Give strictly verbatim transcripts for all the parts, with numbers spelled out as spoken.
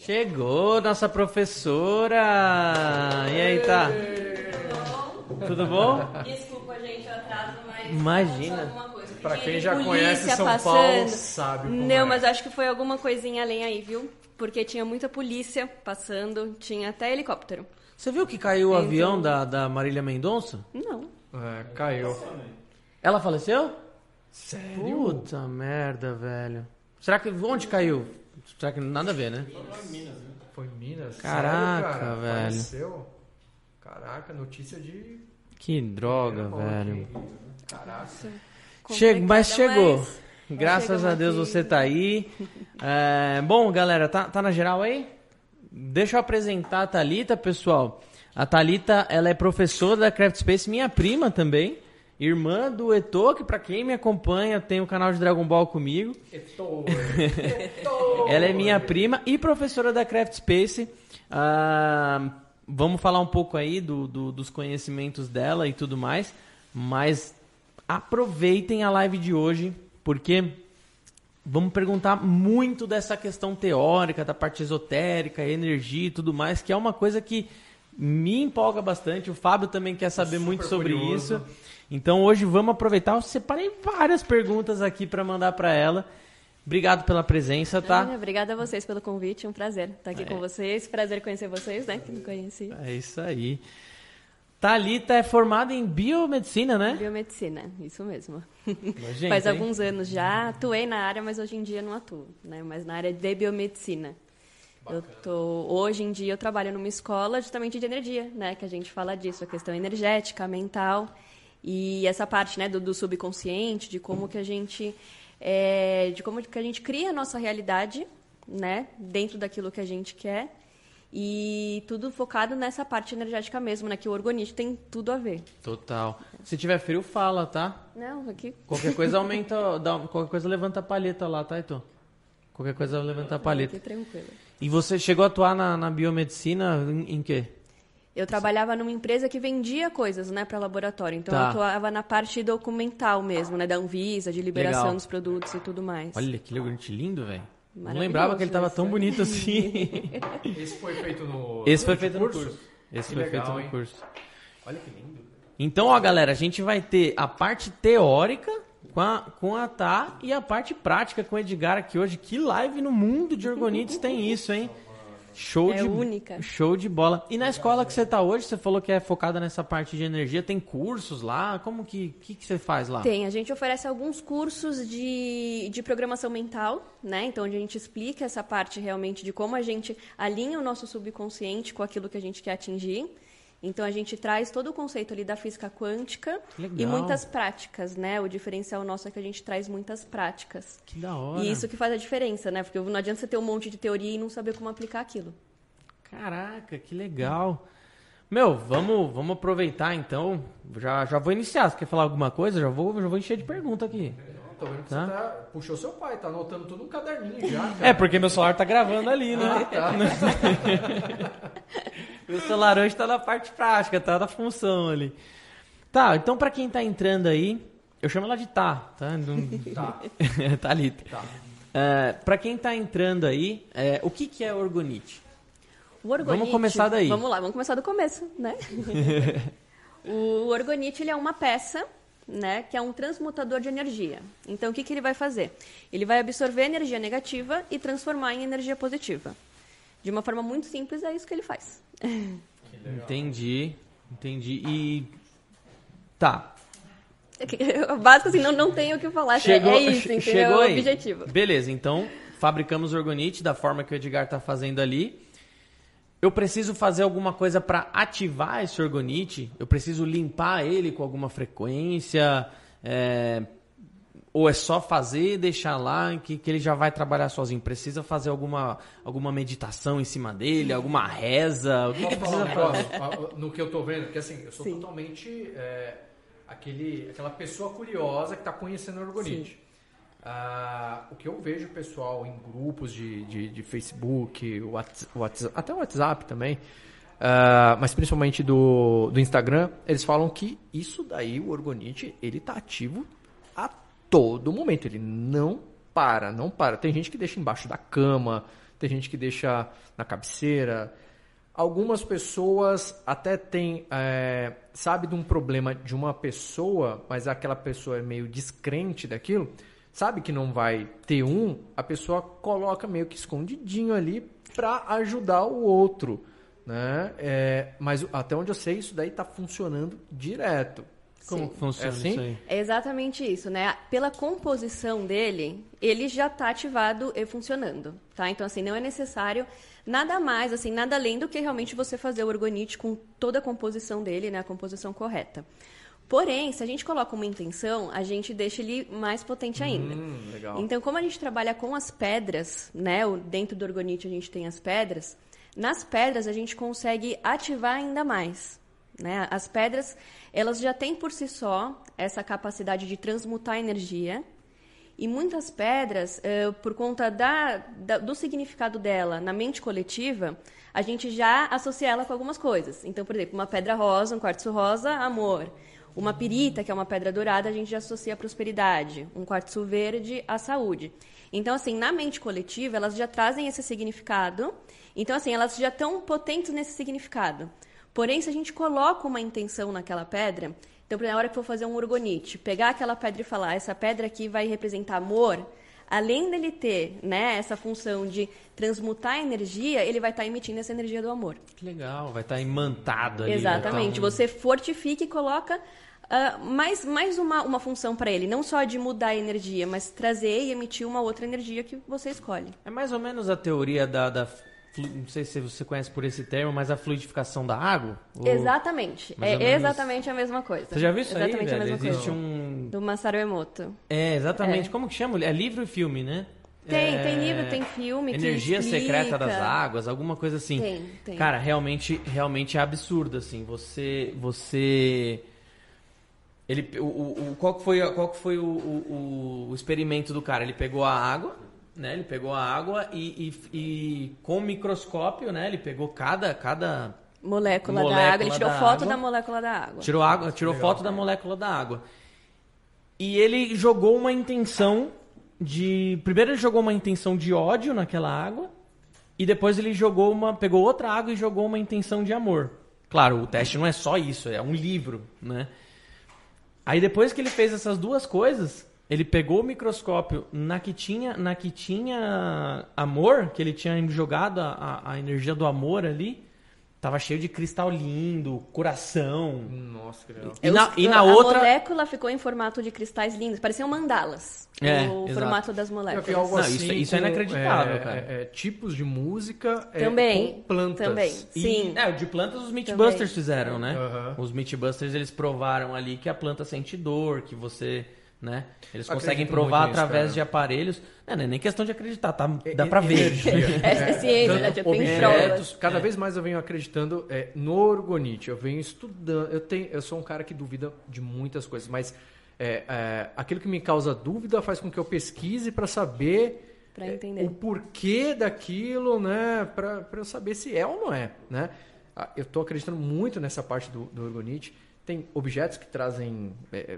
Chegou nossa professora! E aí, tá? Tudo bom? Desculpa, gente, o atraso, mas... Imagina. Pra quem já polícia conhece São passando. Paulo, sabe como Não, é. mas acho que foi alguma coisinha além aí, viu? Porque tinha muita polícia passando, tinha até helicóptero. Você viu que caiu o Então- avião da, da Marília Mendonça? Não. É, caiu. Ela faleceu? Sério? Puta merda, velho. Será que... Onde caiu? Será que nada a ver, né? Foi em Minas? Caraca, Sério, cara? velho. Faleceu? Caraca, notícia de... Que droga, velho. Caraca. Chega, mas Complicada, chegou. mas Graças chegamos a Deus aqui. você tá aí. É, bom, galera, tá, tá na geral aí? Deixa eu apresentar a Thalita, pessoal. A Thalita, ela é professora da Craft Space, minha prima também. Irmã do Eto'o, que pra quem me acompanha, tem o canal de Dragon Ball comigo. Eto'o. Eto'o. Ela é minha prima e professora da Craft Space. Ah, vamos falar um pouco aí do, do- dos conhecimentos dela e tudo mais. Mas aproveitem a live de hoje, porque vamos perguntar muito dessa questão teórica, da parte esotérica, energia e tudo mais, que é uma coisa que me empolga bastante. O Fábio também quer saber Super muito sobre curioso. isso. Então hoje vamos aproveitar. Eu separei várias perguntas aqui para mandar para ela. Obrigado pela presença, tá? Olha, obrigada a vocês pelo convite, é um prazer estar aqui com vocês. Prazer conhecer vocês, né, que não conheci. É isso aí. Thalita é formada em biomedicina, né? Biomedicina, isso mesmo. Gente, Faz hein? alguns anos já, atuei na área, mas hoje em dia não atuo, né? Mas na área de biomedicina. Eu tô, hoje em dia eu trabalho numa escola justamente de energia, né? Que a gente fala disso, a questão energética, mental e essa parte, né, do, do subconsciente, de como que a gente, é, de como que a gente cria a nossa realidade, né? Dentro daquilo que a gente quer. E tudo focado nessa parte energética mesmo, né? Que o orgonite tem tudo a ver. Total. Se tiver frio, fala, tá? Não, aqui... Qualquer coisa aumenta, dá, qualquer coisa levanta a palheta lá, tá, Heitor? Qualquer coisa levanta a palheta. Aqui tranquilo. E você chegou a atuar na, na biomedicina em, em quê? Eu trabalhava numa empresa que vendia coisas, né, para laboratório. Então Tá. eu atuava na parte documental mesmo, né, da Anvisa, de liberação Legal. dos produtos e tudo mais. Olha que orgonite lindo, velho. Não Maravilhoso lembrava que ele tava esse. tão bonito assim. Esse foi feito no... Esse foi no feito no curso. Esse Que foi legal, feito no hein? curso. Olha que lindo. Então, ó, galera, a gente vai ter a parte teórica com a, com a Tá e a parte prática com o Edgar aqui hoje. Que live no mundo de orgonites tem isso, hein? Show É de única. Show de bola. E na escola que você tá hoje, você falou que é focada nessa parte de energia, tem cursos lá? Como que que, que você faz lá? Tem, a gente oferece alguns cursos de, de programação mental, né? Então, onde a gente explica essa parte realmente de como a gente alinha o nosso subconsciente com aquilo que a gente quer atingir. Então, a gente traz todo o conceito ali da física quântica Legal. e muitas práticas, né? O diferencial nosso é que a gente traz muitas práticas. Que da hora. E isso que faz a diferença, né? Porque não adianta você ter um monte de teoria e não saber como aplicar aquilo. Caraca, que legal. Meu, vamos, vamos aproveitar então. Já, já vou iniciar. Você quer falar alguma coisa? Já vou, já vou encher de pergunta aqui. Tô vendo que Tá. você tá... Puxou seu pai, tá anotando tudo no caderninho já, cara. É, porque meu celular tá gravando ali, né? Ah, tá. Meu celular hoje tá na parte prática, tá na função ali. Tá, então pra quem tá entrando aí, eu chamo ela de Tá, tá? Não... Tá. Thalita. Tá. É, pra quem tá entrando aí, é, o que que é orgonite? O orgonite, Vamos começar daí. Vamos lá, vamos começar do começo, né? O orgonite, ele é uma peça, né, que é um transmutador de energia. Então, o que, que ele vai fazer? Ele vai absorver energia negativa e transformar em energia positiva. De uma forma muito simples, é isso que ele faz. Entendi, entendi. E... Tá. Básico, assim, não, não tenho o que falar. Chegou, é isso, entendeu? chegou É o aí. objetivo. Beleza, então fabricamos orgonite da forma que o Edgar tá fazendo ali. Eu preciso fazer alguma coisa para ativar esse orgonite? Eu preciso limpar ele com alguma frequência? É... Ou é só fazer e deixar lá que, que ele já vai trabalhar sozinho? Precisa fazer alguma, alguma meditação em cima dele? Alguma reza? O que, que Posso falar precisa um fazer? negócio? No que eu tô vendo, porque assim, eu sou Sim. totalmente é, aquele, aquela pessoa curiosa que tá conhecendo o orgonite. Ah, o que eu vejo o pessoal em grupos de, de, de Facebook, Whats- Whats- até o WhatsApp também, ah, mas principalmente do, do Instagram, eles falam que isso daí, o orgonite, ele tá ativo a todo momento, ele não para, não para. Tem gente que deixa embaixo da cama, tem gente que deixa na cabeceira. Algumas pessoas até têm, é, sabe de um problema de uma pessoa, mas aquela pessoa é meio descrente daquilo, sabe que não vai ter um, a pessoa coloca meio que escondidinho ali para ajudar o outro, né? É, mas até onde eu sei, isso daí está funcionando direto. Como Sim. funciona É assim? isso aí? É exatamente isso, né? Pela composição dele, ele já está ativado e funcionando, tá? Então, assim, não é necessário nada mais, assim, nada além do que realmente você fazer o orgonite com toda a composição dele, né? A composição correta. Porém, se a gente coloca uma intenção, a gente deixa ele mais potente ainda. Hum, legal. Então, como a gente trabalha com as pedras, né? o- Dentro do orgonite a gente tem as pedras. Nas pedras a gente consegue ativar ainda mais, né? As pedras, elas já têm por si só essa capacidade de transmutar energia. E muitas pedras, eh, por conta da, da- do significado dela na mente coletiva, a gente já associa ela com algumas coisas. Então, por exemplo, uma pedra rosa, um quartzo rosa, amor. Uma pirita, que é uma pedra dourada, a gente já associa a prosperidade. Um quartzo verde, a saúde. Então, assim, na mente coletiva, elas já trazem esse significado. Então, assim, elas já estão potentes nesse significado. Porém, se a gente coloca uma intenção naquela pedra, então, na hora que for fazer um orgonite, pegar aquela pedra e falar, essa pedra aqui vai representar amor, além dele ter, né, essa função de transmutar a energia, ele vai estar emitindo essa energia do amor. Que legal, vai estar imantado ali. Exatamente. vai tá um- Você fortifica e coloca ah, mais, mais uma, uma função para ele. Não só de mudar a energia, mas trazer e emitir uma outra energia que você escolhe. É mais ou menos a teoria da... da flu- não sei se você conhece por esse termo, mas a fluidificação da água? Ou- Exatamente. mais ou É menos- exatamente a mesma coisa. Você já viu isso aí, Exatamente a velho? mesma Existe coisa. um... Do Masaru Emoto. É, exatamente. É. Como que chama? É livro e filme, né? Tem, É, tem livro, tem filme que Energia explica. secreta das águas, alguma coisa assim. Tem, tem. Cara, realmente, realmente é absurdo, assim. Você, você, ele, o, o, o- qual que foi, a- qual que foi o, o, o experimento do cara? Ele pegou a água, né? Ele pegou a água e, e, e com o microscópio, né? Ele pegou cada, cada Molécula, Molécula da água. Ele tirou da foto água. da molécula da água. Tirou água, tirou Legal, foto da molécula da água. E ele jogou uma intenção de, primeiro ele jogou uma intenção de ódio naquela água e depois ele jogou uma, pegou outra água e jogou uma intenção de amor. Claro, o teste não é só isso, é um livro, né? Aí depois que ele fez essas duas coisas, ele pegou o microscópio na que tinha, na que tinha amor, que ele tinha jogado a, a, a energia do amor ali. Tava cheio de cristal lindo, coração. Nossa, que legal. E na, Os- e na a outra... molécula ficou em formato de cristais lindos, pareciam mandalas. É, o exato. formato das Eu moléculas. vi algo Não, assim isso- isso é com, inacreditável, é, cara. é, é, tipos de música é, Também, com plantas. também. E, Sim. é, o de plantas os Mythbusters Também. fizeram, né? Aham. Os Mythbusters, eles provaram ali que a planta sente dor, que você... né? Eles Acredito conseguem muito provar nisso, através cara. de aparelhos. Não, não é nem questão de acreditar, tá? É, Dá pra é, ver. energia. É, é ciência, né? Já tem objetos. provas. Cada É. vez mais eu venho acreditando é, no orgonite. Eu venho estudando. Eu, tenho, eu sou um cara que duvida de muitas coisas, mas é, é, aquilo que me causa dúvida faz com que eu pesquise para saber Pra é, entender. o porquê daquilo, né? Para eu saber se é ou não é, né? Ah, eu estou acreditando muito nessa parte do, do orgonite. Tem objetos que trazem é,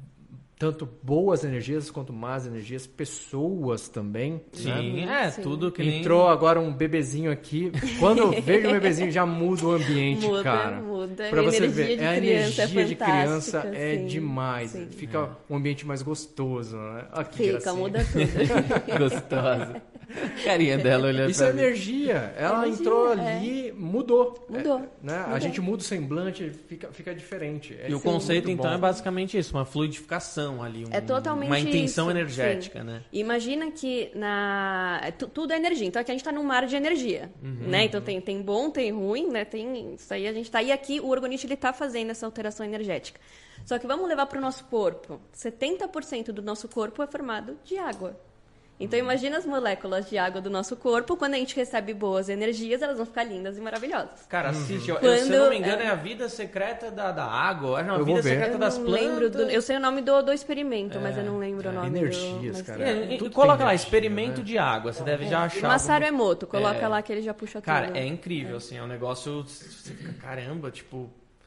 tanto boas energias quanto más energias, pessoas também. Sim, né? é, Sim. tudo que nem... Entrou agora um bebezinho aqui. Quando eu vejo um bebezinho, já muda o ambiente, Muda, cara. muda. Pra A você energia ver, de a criança é energia de criança fantástica, é sim, demais. sim. Fica um ambiente mais gostoso, né? Olha que Fica, gracinha. muda tudo. Gostosa. Carinha dela olhando Isso é pra mim. energia. Ela Energia, entrou é. ali, mudou. Mudou, É, né? A mudou. gente muda o semblante, fica, fica diferente. É E o sim, conceito, muito então, bom. é basicamente isso, uma fluidificação ali, um- É totalmente uma intenção isso, energética, sim. né? Imagina que na tu- tudo é energia. Então aqui a gente está num mar de energia, Uhum. né? Então tem, tem bom, tem ruim, né? Tem isso aí a gente tá e aqui o orgonite ele tá fazendo essa alteração energética. Só que vamos levar para o nosso corpo. setenta por cento do nosso corpo é formado de água. Então imagina as moléculas de água do nosso corpo, quando a gente recebe boas energias, elas vão ficar lindas e maravilhosas. Cara, assiste, eu- Quando- se eu não me engano, é a vida secreta da, da água, é não, a Eu vou vida ver. secreta Eu das não plantas. lembro do, eu sei o nome do, do experimento, mas eu não lembro o nome Energias, do... mas- cara. É, e- Tudo coloca tem lá, energia, experimento né? de água, você deve já achar. Masaru algum- Emoto, coloca É. lá que ele já puxa Cara, tudo. é incrível, assim, é um negócio, você fica, caramba, tipo,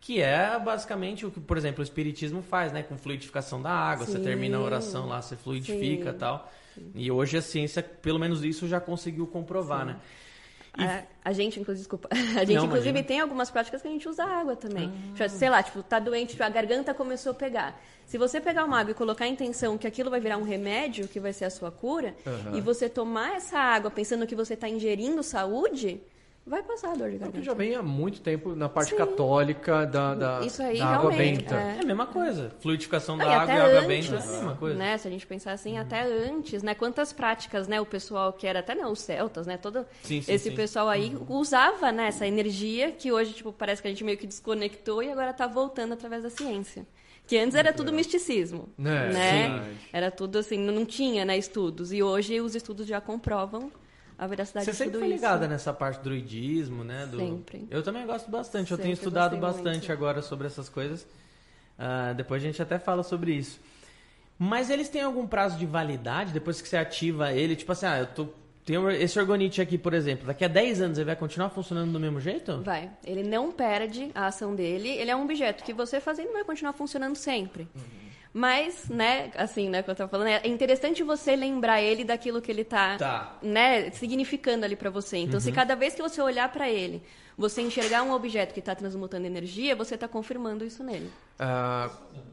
Que é basicamente o que, por exemplo, o espiritismo faz, né? Com fluidificação da água, sim, você termina a oração lá, você fluidifica e tal. Sim. E hoje a ciência, pelo menos isso, já conseguiu comprovar, sim, né? E... A, a gente, inclusive, desculpa, a gente, não, inclusive, imagina. Tem algumas práticas que a gente usa água também. Ah. Sei lá, tipo, tá doente, tipo, a garganta começou a pegar. Se você pegar uma água e colocar a intenção que aquilo vai virar um remédio, que vai ser a sua cura, uhum, e você tomar essa água pensando que você está ingerindo saúde, vai passar a dor de garganta. Porque já vem há muito tempo na parte, sim, católica da, da, Isso aí, da água benta. É. é a mesma coisa. Fluidificação da água e água antes, benta é a mesma coisa. Né, se a gente pensar assim, uhum, até antes, né? Quantas práticas, né? O pessoal que era, até não, os celtas, né? Todo sim, sim, esse sim. pessoal aí uhum. usava, né, essa energia que hoje, tipo, parece que a gente meio que desconectou e agora está voltando através da ciência. Que antes era tudo misticismo, é, né? Sim. Era tudo assim, não tinha, né, estudos. E hoje os estudos já comprovam a veracidade de tudo isso. Você sempre foi ligada nessa parte do druidismo, né? Do... Sempre. Eu também gosto bastante. Sempre eu tenho estudado bastante muito. agora sobre essas coisas. Uh, depois a gente até fala sobre isso. Mas eles têm algum prazo de validade depois que você ativa ele? Tipo assim, ah, eu tô... tenho esse orgonite aqui, por exemplo. Daqui a dez anos ele vai continuar funcionando do mesmo jeito? Vai. Ele não perde a ação dele. Ele é um objeto que você fazendo vai continuar funcionando sempre. Uhum. Mas, né, assim, né, como eu tava falando, é interessante você lembrar ele daquilo que ele tá, tá. né, significando ali para você. Então, uhum, se cada vez que você olhar para ele, você enxergar um objeto que está transmutando energia, você está confirmando isso nele. Uh,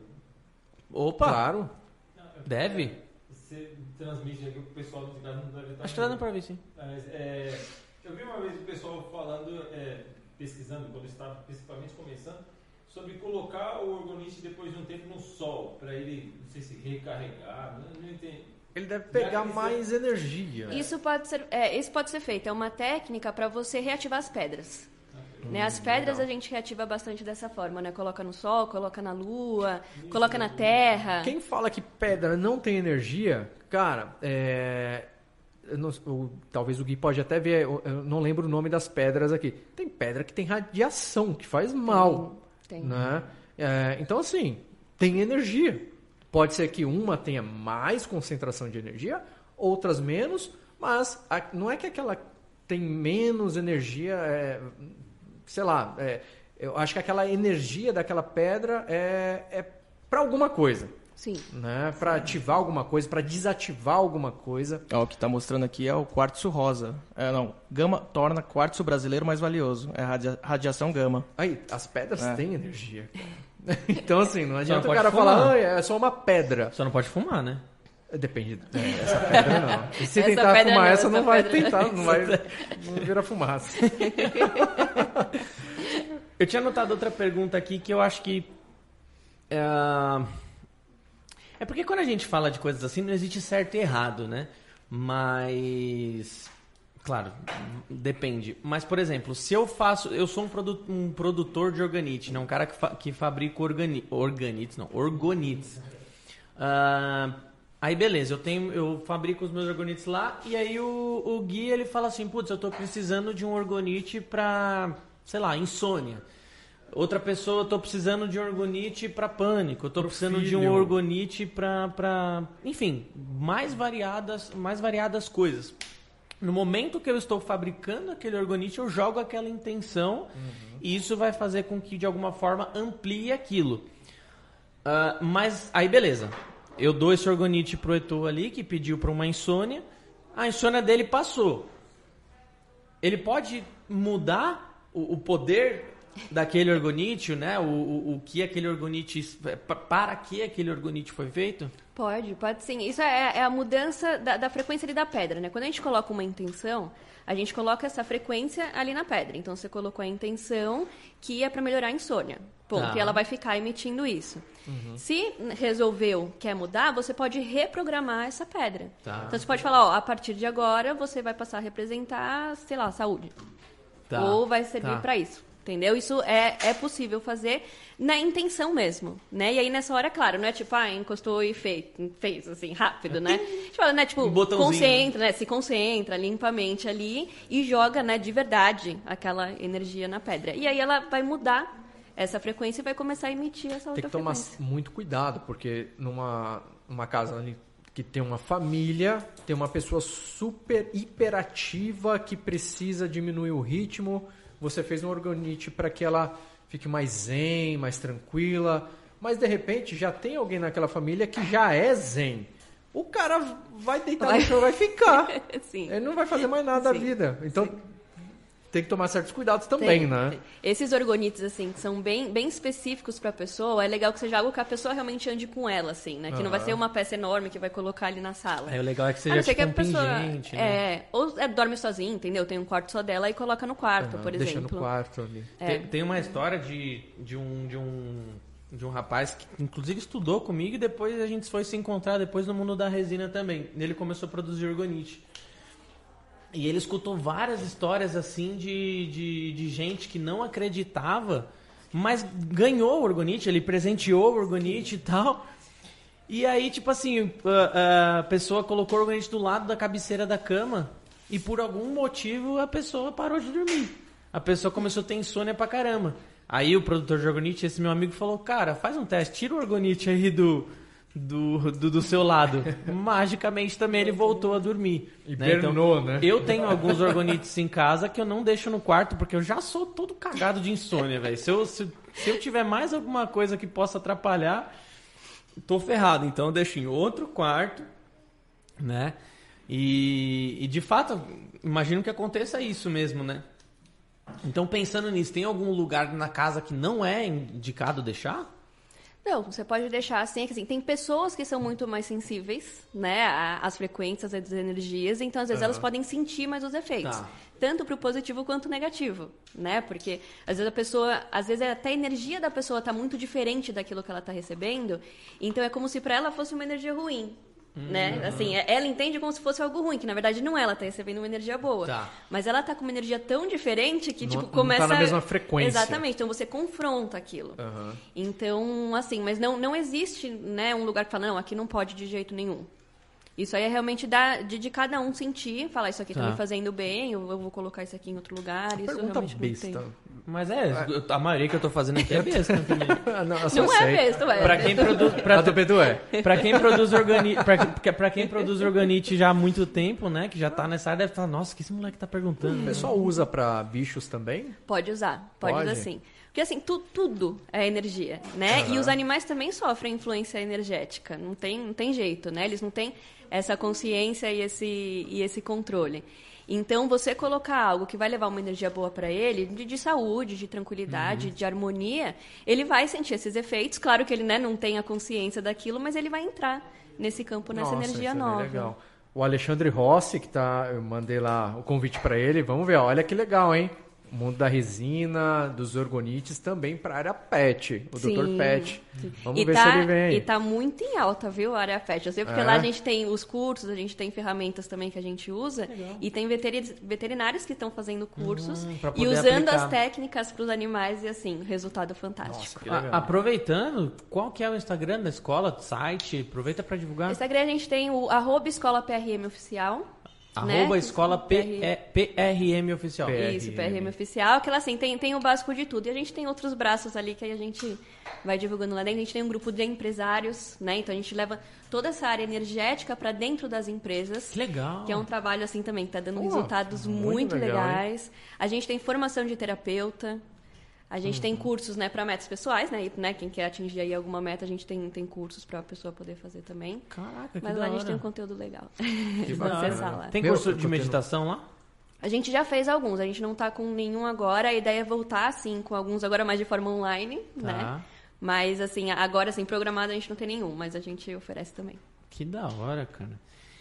Opa! Claro. Deve. Você transmite aqui o pessoal do não deve estar... Acho que dá para ver, sim. Mas, é, eu vi uma vez o pessoal falando, é, pesquisando, quando estava principalmente começando, sobre colocar o orgonite depois de um tempo no sol, para ele, não sei se recarregar, não, não entendo. Ele deve pegar mais ser... energia. Isso pode ser, é, isso pode ser feito. É uma técnica para você reativar as pedras. Okay. Né? As pedras legal. A gente reativa bastante dessa forma, né? Coloca no sol, coloca na lua, isso, coloca na terra. Quem fala que pedra não tem energia, cara, é... Não, o, talvez o Gui pode até ver, eu, eu não lembro o nome das pedras aqui. Tem pedra que tem radiação, que faz mal. Tem. Né? É, então, assim, tem energia. Pode ser que uma tenha mais concentração de energia, outras menos, mas a, não é que aquela tem menos energia, é, sei lá, é, eu acho que aquela energia daquela pedra é, é para alguma coisa. Sim. Né? Para ativar alguma coisa, para desativar alguma coisa. Ó, o que está mostrando aqui é o quartzo rosa. É, não, gama torna quartzo brasileiro mais valioso. É radia- radiação gama. Aí, as pedras é. têm energia, cara. Então, assim, não adianta não o cara fumar. falar, ah, é só uma pedra. Só não pode fumar, né? Depende. É, essa pedra não. E se essa tentar fumar não, essa, essa não vai pedra... tentar, não vai não vira fumaça. Eu tinha anotado outra pergunta aqui que eu acho que... É... É porque quando a gente fala de coisas assim, não existe certo e errado, né? Mas... Claro, depende. Mas, por exemplo, se eu faço... Eu sou um, produ, um produtor de organite, né? Um cara que, fa, que fabrica organi, organites, não, orgonites. Uh, aí, beleza, eu, tenho, eu fabrico os meus orgonites lá e aí o, o Gui, ele fala assim, putz, eu tô precisando de um orgonite pra, sei lá, insônia. Outra pessoa, eu tô precisando de um orgonite para pânico, eu tô precisando filho. de um orgonite para, para, enfim, mais variadas, mais variadas coisas. No momento que eu estou fabricando aquele orgonite, eu jogo aquela intenção uhum. e isso vai fazer com que, de alguma forma, amplie aquilo. Uh, mas, aí beleza, eu dou esse orgonite pro Heitor ali, que pediu para uma insônia, a insônia dele passou. Ele pode mudar o, o poder... daquele orgonite, né? O, o, o que aquele orgonite... Para que aquele orgonite foi feito? Pode, pode sim. Isso é, é a mudança da, da frequência ali da pedra, né? Quando a gente coloca uma intenção, a gente coloca essa frequência ali na pedra. Então, você colocou a intenção que é para melhorar a insônia. Ponto. Tá. E ela vai ficar emitindo isso. Uhum. Se resolveu, quer mudar, você pode reprogramar essa pedra. Tá. Então, você pode falar, ó, a partir de agora, você vai passar a representar, sei lá, saúde. Tá. Ou vai servir tá. para isso. Entendeu? Isso é, é possível fazer na intenção mesmo, né? E aí, nessa hora, claro, não é tipo, ah, encostou e fez, fez assim, rápido, né? Tipo, né? tipo um concentra, né? Se concentra, limpa a mente ali e joga, né, de verdade, aquela energia na pedra. E aí ela vai mudar essa frequência e vai começar a emitir essa outra frequência. Tem que tomar frequência. Muito cuidado, porque numa, numa casa ali que tem uma família, tem uma pessoa super hiperativa que precisa diminuir o ritmo... Você fez um orgonite para que ela fique mais zen, mais tranquila. Mas, de repente, já tem alguém naquela família que já é zen. O cara vai deitar vai. no chão e vai ficar. Sim. Ele não vai fazer mais nada Sim. da vida. Então... Sim. Tem que tomar certos cuidados também, tem, né? Tem. Esses orgonites, assim, que são bem, bem específicos para a pessoa, é legal que seja algo que a pessoa realmente ande com ela, assim, né? Que uhum. não vai ser uma peça enorme que vai colocar ali na sala. É, o legal é que seja tipo que a um pessoa, pingente, né? É, ou é, dorme sozinha, entendeu? Tem um quarto só dela e coloca no quarto, uhum. por Deixa exemplo. Deixa no quarto ali. É. Tem, tem uma história de, de, um, de, um, de um rapaz que, inclusive, estudou comigo e depois a gente foi se encontrar depois no mundo da resina também. Ele começou a produzir orgonite. E ele escutou várias histórias assim de, de, de gente que não acreditava, mas ganhou o orgonite, ele presenteou o orgonite e tal. E aí, tipo assim, a, a pessoa colocou o orgonite do lado da cabeceira da cama e por algum motivo a pessoa parou de dormir. A pessoa começou a ter insônia pra caramba. Aí o produtor de orgonite, esse meu amigo, falou, cara, faz um teste, tira o orgonite aí do... Do, do, do seu lado. Magicamente também ele voltou a dormir. Hibernou, né? Então, né? Eu tenho alguns orgonites em casa que eu não deixo no quarto porque eu já sou todo cagado de insônia, velho. Se eu, se, se eu tiver mais alguma coisa que possa atrapalhar, tô ferrado. Então eu deixo em outro quarto, né? E, e de fato, imagino que aconteça isso mesmo, né? Então pensando nisso, tem algum lugar na casa que não é indicado deixar? Não, você pode deixar assim, assim, tem pessoas que são muito mais sensíveis, né, às frequências, às energias, então às vezes uhum. elas podem sentir mais os efeitos, tá. tanto para o positivo quanto o negativo, né, porque às vezes a pessoa, às vezes até a energia da pessoa está muito diferente daquilo que ela está recebendo, então é como se para ela fosse uma energia ruim. Uhum. Né? Assim, ela entende como se fosse algo ruim, que na verdade não é, ela tá recebendo uma energia boa. Tá. Mas ela tá com uma energia tão diferente que, tipo, não, começa... Não tá na mesma frequência. Exatamente, então você confronta aquilo. Uhum. Então, assim, mas não, não existe, né, um lugar que fala, não, aqui não pode de jeito nenhum. Isso aí é realmente da, de, de cada um sentir, falar, isso aqui tá, tá me fazendo bem, eu, eu vou colocar isso aqui em outro lugar, isso realmente besta. não tem. Mas é, a maioria que eu tô fazendo aqui é besta também. não não é besta, ué. Pra quem produz... Pra, a do Bedu é. Pra quem produz organite, pra, pra quem produz organite já há muito tempo, né, que já tá nessa área, deve falar, nossa, o que esse moleque tá perguntando? O pessoal usa pra bichos também? Pode usar, pode, pode? usar sim. Porque, assim, tu, tudo é energia, né? Uhum. E os animais também sofrem influência energética. Não tem, não tem jeito, né? Eles não têm essa consciência e esse, e esse controle. Então, você colocar algo que vai levar uma energia boa para ele, de, de saúde, de tranquilidade, uhum. de harmonia, ele vai sentir esses efeitos. Claro que ele, né, não tem a consciência daquilo, mas ele vai entrar nesse campo, nessa Nossa, energia isso nova. É legal. O Alexandre Rossi, que tá, eu mandei lá o convite para ele. Vamos ver, olha que legal, hein? O mundo da resina, dos orgonites, também para a área pet, o sim, doutor Pet. Sim. Vamos e ver tá, se ele vem aí. E tá muito em alta, viu, a área pet. Eu sei porque é. lá a gente tem os cursos, a gente tem ferramentas também que a gente usa. Legal. E tem veterinários que estão fazendo cursos hum, e usando aplicar. as técnicas para os animais e assim, resultado fantástico. Nossa, a, aproveitando, qual que é o Instagram da escola, site? Aproveita para divulgar. No Instagram a gente tem o arroba escola P R M oficial. Arroba né? escola P R M oficial. Isso, P R M oficial. Que ela, assim, tem, tem o básico de tudo. E a gente tem outros braços ali que a gente vai divulgando lá dentro. A gente tem um grupo de empresários, né? Então a gente leva toda essa área energética para dentro das empresas. Que legal. Que é um trabalho, assim, também que tá dando oh, resultados muito, muito legal, legais. Hein? A gente tem formação de terapeuta. A gente uhum. tem cursos, né, para metas pessoais, né? E, né? Quem quer atingir aí alguma meta, a gente tem, tem cursos para a pessoa poder fazer também. Caraca, que Mas da lá hora. a gente tem um conteúdo legal. Que acessar lá. Tem curso Meu, de meditação lá? A gente já fez alguns, a gente não tá com nenhum agora. A ideia é voltar, assim, com alguns agora mais de forma online, tá. né? Mas, assim, agora, assim, programado a gente não tem nenhum, mas a gente oferece também. Que da hora, cara.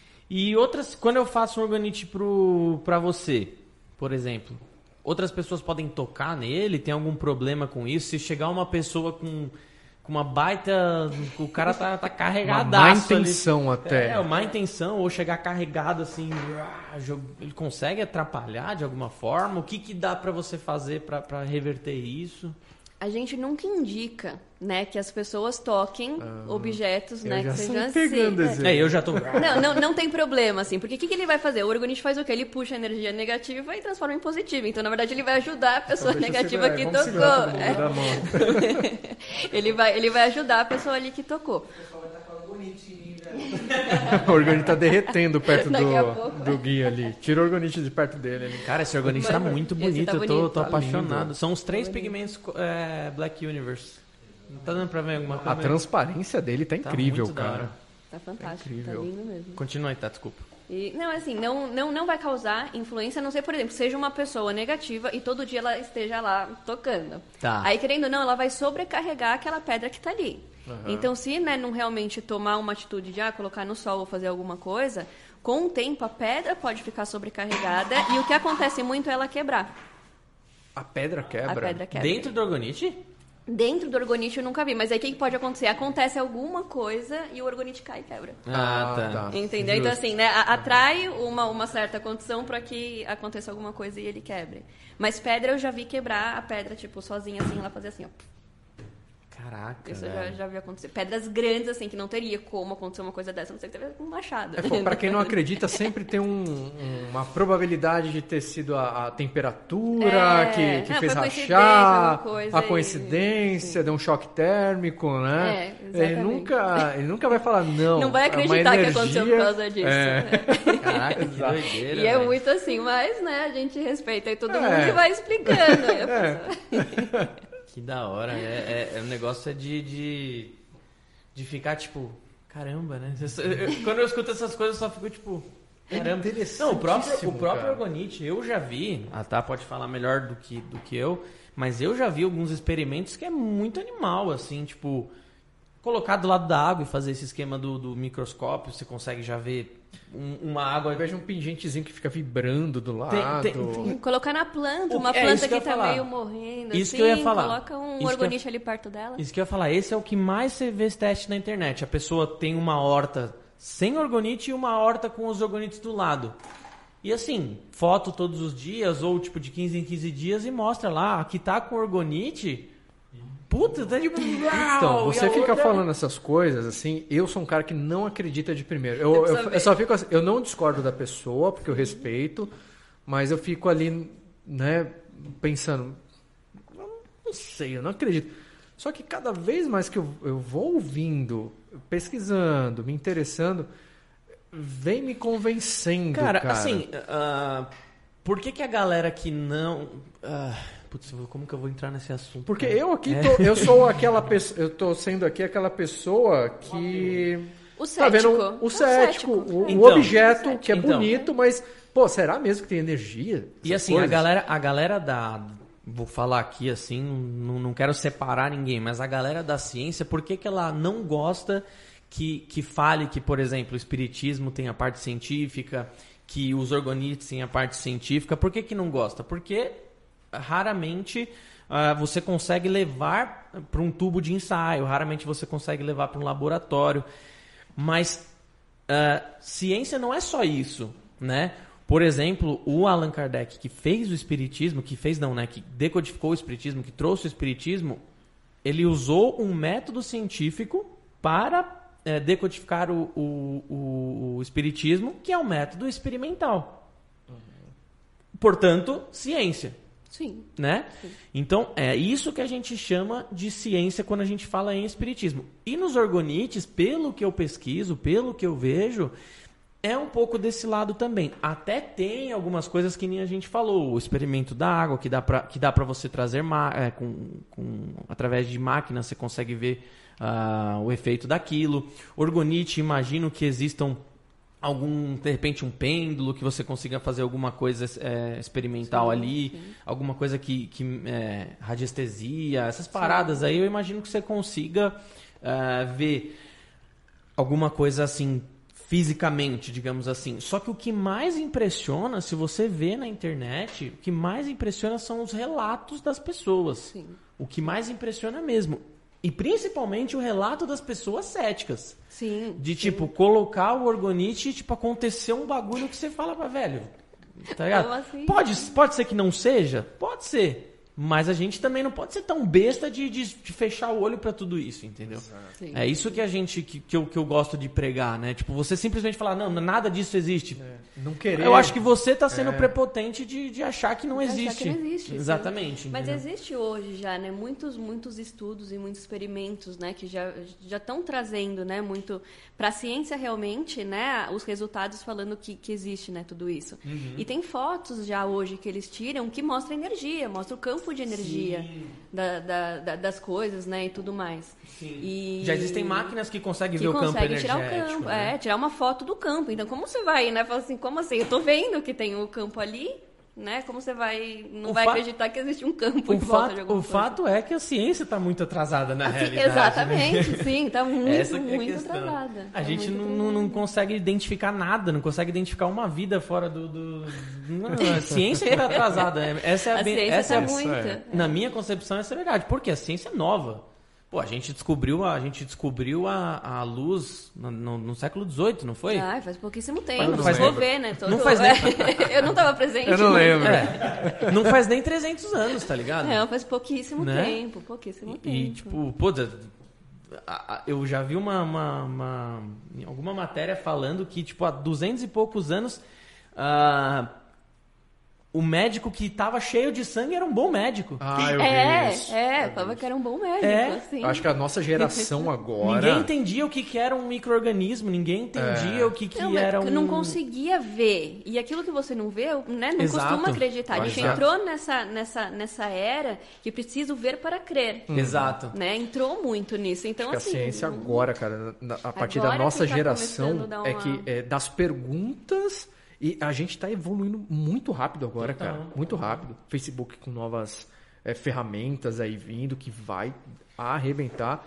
E outras, quando eu faço um organite pro, pra você, por exemplo... Outras pessoas podem tocar nele? Tem algum problema com isso? Se chegar uma pessoa com, com uma baita... O cara tá, tá carregadaço. Uma má intenção ali. até. É, uma má intenção. Ou chegar carregado assim... Ele consegue atrapalhar de alguma forma? O que, que dá pra você fazer pra, pra reverter isso? A gente nunca indica, né, que as pessoas toquem ah, objetos, né, que sejam pegando assim. É, eu já tô... Não, não, não tem problema, assim, porque o que, que ele vai fazer? O orgonite faz o quê? Ele puxa a energia negativa e transforma em positiva. Então, na verdade, ele vai ajudar a pessoa então, negativa que Vamos tocou. É. ele, vai, ele vai ajudar a pessoa ali que tocou. O orgonite tá derretendo perto Daqui a pouco, do, do Gui ali. Tira o orgonite de perto dele ali. Cara, esse orgonite tá muito Esse bonito, tá eu tô, bonito. tô Tá apaixonado. lindo. São os três pigmentos é, Black Universe. Não tá dando pra ver alguma coisa? A transparência dele tá incrível, muito da hora. cara. Tá fantástico, incrível. tá lindo mesmo. Continua aí, tá? Desculpa. E, não, assim, não, não, não vai causar influência, a não ser, por exemplo, seja uma pessoa negativa e todo dia ela esteja lá tocando. Tá. Aí, querendo ou não, ela vai sobrecarregar aquela pedra que tá ali. Então, se né, não realmente tomar uma atitude de ah, colocar no sol ou fazer alguma coisa, com o tempo a pedra pode ficar sobrecarregada e o que acontece muito é ela quebrar. A pedra quebra. A pedra quebra. Dentro do orgonite? Dentro do orgonite eu nunca vi, mas aí o que que pode acontecer? Acontece alguma coisa e o orgonite cai e quebra. Ah, Ah, tá. tá. Entendeu? Então, assim, né, a- atrai uma, uma certa condição para que aconteça alguma coisa e ele quebre. Mas pedra eu já vi quebrar a pedra, tipo, sozinha, assim, ela fazia assim, ó. Caraca, Isso eu já, velho. já vi acontecer. Pedras grandes, assim, que não teria como acontecer uma coisa dessa, a não ser que teve um machado. É, pô, pra quem não acredita, sempre tem um- um- uma probabilidade de ter sido a, a temperatura É, que, que não, fez foi coincidência, rachar, alguma coisa a e- coincidência, deu um choque térmico, né? É, ele, exatamente. nunca, ele nunca vai falar não. Não vai é uma acreditar que energia- aconteceu por causa disso. É. Caraca, que doideira, E é velho. muito assim, mas, né, a gente respeita e todo É. mundo e vai explicando. E a É. pessoa- Que da hora. É, é, é um negócio é de, de, de ficar, tipo, caramba, né? Eu- eu- quando eu escuto essas coisas, eu só fico, tipo, caramba. Não, o próprio, o próprio cara. orgonite, eu já vi, a Tá pode falar melhor do que, do que eu, mas eu já vi alguns experimentos que é muito animal, assim, tipo, colocar do lado da água e fazer esse esquema do, do microscópio, você consegue já ver um- uma água... Eu vejo um pingentezinho que fica vibrando do lado. Tem- tem- tem- Colocar na planta, O- uma é, planta isso que eu que ia tá falar. meio morrendo, Isso assim, que eu ia falar. coloca um Isso que eu ia- orgonite ali perto dela. Isso que eu ia falar, esse é o que mais você vê esse teste na internet. A pessoa tem uma horta sem orgonite e uma horta com os orgonites do lado. E assim, foto todos os dias, ou tipo de quinze em quinze dias, e mostra lá, aqui tá com orgonite. Puta, tá tipo. Então, você fica falando essas coisas, assim, eu sou um cara que não acredita de primeiro. Eu, Você eu, precisa eu só fico assim, eu não discordo da pessoa, porque eu respeito, mas eu fico ali, né, pensando, eu não sei, eu não acredito. Só que cada vez mais que eu, eu vou ouvindo, pesquisando, me interessando, vem me convencendo, cara. Cara, assim, ah, por que que a galera que não. ah, putz, como que eu vou entrar nesse assunto? Porque cara? eu aqui, tô, eu sou aquela pessoa, eu tô sendo aqui aquela pessoa que... O Tá cético. vendo o É cético, o, o Então, objeto que é então. bonito, mas, pô, será mesmo que tem energia? E Essas assim, a coisas? galera, a galera da. Vou falar aqui assim, não, não quero separar ninguém, mas a galera da ciência, por que, que ela não gosta que, que fale que, por exemplo, o espiritismo tem a parte científica, que os orgonites têm a parte científica? Por que, que não gosta? Porque raramente ah, você consegue levar para um tubo de ensaio, raramente você consegue levar para um laboratório. Mas ah, ciência não é só isso, né? Por exemplo, o Allan Kardec, que fez o espiritismo, que fez não, né? Que decodificou o espiritismo, que trouxe o espiritismo, ele usou um método científico para eh, decodificar o, o, o, o espiritismo, que é o método experimental. Portanto, ciência. Sim. Né? Então, é isso que a gente chama de ciência quando a gente fala em espiritismo. E nos orgonites, pelo que eu pesquiso, pelo que eu vejo, é um pouco desse lado também. Até tem algumas coisas que nem a gente falou. O experimento da água, que dá pra, que dá pra você trazer é, com, com, através de máquinas, você consegue ver uh, o efeito daquilo. Orgonite, imagino que existam algum, de repente, um pêndulo, que você consiga fazer alguma coisa é, experimental Sim, ali, sim. alguma coisa que, que é, radiestesia, essas paradas aí, eu imagino que você consiga uh, ver alguma coisa assim, fisicamente, digamos assim. Só que o que mais impressiona, se você vê na internet, o que mais impressiona são os relatos das pessoas. Sim. O que mais impressiona mesmo. E principalmente o relato das pessoas céticas. Sim. De, sim. tipo, colocar o orgonite e, tipo, acontecer um bagulho que você fala pra velho. Tá ligado? Como assim? Pode, pode ser que não seja? Pode ser. mas a gente também não pode ser tão besta de, de, de fechar o olho pra tudo isso, entendeu? Sim. É isso que a gente, que, que, eu, que eu gosto de pregar, né? Tipo, você simplesmente falar, não, nada disso existe. É, não querer. Eu acho que você tá sendo É. prepotente de, de achar que não De achar existe. que não existe, Exatamente. sim. Mas entendeu? existe hoje já, né, muitos, muitos estudos e muitos experimentos, né, que já já estão trazendo, né, muito para a ciência realmente, né, os resultados falando que, que existe, né, tudo isso. Uhum. E tem fotos já hoje que eles tiram que mostra energia, mostra o campo de energia da, da, da, das coisas, né, e tudo mais. Sim. E... Já existem máquinas que conseguem que ver o campo consegue energético. tirar o campo, né? é, tirar uma foto do campo. Então, como você vai, né, falar assim, como assim? Eu tô vendo que tem o campo ali, né? Como você vai, não O vai fa- acreditar que existe um campo O, em volta fato, de alguma o coisa? fato é que a ciência está muito atrasada na Assim, realidade. exatamente, né? sim, tá muito, Essa que é a muito questão. atrasada. A Tá gente muito não, não, não atrasada. consegue identificar nada, não consegue identificar uma vida fora do. do... Não, a ciência está atrasada. Essa é a, A bem- ciência essa tá é a- muito. é. Na minha concepção, essa é a verdade. Porque a ciência é nova. Pô, a gente descobriu a, a, gente descobriu a, a luz no, no, no século dezoito, não foi? Ai, faz pouquíssimo tempo. não Não faz vou nem- ver, né? Tô- não tô- faz nem- Eu não estava presente. Eu não mas- lembro. É. Não faz nem trezentos anos, tá ligado? Não, faz pouquíssimo Né? tempo, pouquíssimo tempo. E, tipo, pô, da- a- a- eu já vi uma, uma, uma- em alguma matéria falando que, tipo, há duzentos e poucos anos, ah, o médico que tava cheio de sangue era um bom médico. Ah, eu é, vi isso. é, falava que era um bom médico, É. assim. Eu acho que a nossa geração agora... Ninguém entendia o que, que era um micro-organismo, ninguém entendia É. o que, que Não, mas era um... não conseguia ver. E aquilo que você não vê, né, não Exato. costuma acreditar. A Eu gente acho- entrou nessa, nessa, nessa era que preciso ver para crer. Exato. Né? Entrou muito nisso. Então, Acho que assim, a ciência não- agora, cara, na- a partir Agora da nossa que tá geração, começando a dar é uma- que é, das perguntas... E a gente está evoluindo muito rápido agora, Total. cara. Muito rápido. Facebook com novas é, ferramentas aí vindo que vai arrebentar.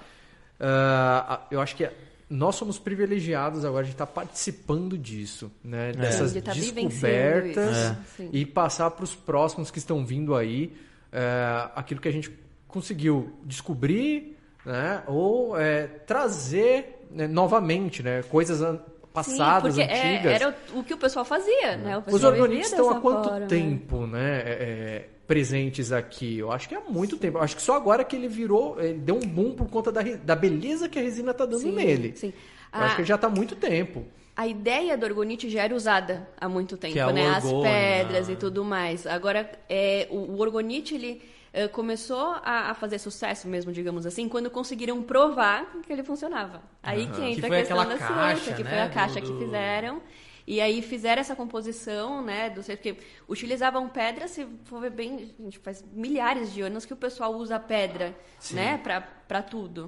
Ah, eu acho que nós somos privilegiados agora de estar participando disso, né? Dessas de tá vivenciando descobertas isso. É. Sim. e passar para os próximos que estão vindo aí é, aquilo que a gente conseguiu descobrir, né? Ou é, trazer né, novamente, né? Coisas an- passadas, Sim, porque é- antigas. era o, o que o pessoal fazia, né? O Os pessoal orgonites vivia estão há dessa quanto forma, né? tempo, né? é, é, presentes aqui? Eu acho que há muito tempo. Eu acho que só agora que ele virou, ele deu um boom por conta da, re- da beleza que a resina está dando Sim, nele. sim. Eu acho A- que ele já está há muito tempo. A ideia do orgonite já era usada há muito tempo, Que é o né? As orgônio, pedras né? e tudo mais. Agora, é, o, o orgonite, ele eh, começou a, a fazer sucesso mesmo, digamos assim, quando conseguiram provar que ele funcionava. Aí que entra Que foi a questão aquela da caixa, ciência, que né, foi a do- caixa do- que fizeram. E aí fizeram essa composição, né? Do, porque utilizavam pedra, se for ver bem, a gente faz milhares de anos que o pessoal usa pedra, né? Pra, pra tudo.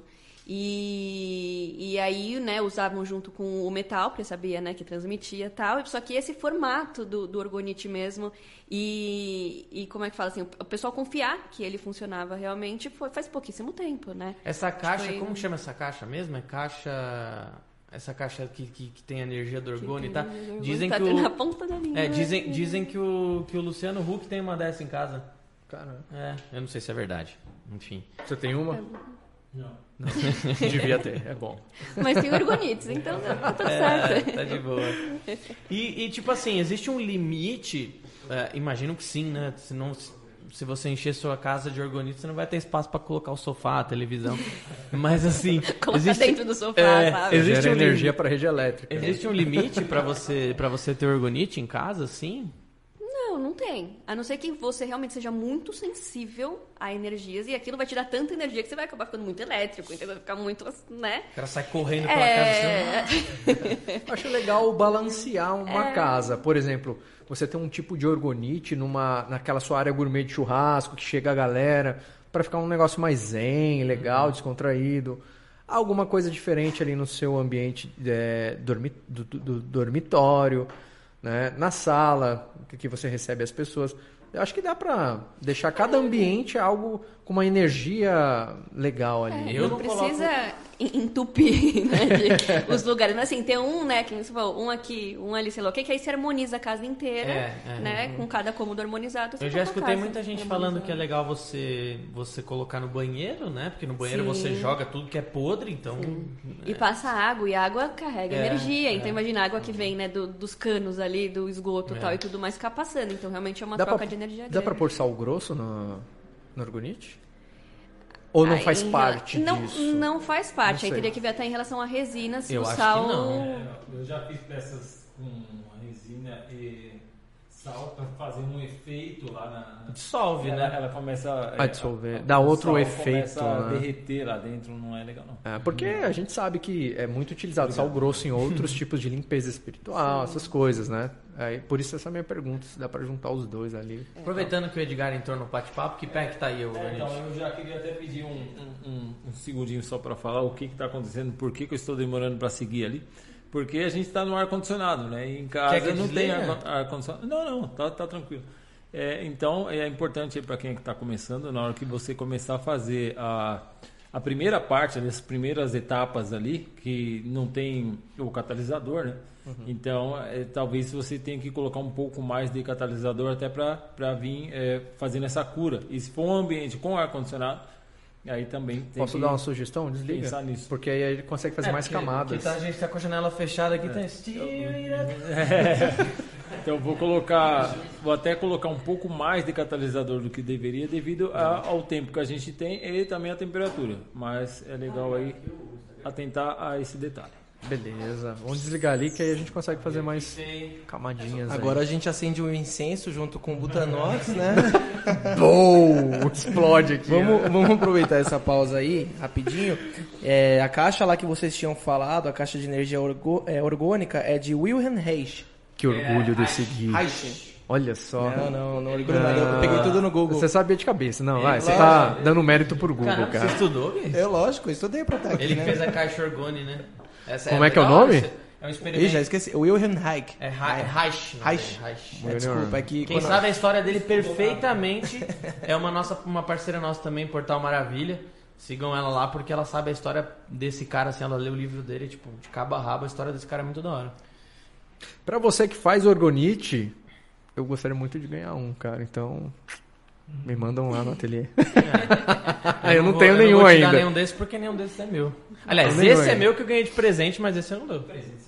E, e aí, né, usavam junto com o metal, porque sabia, né, que transmitia e tal. Só que esse formato do, do orgonite mesmo e, e como é que fala assim, o pessoal confiar que ele funcionava realmente foi, faz pouquíssimo tempo, né? Essa caixa, Foi- como que chama essa caixa mesmo? É caixa... Essa caixa que, que, que tem a energia do orgônio, tá? Dizem tá que na o... ponta da língua. É, dizem, dizem que o, que o Luciano Huck tem uma dessa em casa. Cara, É, eu não sei se é verdade. Enfim. você tem uma? Não. Devia ter, é bom. Mas tem orgonites, então tá tudo É, certo. tá de boa. E, e, tipo assim, existe um limite, é, imagino que sim, né? Senão, se você encher sua casa de orgonite, você não vai ter espaço pra colocar o sofá, a televisão. Mas assim, Colocar existe, dentro do sofá, é, sabe? existe Gera um energia limite, para rede elétrica. existe um limite pra você, pra você ter orgonite em casa, sim? Não, não tem. A não ser que você realmente seja muito sensível a energias e aquilo vai te dar tanta energia que você vai acabar ficando muito elétrico, então vai ficar muito, né? O cara sai correndo pela casa assim, É... Eu acho legal balancear uma É. casa. Por exemplo, você tem um tipo de orgonite numa, naquela sua área gourmet de churrasco, que chega a galera, para ficar um negócio mais zen, legal, descontraído. Alguma coisa diferente ali no seu ambiente é, dormi, do, do- do dormitório, né? Na sala, que- que você recebe as pessoas. Eu acho que dá para deixar cada ambiente algo com uma energia legal ali. Eu não não precisa en- entupir, né, de- os lugares. Mas assim, tem um, né, que você falou, um aqui, um ali, sei lá o que, que aí você harmoniza a casa inteira, É, é. né, com cada cômodo harmonizado. você Eu já tá com a escutei casa muita gente harmonizada. falando que é legal você você colocar no banheiro, né? Porque no banheiro Sim. você joga tudo que é podre, então... E passa água, e a água carrega É, energia. Então é. imagina a água que vem, né, do- dos canos ali, do esgoto e É. tal, e tudo mais ficar passando. Então realmente é uma Dá troca pra, de energia dá grande. pra pôr sal grosso no... no Orgonite? Ou não Aí, faz em parte rela- não, disso? Não faz Não parte. sei. Aí teria que ver até em relação à resina, se Eu o acho sal... que não. É, eu já fiz peças com resina e sal para fazer um efeito lá na. Dissolve, ela, né? ela começa A dissolver. Dá outro o sal efeito, Começa a né? derreter lá dentro, não é legal não. É, porque a gente sabe que é muito utilizado sal grosso em outros tipos de limpeza espiritual, essas coisas, né? É, por isso essa é a minha pergunta, se dá pra juntar os dois ali. Aproveitando que o Edgar entrou no bate-papo, que pé que tá aí o É, então, Orgonite? eu já queria até pedir um, um, um, um segundinho só para falar o que está acontecendo, por que, que eu estou demorando para seguir ali. Porque a gente está no ar-condicionado, né? E em casa Quer que não tem desliga? ar- ar-condicionado. Não, não, tá, tá tranquilo. É, então, é importante para quem está começando, na hora que você começar a fazer a, a primeira parte, as primeiras etapas ali, que não tem o catalisador, né? Uhum. Então, é, talvez você tenha que colocar um pouco mais de catalisador até para vir é, fazendo essa cura. E se for um ambiente com ar-condicionado, aí também tem Posso que dar uma sugestão? Desliga. pensar nisso. Porque aí ele consegue fazer É, mais porque camadas. aqui tá- a gente tá com a janela fechada aqui, tá... Então, vou colocar, vou até colocar um pouco mais de catalisador do que deveria, devido a, ao tempo que a gente tem e também a temperatura. Mas é legal aí atentar a esse detalhe. Beleza. Vamos desligar ali que aí a gente consegue fazer mais camadinhas. Agora aí. a gente acende um incenso junto com o Butanox, né? Bom! Explode aqui. Vamos, vamos aproveitar essa pausa aí, rapidinho. É, a caixa lá que vocês tinham falado, a caixa de energia orgo- é, orgânica, é de Wilhelm Reich. Que orgulho desse Gui. Reich. Olha só. Não, não, não orgulho nada. Eu peguei tudo no Google. Você sabia de cabeça. Não, vai. Você lógico. tá dando mérito por Google, Caramba, cara. você estudou, Gui? É lógico, eu estudei pra estar aqui, Ele né? fez a caixa Orgone, né? Essa Como é que é o legal, nome? esse- É um experimento. Ih, já esqueci. Wilhelm Reich. É Ra- é Reich. não, Reich. é Reich. É, desculpa, é que... Quem quando- sabe a história dele perfeitamente é uma, nossa, uma parceira nossa também, Portal Maravilha. Sigam ela lá porque ela sabe a história desse cara, assim, ela lê o livro dele, tipo, de cabo a rabo, a história desse cara é muito da hora. Pra você que faz Orgonite, eu gostaria muito de ganhar um, cara. Então, me mandam lá no ateliê. eu, não vou- tenho eu nenhum não vou te ainda. dar nenhum desses porque nenhum desses é meu. Aliás, Não, nenhum esse é ainda. meu que eu ganhei de presente, mas esse eu não dou.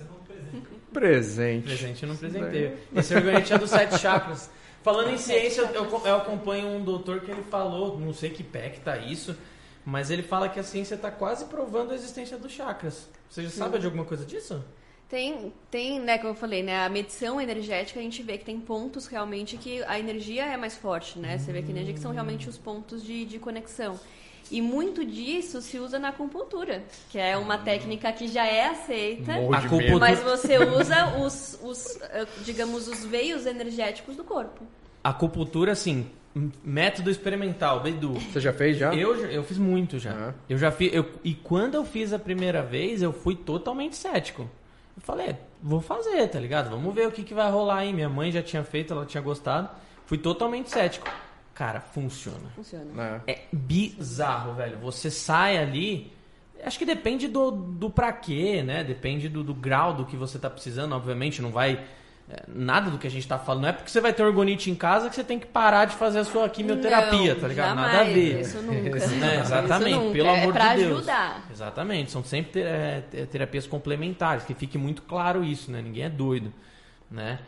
Presente. Presente eu não presenteio. Esse Orgonite é dos sete chakras. Falando em ciência, eu, eu- eu acompanho um doutor que ele falou, não sei que pé que tá isso, mas ele fala que a ciência tá quase provando a existência dos chakras. Você já sabe de alguma coisa disso? Tem, tem, né, como eu falei, né, a medição energética, a gente vê que tem pontos realmente que a energia é mais forte, né? Você vê que a energia que são realmente os pontos de, de conexão. E muito disso se usa na acupuntura, que é uma técnica que já é aceita, Morro de Acupuntura- medo. mas você usa os, os, eh, digamos, os veios energéticos do corpo. Acupuntura, assim, m- método experimental, Bedu. Você já fez já? Eu, já- eu fiz muito já. Ah. Eu já fiz. Eu, e quando eu fiz a primeira vez, eu fui totalmente cético. Eu falei, é, vou fazer, tá ligado? Vamos ver o que, que vai rolar aí. Minha mãe já tinha feito, ela tinha gostado. Fui totalmente cético. Cara, funciona. Funciona. É. É bizarro, velho. Você sai ali. Acho que depende do, do pra quê, né? Depende do, do grau do que você tá precisando. Obviamente, não vai. é, nada do que a gente tá falando. Não é porque você vai ter Orgonite em casa que você tem que parar de fazer a sua quimioterapia, Não, tá ligado? jamais, Nada a ver. Isso nunca. Né? Exatamente, Isso nunca. pelo é amor pra de Deus. ajudar. Exatamente, são sempre te- é, te- terapias complementares, que fique muito claro isso, né? Ninguém é doido, né?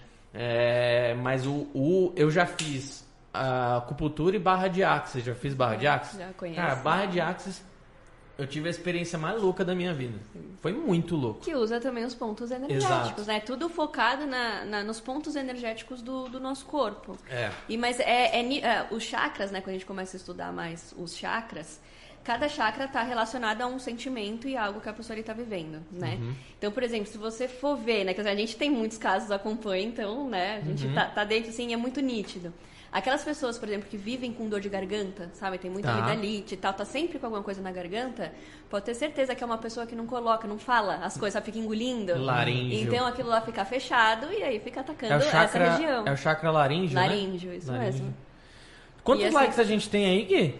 É, mas o, o- eu já fiz a acupuntura e barra de axis. Já fiz barra de axis? Já conheço. Cara, barra de axis, eu tive a experiência mais louca da minha vida. Foi muito louco. Que usa também os pontos energéticos, Exato. né? Tudo focado na, na- nos pontos energéticos do, do nosso corpo. É. E, mas é, é ni- é, os chakras, né? Quando a gente começa a estudar mais os chakras, cada chakra está relacionado a um sentimento e algo que a pessoa está vivendo, né? Uhum. Então, por exemplo, se você for ver, né? Que a gente tem muitos casos, acompanha, então, né? A gente Uhum. tá, tá dentro, assim, é muito nítido. Aquelas pessoas, por exemplo, que vivem com dor de garganta, sabe? Tem muita Tá. amidalite e tal, tá sempre com alguma coisa na garganta, pode ter certeza que é uma pessoa que não coloca, não fala as coisas, só fica engolindo. Laríngeo. Então aquilo lá fica fechado e aí fica atacando É o chakra, essa região. é o chakra laríngeo, né? Laríngeo, isso Laríngeo. mesmo. Quantos E assim- likes a gente tem aí, Gui?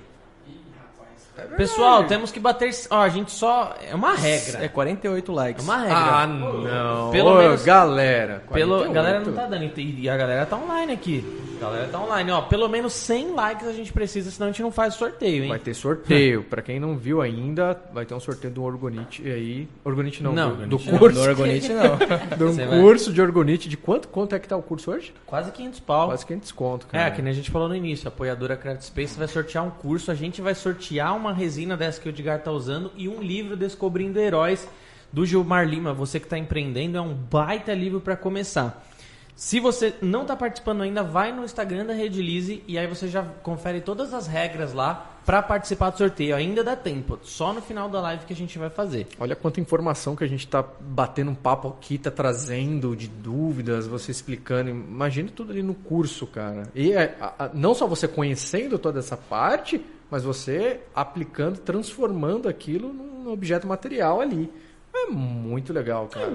Pessoal, temos que bater... Ó, a gente só... É uma regra. É quarenta e oito likes. É uma regra. Ah, não. Pelo Ô, menos- galera. Pelo, quarenta e oito. a galera não tá dando. E e a galera tá online aqui. Galera tá online, ó. Pelo menos cem likes a gente precisa, senão a gente não faz o sorteio, hein? Vai ter sorteio. Pra quem não viu ainda, vai ter um sorteio do Orgonite aí. Orgonite não, Não, do, do Orgonite não. curso. Do Orgonite não. De um Você vai- curso de Orgonite. De quanto, quanto é que tá o curso hoje? Quase quinhentos pau. Quase quinhentos conto, É, cara. que nem a gente falou no início, a apoiadora Craft Space vai sortear um curso, a gente vai sortear uma resina dessa que o Edgar tá usando e um livro Descobrindo Heróis do Gilmar Lima. Você que tá empreendendo, é um baita livro para começar. Se você não tá participando ainda, vai no Instagram da Redilize e aí você já confere todas as regras lá para participar do sorteio. Ainda dá tempo, só no final da live que a gente vai fazer. Olha quanta informação que a gente tá batendo um papo aqui, tá trazendo de dúvidas, você explicando. Imagina tudo ali no curso, cara. E é, a, a, não só você conhecendo toda essa parte, mas você aplicando, transformando aquilo num objeto material ali. É muito legal, cara.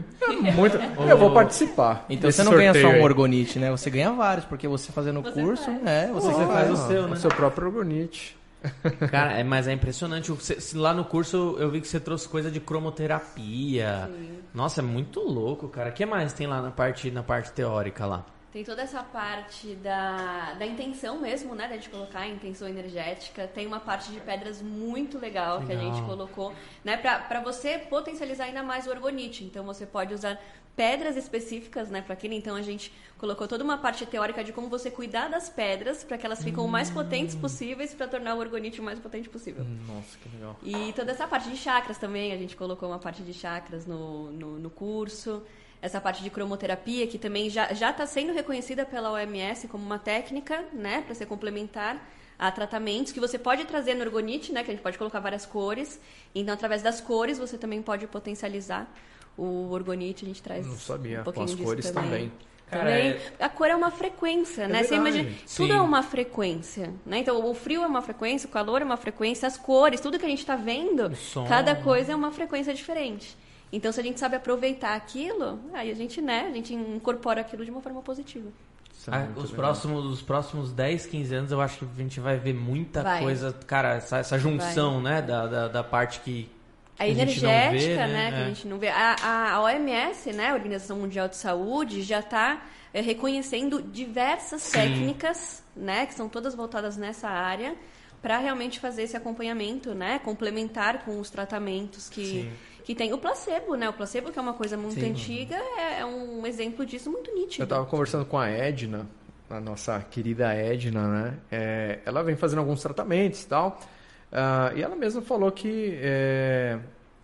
É muito... Eu vou participar. Então desse você não ganha só sorteio um aí. Orgonite, né? Você ganha vários, porque você fazendo o Você curso, faz. é, você, Você que faz o faz. seu, O né? seu próprio Orgonite. Cara, é, mas é impressionante. Você- se lá no curso eu vi que você trouxe coisa de cromoterapia. Sim. Nossa, é muito louco, cara. O que mais tem lá na parte, na parte teórica lá? Tem toda essa parte da, da intenção mesmo, né? Da gente colocar a intenção energética. Tem uma parte de pedras muito legal, que a Legal. gente colocou, né? Pra, pra você potencializar ainda mais o Orgonite. Então, você pode usar pedras específicas, né? Pra aquilo. Então, a gente colocou toda uma parte teórica de como você cuidar das pedras para que elas fiquem o mais potentes possíveis para tornar o Orgonite o mais potente possível. Nossa, que legal. E toda essa parte de chakras também, a gente colocou uma parte de chakras no, no, no curso. Essa parte de cromoterapia, que também já está sendo reconhecida pela O M S como uma técnica, né, para ser complementar a tratamentos, que você pode trazer no Orgonite, né, que a gente pode colocar várias cores. Então, através das cores, você também pode potencializar o Orgonite. A gente traz Não sabia, um com pouquinho as disso cores também. Cara, Também, é- a cor é uma frequência, né? Você verdade. imagina, Sim. tudo é uma frequência, né? Então, o frio é uma frequência, o calor é uma frequência, as cores, tudo que a gente está vendo, O som. cada coisa é uma frequência diferente. Então, se a gente sabe aproveitar aquilo, aí a gente, né? A gente incorpora aquilo de uma forma positiva. Isso é Ah, muito os, legal. próximos, os próximos dez, quinze anos eu acho que a gente vai ver muita Vai. coisa. Cara, essa, essa junção, né? Da, da, da parte que. A que gente não energética, vê, né, que a É. gente não vê. A, a, a O M S, né, a Organização Mundial de Saúde, já está reconhecendo diversas Sim. técnicas, né, que são todas voltadas nessa área, para realmente fazer esse acompanhamento, né, complementar com os tratamentos que, Sim. que tem. O placebo, né, o placebo, que é uma coisa muito Sim. antiga, é, é um exemplo disso muito nítido. Eu tava conversando com a Edna, a nossa querida Edna, né? É, ela vem fazendo alguns tratamentos e tal. ah, e ela mesma falou que é,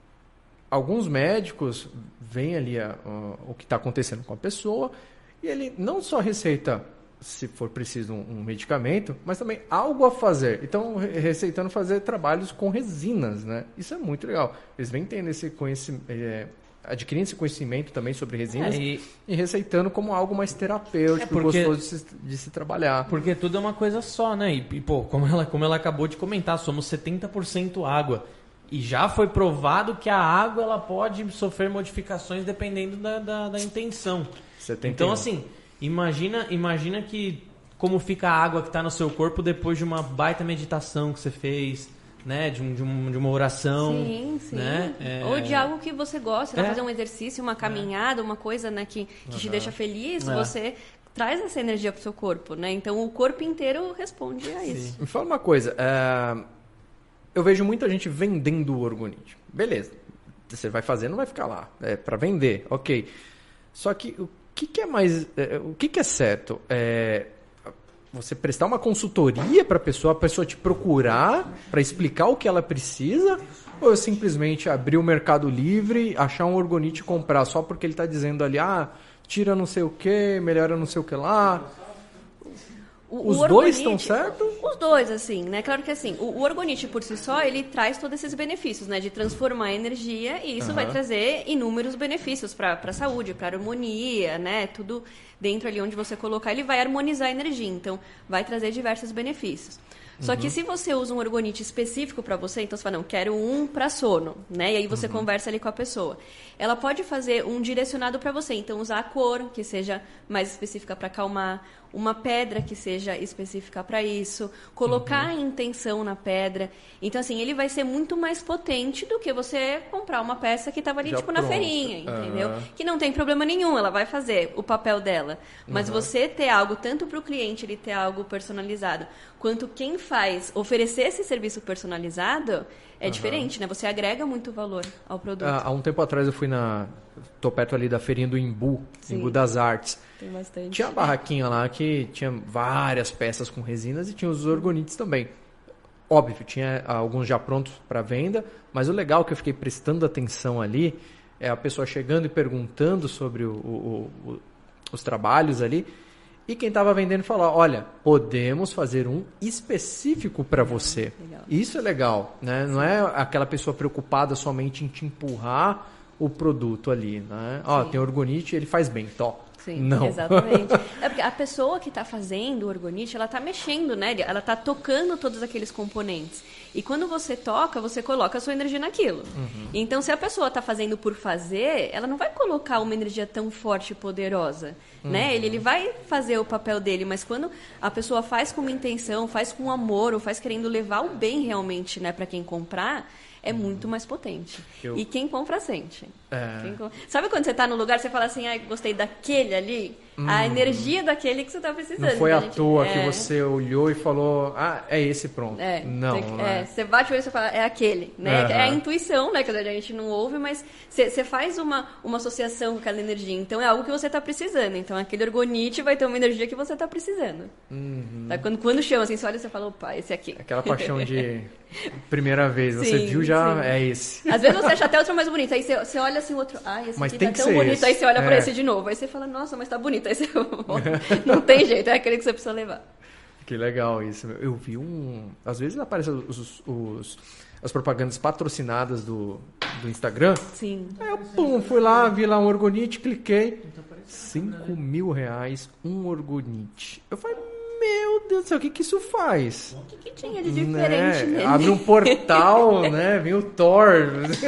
alguns médicos veem ali a- o, o que está acontecendo com a pessoa e ele não só receita, se for preciso, um, um medicamento, mas também algo a fazer. Então, re- receitando fazer trabalhos com resinas, né? Isso é muito legal. Eles vêm tendo esse conhecimento, é, adquirindo esse conhecimento também sobre resinas É, e- e receitando como algo mais terapêutico, É porque- gostoso de se, de se trabalhar. Porque tudo é uma coisa só, né? E, e, pô, como ela, como ela acabou de comentar, somos setenta por cento água. E já foi provado que a água ela pode sofrer modificações dependendo da, da, da intenção. setenta e um. Então, assim, imagina, imagina que como fica a água que está no seu corpo depois de uma baita meditação que você fez, né? De, um, de, um, de uma oração. Sim, sim. Né? É- Ou de algo que você gosta, vai É. fazer um exercício, uma caminhada, uma coisa, né, que, que te deixa feliz, É. você traz essa energia pro seu corpo, né? Então o corpo inteiro responde a isso. Me fala uma coisa. é, Eu vejo muita gente vendendo o Orgonite. Beleza. Você vai fazer, não vai ficar lá. É para vender, ok. Só que o que, que é mais... é, o que, que é certo? É você prestar uma consultoria para a pessoa, a pessoa te procurar para explicar o que ela precisa, ou eu simplesmente abrir o Mercado Livre, achar um Orgonite e comprar só porque ele está dizendo ali, ah, tira não sei o que, melhora não sei o que lá. O- Os o dois Orgonite- estão certos? Os dois, assim, né? Claro que assim, o, o Orgonite por si só, ele traz todos esses benefícios, né? De transformar a energia e isso vai trazer inúmeros benefícios para a saúde, para a harmonia, né? Tudo dentro ali onde você colocar, ele vai harmonizar a energia. Então, vai trazer diversos benefícios. Só que se você usa um Orgonite específico para você, então você fala, não, quero um para sono, né? E aí você conversa ali com a pessoa. Ela pode fazer um direcionado para você, então usar a cor que seja mais específica para acalmar, uma pedra que seja específica para isso, colocar a intenção na pedra. Então assim, ele vai ser muito mais potente do que você comprar uma peça que estava ali Já tipo na pronta. feirinha, entendeu? Aham. Que que não tem problema nenhum, ela vai fazer o papel dela. Mas Uhum. você ter algo, tanto para o cliente ele ter algo personalizado, quanto quem faz oferecer esse serviço personalizado, é Uhum. diferente, né? Você agrega muito valor ao produto. Ah, há um tempo atrás eu fui na... Tô perto ali da feirinha do Imbu, Sim. Imbu das Artes. Tem bastante. Tinha uma barraquinha lá que tinha várias peças com resinas e tinha os orgonites também. Óbvio, tinha alguns já prontos para venda, mas o legal que eu fiquei prestando atenção ali é a pessoa chegando e perguntando sobre o, o, o, os trabalhos ali. E quem estava vendendo falou, olha, podemos fazer um específico para você. Legal. Isso é legal, né? Não é aquela pessoa preocupada somente em te empurrar o produto ali, né? Ó, Sim. tem orgonite, ele faz bem, tó. Sim, Não. exatamente. É porque a pessoa que está fazendo o orgonite, ela está mexendo, né? Ela está tocando todos aqueles componentes. E quando você toca, você coloca a sua energia naquilo. Uhum. Então, se a pessoa está fazendo por fazer, ela não vai colocar uma energia tão forte e poderosa, Uhum. né? Ele, ele vai fazer o papel dele, mas quando a pessoa faz com uma intenção, faz com amor, ou faz querendo levar o bem realmente, né, para quem comprar, é muito mais potente. Eu- E quem compra, sente. É. Quem com- Sabe quando você tá no lugar, você fala assim, ah, gostei daquele ali? A energia daquele que você tá precisando. Não foi que a à gente- toa é, que você olhou e falou, ah, é esse, pronto. É, Não, você, né? é, você bate o olho e você fala, é aquele, né? Aham. É a intuição, né? Que a gente não ouve, mas você, você faz uma, uma associação com aquela energia. Então é algo que você tá precisando. Então aquele orgonite vai ter uma energia que você tá precisando. Uhum. Tá? Quando, quando chama assim, você olha e você fala, opa, esse aqui. Aquela paixão de primeira vez, você Sim, viu já, sim. é esse. Às vezes você acha até outro mais bonito. Aí você, você olha assim, o outro, ai, esse Mas aqui tem tá que tão ser bonito. esse. Aí você olha pra É. esse de novo. Aí você fala, nossa, mas tá bonito. Aí você não tem jeito, é aquele que você precisa levar. Que legal isso. meu. Eu vi um... Às vezes aparecem os, os- as propagandas patrocinadas do, do Instagram. Sim. Aí eu, pum, fui lá, vi lá um orgonite, cliquei. Cinco mil reais, um orgonite. Eu falei, meu Deus do céu, o que que isso faz? O que, que tinha de diferente Né? nele? Abre um portal, né? Vem o Thor.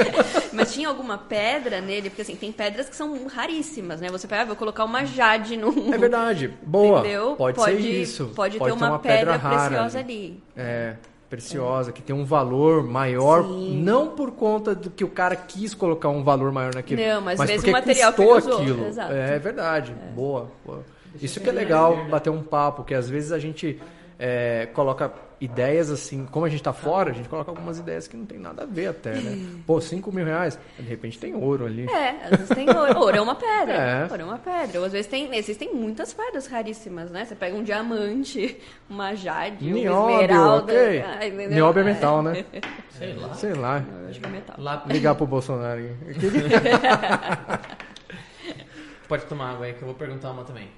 Mas tinha alguma pedra nele? Porque assim, tem pedras que são raríssimas, né? Você pega, ah, vou colocar uma jade num... É verdade. Boa. Entendeu? Pode, ser isso. Pode, ter uma, pedra, rara preciosa ali. ali. É, preciosa, que tem um valor maior, Sim. não por conta do que o cara quis colocar um valor maior naquilo, Não, mas mas mesmo porque o material que custou ele usou. aquilo. Exato. É verdade. Boa, boa. Isso que é legal, bater um papo, que às vezes a gente é, coloca ideias assim, como a gente tá fora, a gente coloca algumas ideias que não tem nada a ver até, né? Pô, cinco mil reais, de repente tem ouro ali. É, às vezes tem ouro. Ouro é uma pedra. É. Ouro é uma pedra. Ou às vezes tem. Existem muitas pedras raríssimas, né? Você pega um diamante, uma jade, uma Nióbio, esmeralda. ok. Ah, entendeu? Nióbio é metal, né? Sei lá. Sei lá. Eu acho que é metal. Lá... Ligar pro Bolsonaro. aí. Pode tomar água aí que eu vou perguntar uma também.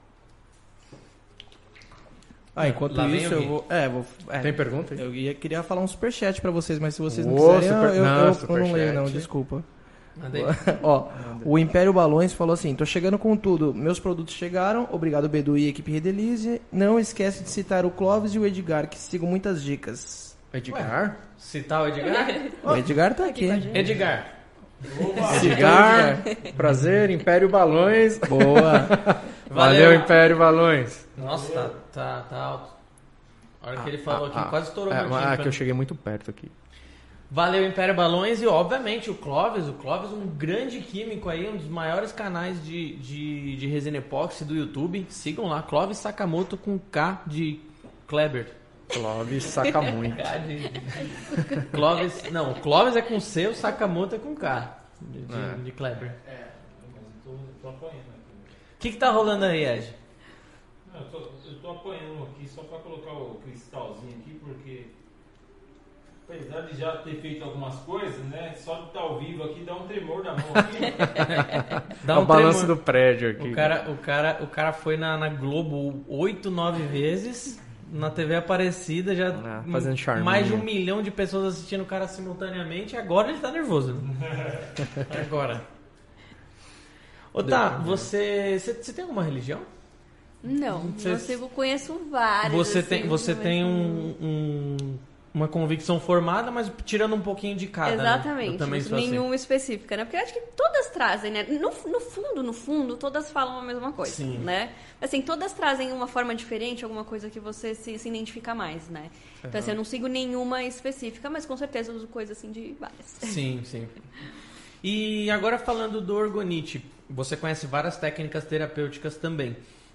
Ah, enquanto Lá vem isso, o eu Gui. vou. É, vou. é, Tem pergunta aí? Eu ia, queria falar um superchat pra vocês, mas se vocês não Ô, quiserem, super- eu, eu, não, eu- eu não superchat. leio, não, desculpa. Manda aí. Ó, o Império Balões falou assim: tô chegando com tudo. Meus produtos chegaram. Obrigado, Bedu e equipe Redelize. Não esquece de citar o Clóvis e o Edgar, que sigam muitas dicas. Edgar? Citar o Edgar? O Edgar tá aqui. Edgar. Edgar, prazer, Império Balões. Boa. Valeu, Império Balões. Nossa, tá, tá, tá alto. A hora que ele falou aqui, quase estourou é, meu ah, tímpano. que eu cheguei muito perto aqui. Valeu, Império Balões, e obviamente o Clóvis, o Clóvis um grande químico aí, um dos maiores canais de, de, de resina epóxi do YouTube. Sigam lá, Clóvis Sakamoto com K de Kleber. Clóvis saca muito. K de... Clóvis, não, o Clóvis é com C, o Sakamoto é com K de, de, É. de Kleber. É, mas eu tô, tô apanhando aqui. O que que tá rolando aí, Ed? Não, eu, tô, eu tô apanhando aqui só pra colocar o cristalzinho aqui, porque apesar de já ter feito algumas coisas, né? Só de estar ao vivo aqui dá um tremor na mão aqui. Dá É o balanço tremor. do prédio aqui. O cara, o cara, o cara foi na, na Globo oito, nove vezes, na T V Aparecida, já Ah, fazendo charminho. mais de um milhão de pessoas assistindo o cara simultaneamente, e agora ele tá nervoso. Né? Agora. Ô, tá, você, você, você tem alguma religião? Não, Você- eu sigo, conheço vários. Você assim, tem, você mas tem não- um, um- uma convicção formada, mas tirando um pouquinho de cada. né? Exatamente, Eu também sou assim. nenhuma específica, né? Porque eu acho que todas trazem, né? No, no fundo, no fundo, todas falam a mesma coisa, Sim. né? Assim, todas trazem uma forma diferente, alguma coisa que você se, se identifica mais, né? Então, assim, eu não sigo nenhuma específica, mas com certeza eu uso coisa assim de várias. Sim, sim. E agora falando do orgonite, você conhece várias técnicas terapêuticas também.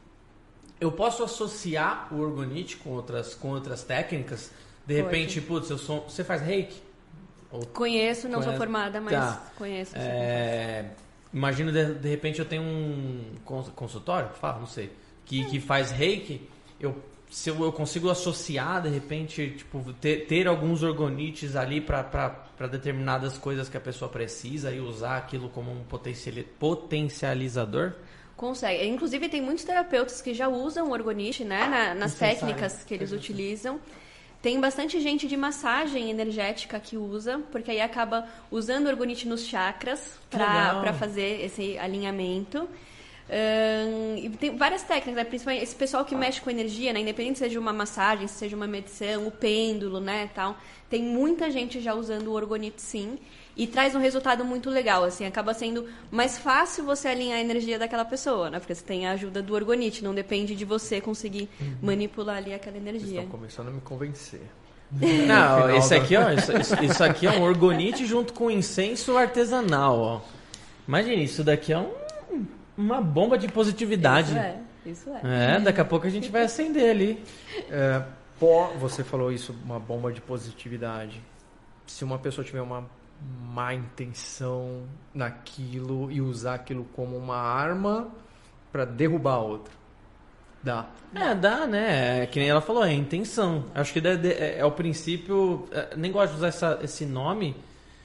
Eu posso associar o orgonite com outras, com outras técnicas? De Pode. repente, putz, eu sou, você faz reiki? Ou Conheço, não Conhece? sou formada, mas Tá. conheço. sim. É, imagino, de, de repente, eu tenho um cons- consultório, fala, não sei, que, que faz reiki. Eu, se eu, eu consigo associar, de repente, tipo, ter, ter alguns orgonites ali para determinadas coisas que a pessoa precisa e usar aquilo como um potenciali- potencializador? Consegue. Inclusive, tem muitos terapeutas que já usam o orgonite, né? na- nas Necessário. técnicas que eles utilizam. Tem bastante gente de massagem energética que usa, porque aí acaba usando o orgonite nos chakras Legal. para fazer esse alinhamento. Ahn, e tem várias técnicas, né? Principalmente esse pessoal que mexe com energia, né? Independente se seja uma massagem, se seja uma medição, o pêndulo, né? Tal. Tem muita gente já usando o orgonite, sim. E traz um resultado muito legal, assim. Acaba sendo mais fácil você alinhar a energia daquela pessoa, né? Porque você tem a ajuda do orgonite. Não depende de você conseguir manipular ali aquela energia. Estão começando a me convencer. Não, Final esse da- aqui, ó, isso, isso- isso aqui é um orgonite junto com incenso artesanal, ó. Imagine, isso daqui é um, uma bomba de positividade. Isso é, isso é. É, daqui a pouco a gente vai acender ali. É, pó, você falou isso, uma bomba de positividade. Se uma pessoa tiver uma má intenção naquilo e usar aquilo como uma arma para derrubar a outra, dá. É, dá, né? É, que nem ela falou, é intenção. Acho que deve- é, é o princípio. é, nem gosto de usar essa- esse nome.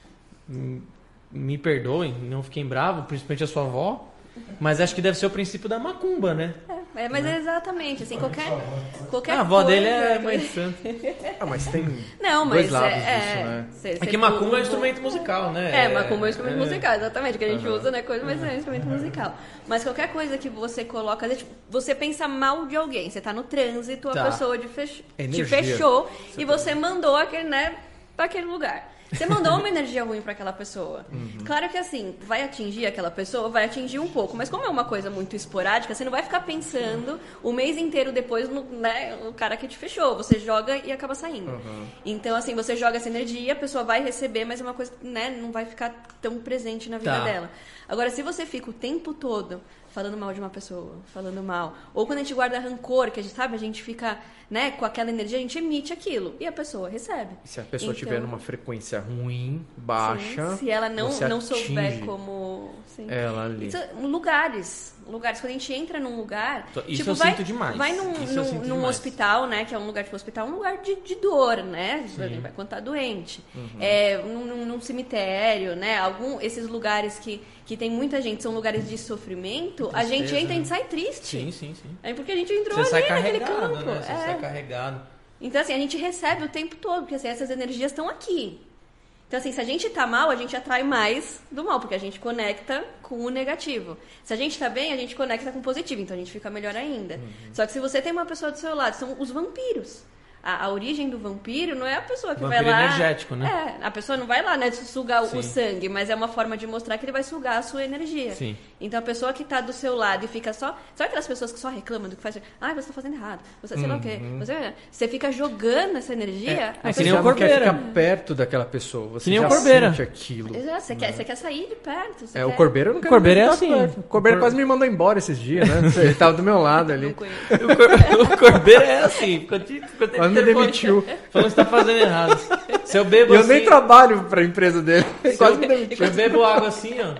Hum, Me perdoem, não fiquem bravos, principalmente a sua avó. Mas acho que deve ser o princípio da macumba, né? É, mas é exatamente, assim, qualquer, qualquer Ah, a avó coisa... dele é mãe de santo. Ah, mas tem Não, dois mas lados é, disso, é, né? cê- É cê que macumba é um tudo- instrumento musical, né? É, macumba é um instrumento é. musical, exatamente, que a gente usa, né, coisa, mas é um instrumento musical. Mas qualquer coisa que você coloca, às vezes, tipo, você pensa mal de alguém, você tá no trânsito, a Tá. pessoa te, fech... Energia. te fechou e você mandou aquele, né, pra aquele lugar. Você mandou uma energia ruim pra aquela pessoa. Claro que assim, vai atingir aquela pessoa, vai atingir um pouco, mas como é uma coisa muito esporádica, você não vai ficar pensando o mês inteiro depois no, né, o cara que te fechou. Você joga e acaba saindo. Então, assim, você joga essa energia, a pessoa vai receber, mas é uma coisa, né, não vai ficar tão presente na vida Tá. dela. Agora, se você fica o tempo todo falando mal de uma pessoa, falando mal, ou quando a gente guarda rancor, que a gente sabe, a gente fica, né, com aquela energia, a gente emite aquilo e a pessoa recebe. Se a pessoa Então, tiver numa frequência ruim, baixa, sim, se ela não, você não souber atinge como... Sim. ela ali. Isso, lugares, lugares. Quando a gente entra num lugar... Isso tipo, eu vai, sinto demais. Vai num, Isso eu num, sinto num demais. hospital, né? Que é um lugar, tipo, hospital é um lugar de, de dor, né? Vai quando tá doente. É, num, num- num cemitério, né? Algum, esses lugares que, que tem muita gente, são lugares de sofrimento, a gente Tristeza, entra e a gente né? sai triste. Sim, sim, sim. É porque a gente entrou Você ali sai naquele carregado, campo. né? Você é. sai carregado. Então, assim, a gente recebe o tempo todo, porque assim, essas energias estão aqui. Então, assim, se a gente tá mal, a gente atrai mais do mal, porque a gente conecta com o negativo. Se a gente tá bem, a gente conecta com o positivo, então a gente fica melhor ainda. Só que se você tem uma pessoa do seu lado, são os vampiros. A, a origem do vampiro não é a pessoa que Vampiro vai lá... energético, né? É, a pessoa não vai lá, né, sugar o- Sim. o sangue, mas é uma forma de mostrar que ele vai sugar a sua energia. Sim. Então a pessoa que tá do seu lado e fica só... Sabe aquelas pessoas que só reclamam do que faz? Ah, você tá fazendo errado. Você, sei lá o quê. Você, você fica jogando essa energia... a é que Você nem já o não quer Corbeira. ficar perto daquela pessoa. Você Que nem já o Corbeira. sente aquilo. Exato, você, quer, você quer sair de perto. Você É, o quer... Corbeira eu não quero Corbeira nem é ficar assim. perto. O Corbeira Cor- quase me mandou embora esses dias, né? Ele tava do meu lado ali. Não conheço. O, cor, o Corbeira é assim. Ficou te, ficou te Quase me telefone- demitiu. Falando que você tá fazendo errado. Se eu bebo E eu assim... nem trabalho pra empresa dele. Ele se quase eu, me demitiu. se eu bebo água assim, ó...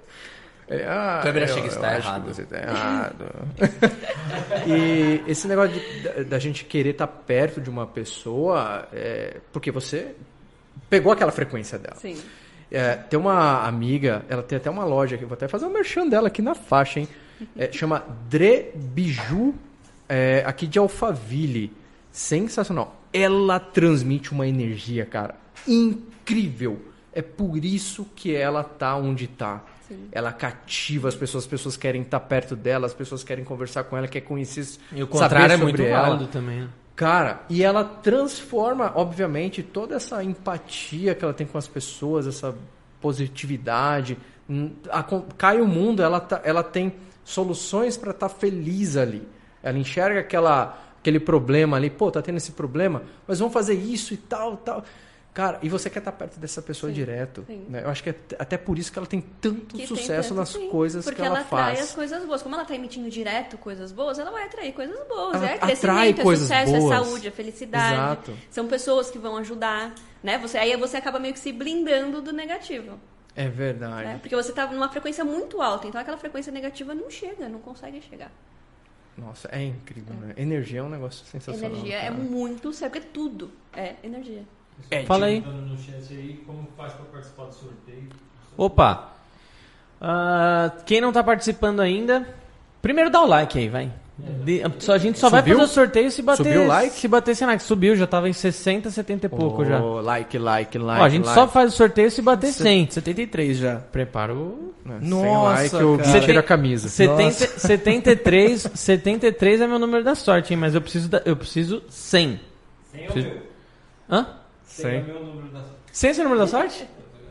Ele, ah, Corbeira eu- chega e eu está acho errado. que você tá errado. E esse negócio de- da, da gente querer estar perto de uma pessoa, é, porque você pegou aquela frequência dela. Sim. É, tem uma amiga, ela tem até uma loja aqui, vou até fazer um merchan dela aqui na faixa, hein? É, chama Dre Biju, é, aqui de Alphaville. Sensacional. Ela transmite uma energia, cara, incrível. É por isso que ela tá onde tá. Sim. Ela cativa as pessoas, as pessoas querem estar perto dela, as pessoas querem conversar com ela, querem conhecer, E o contrário saber é muito sobre ela. válido também, né? Cara, e ela transforma, obviamente, toda essa empatia que ela tem com as pessoas, essa positividade. Hum, a- Cai o mundo, ela, tá- ela tem soluções para estar feliz ali. Ela enxerga aquela, aquele problema ali, pô, tá tendo esse problema, mas vamos fazer isso e tal, tal. Cara, e você quer estar perto dessa pessoa Sim, direto. sim. Né? Eu acho que é até por isso que ela tem tanto Que sucesso tem tanto, nas sim, coisas porque que ela, ela atrai faz. as coisas boas. Como ela está emitindo direto coisas boas, ela vai atrair coisas boas. Ela é atrai crescimento, é coisas sucesso, boas. é saúde, é felicidade. Exato. São pessoas que vão ajudar, né? Você, aí você acaba meio que se blindando do negativo. É verdade. Né? Porque você está numa frequência muito alta, então aquela frequência negativa não chega, não consegue chegar. Nossa, é incrível, né? Energia é um negócio sensacional. Energia é cara. muito sério, porque tudo é energia. É, Fala aí. Perguntando no chat aí como faz para participar do sorteio. Opa! Ah, quem não tá participando ainda, primeiro dá o like aí, vai. De- só, a gente só vai Subiu? fazer o sorteio se bater, Subiu o like? se bater sem like. Subiu, já tava em sessenta, setenta e pouco Ô, já. Like, like, like. Ó, a gente like. só faz o sorteio se bater cem. setenta e três já. Prepara o... Né, Nossa, sem like, eu cara. tiro Seten- a camisa. setenta, setenta e três, setenta e três é meu número da sorte, hein? Mas eu preciso, da, eu preciso cem. Sem é o Preciso- meu. Hã? Sem é o meu número da sorte. cem é seu número da sorte?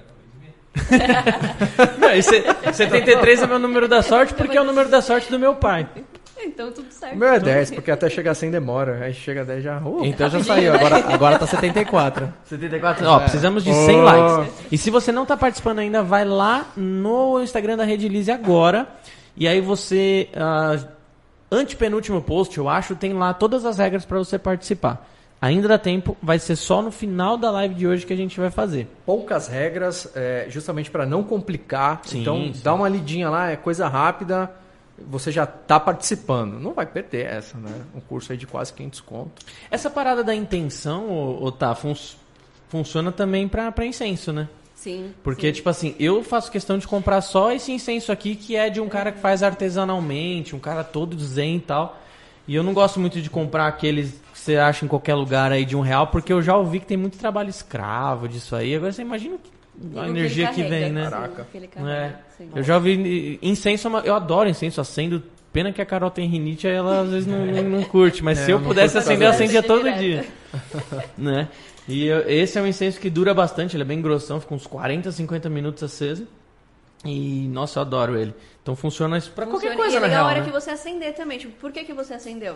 Não, e se- setenta e três é meu número da sorte porque é o número da sorte do meu pai. Então tudo certo. O meu é dez, porque até chegar a cem demora. Aí chega a dez já... Uh, Então já saiu, agora, agora tá setenta e quatro. setenta e quatro. Ó, precisamos de cem Oh. likes. E se você não tá participando ainda, vai lá no Instagram da Redilize agora. E aí você... ah, antepenúltimo post, eu acho, tem lá todas as regras para você participar. Ainda dá tempo, vai ser só no final da live de hoje que a gente vai fazer. poucas regras, é, justamente para não complicar. Sim, então, sim. dá uma lidinha lá, é coisa rápida, você já tá participando. Não vai perder essa, né? Um curso aí de quase quinhentos conto. Essa parada da intenção, ô, ô, tá, fun- funciona também pra, pra incenso, né? Sim. Porque, sim. tipo assim, eu faço questão de comprar só esse incenso aqui, que é de um cara que faz artesanalmente, um cara todo zen e tal. E eu não gosto muito de comprar aqueles que você acha em qualquer lugar aí de um real, porque eu já ouvi que tem muito trabalho escravo disso aí. Agora você imagina a energia que vem, né? Caraca. É. Eu já ouvi incenso, é uma- eu adoro incenso, acendo. Pena que a Carol tem rinite, aí ela às vezes não, não, não curte. Mas É, se eu eu não pudesse curto acender, eu fazer acendia isso. todo Direto. dia. Né? E eu- esse é um incenso que dura bastante, ele é bem grossão, fica uns quarenta, cinquenta minutos aceso. E, nossa, eu adoro ele. Então funciona isso pra qualquer Funciona. coisa, e é na legal real, a hora né? que você acender também. Tipo, por que, que você acendeu?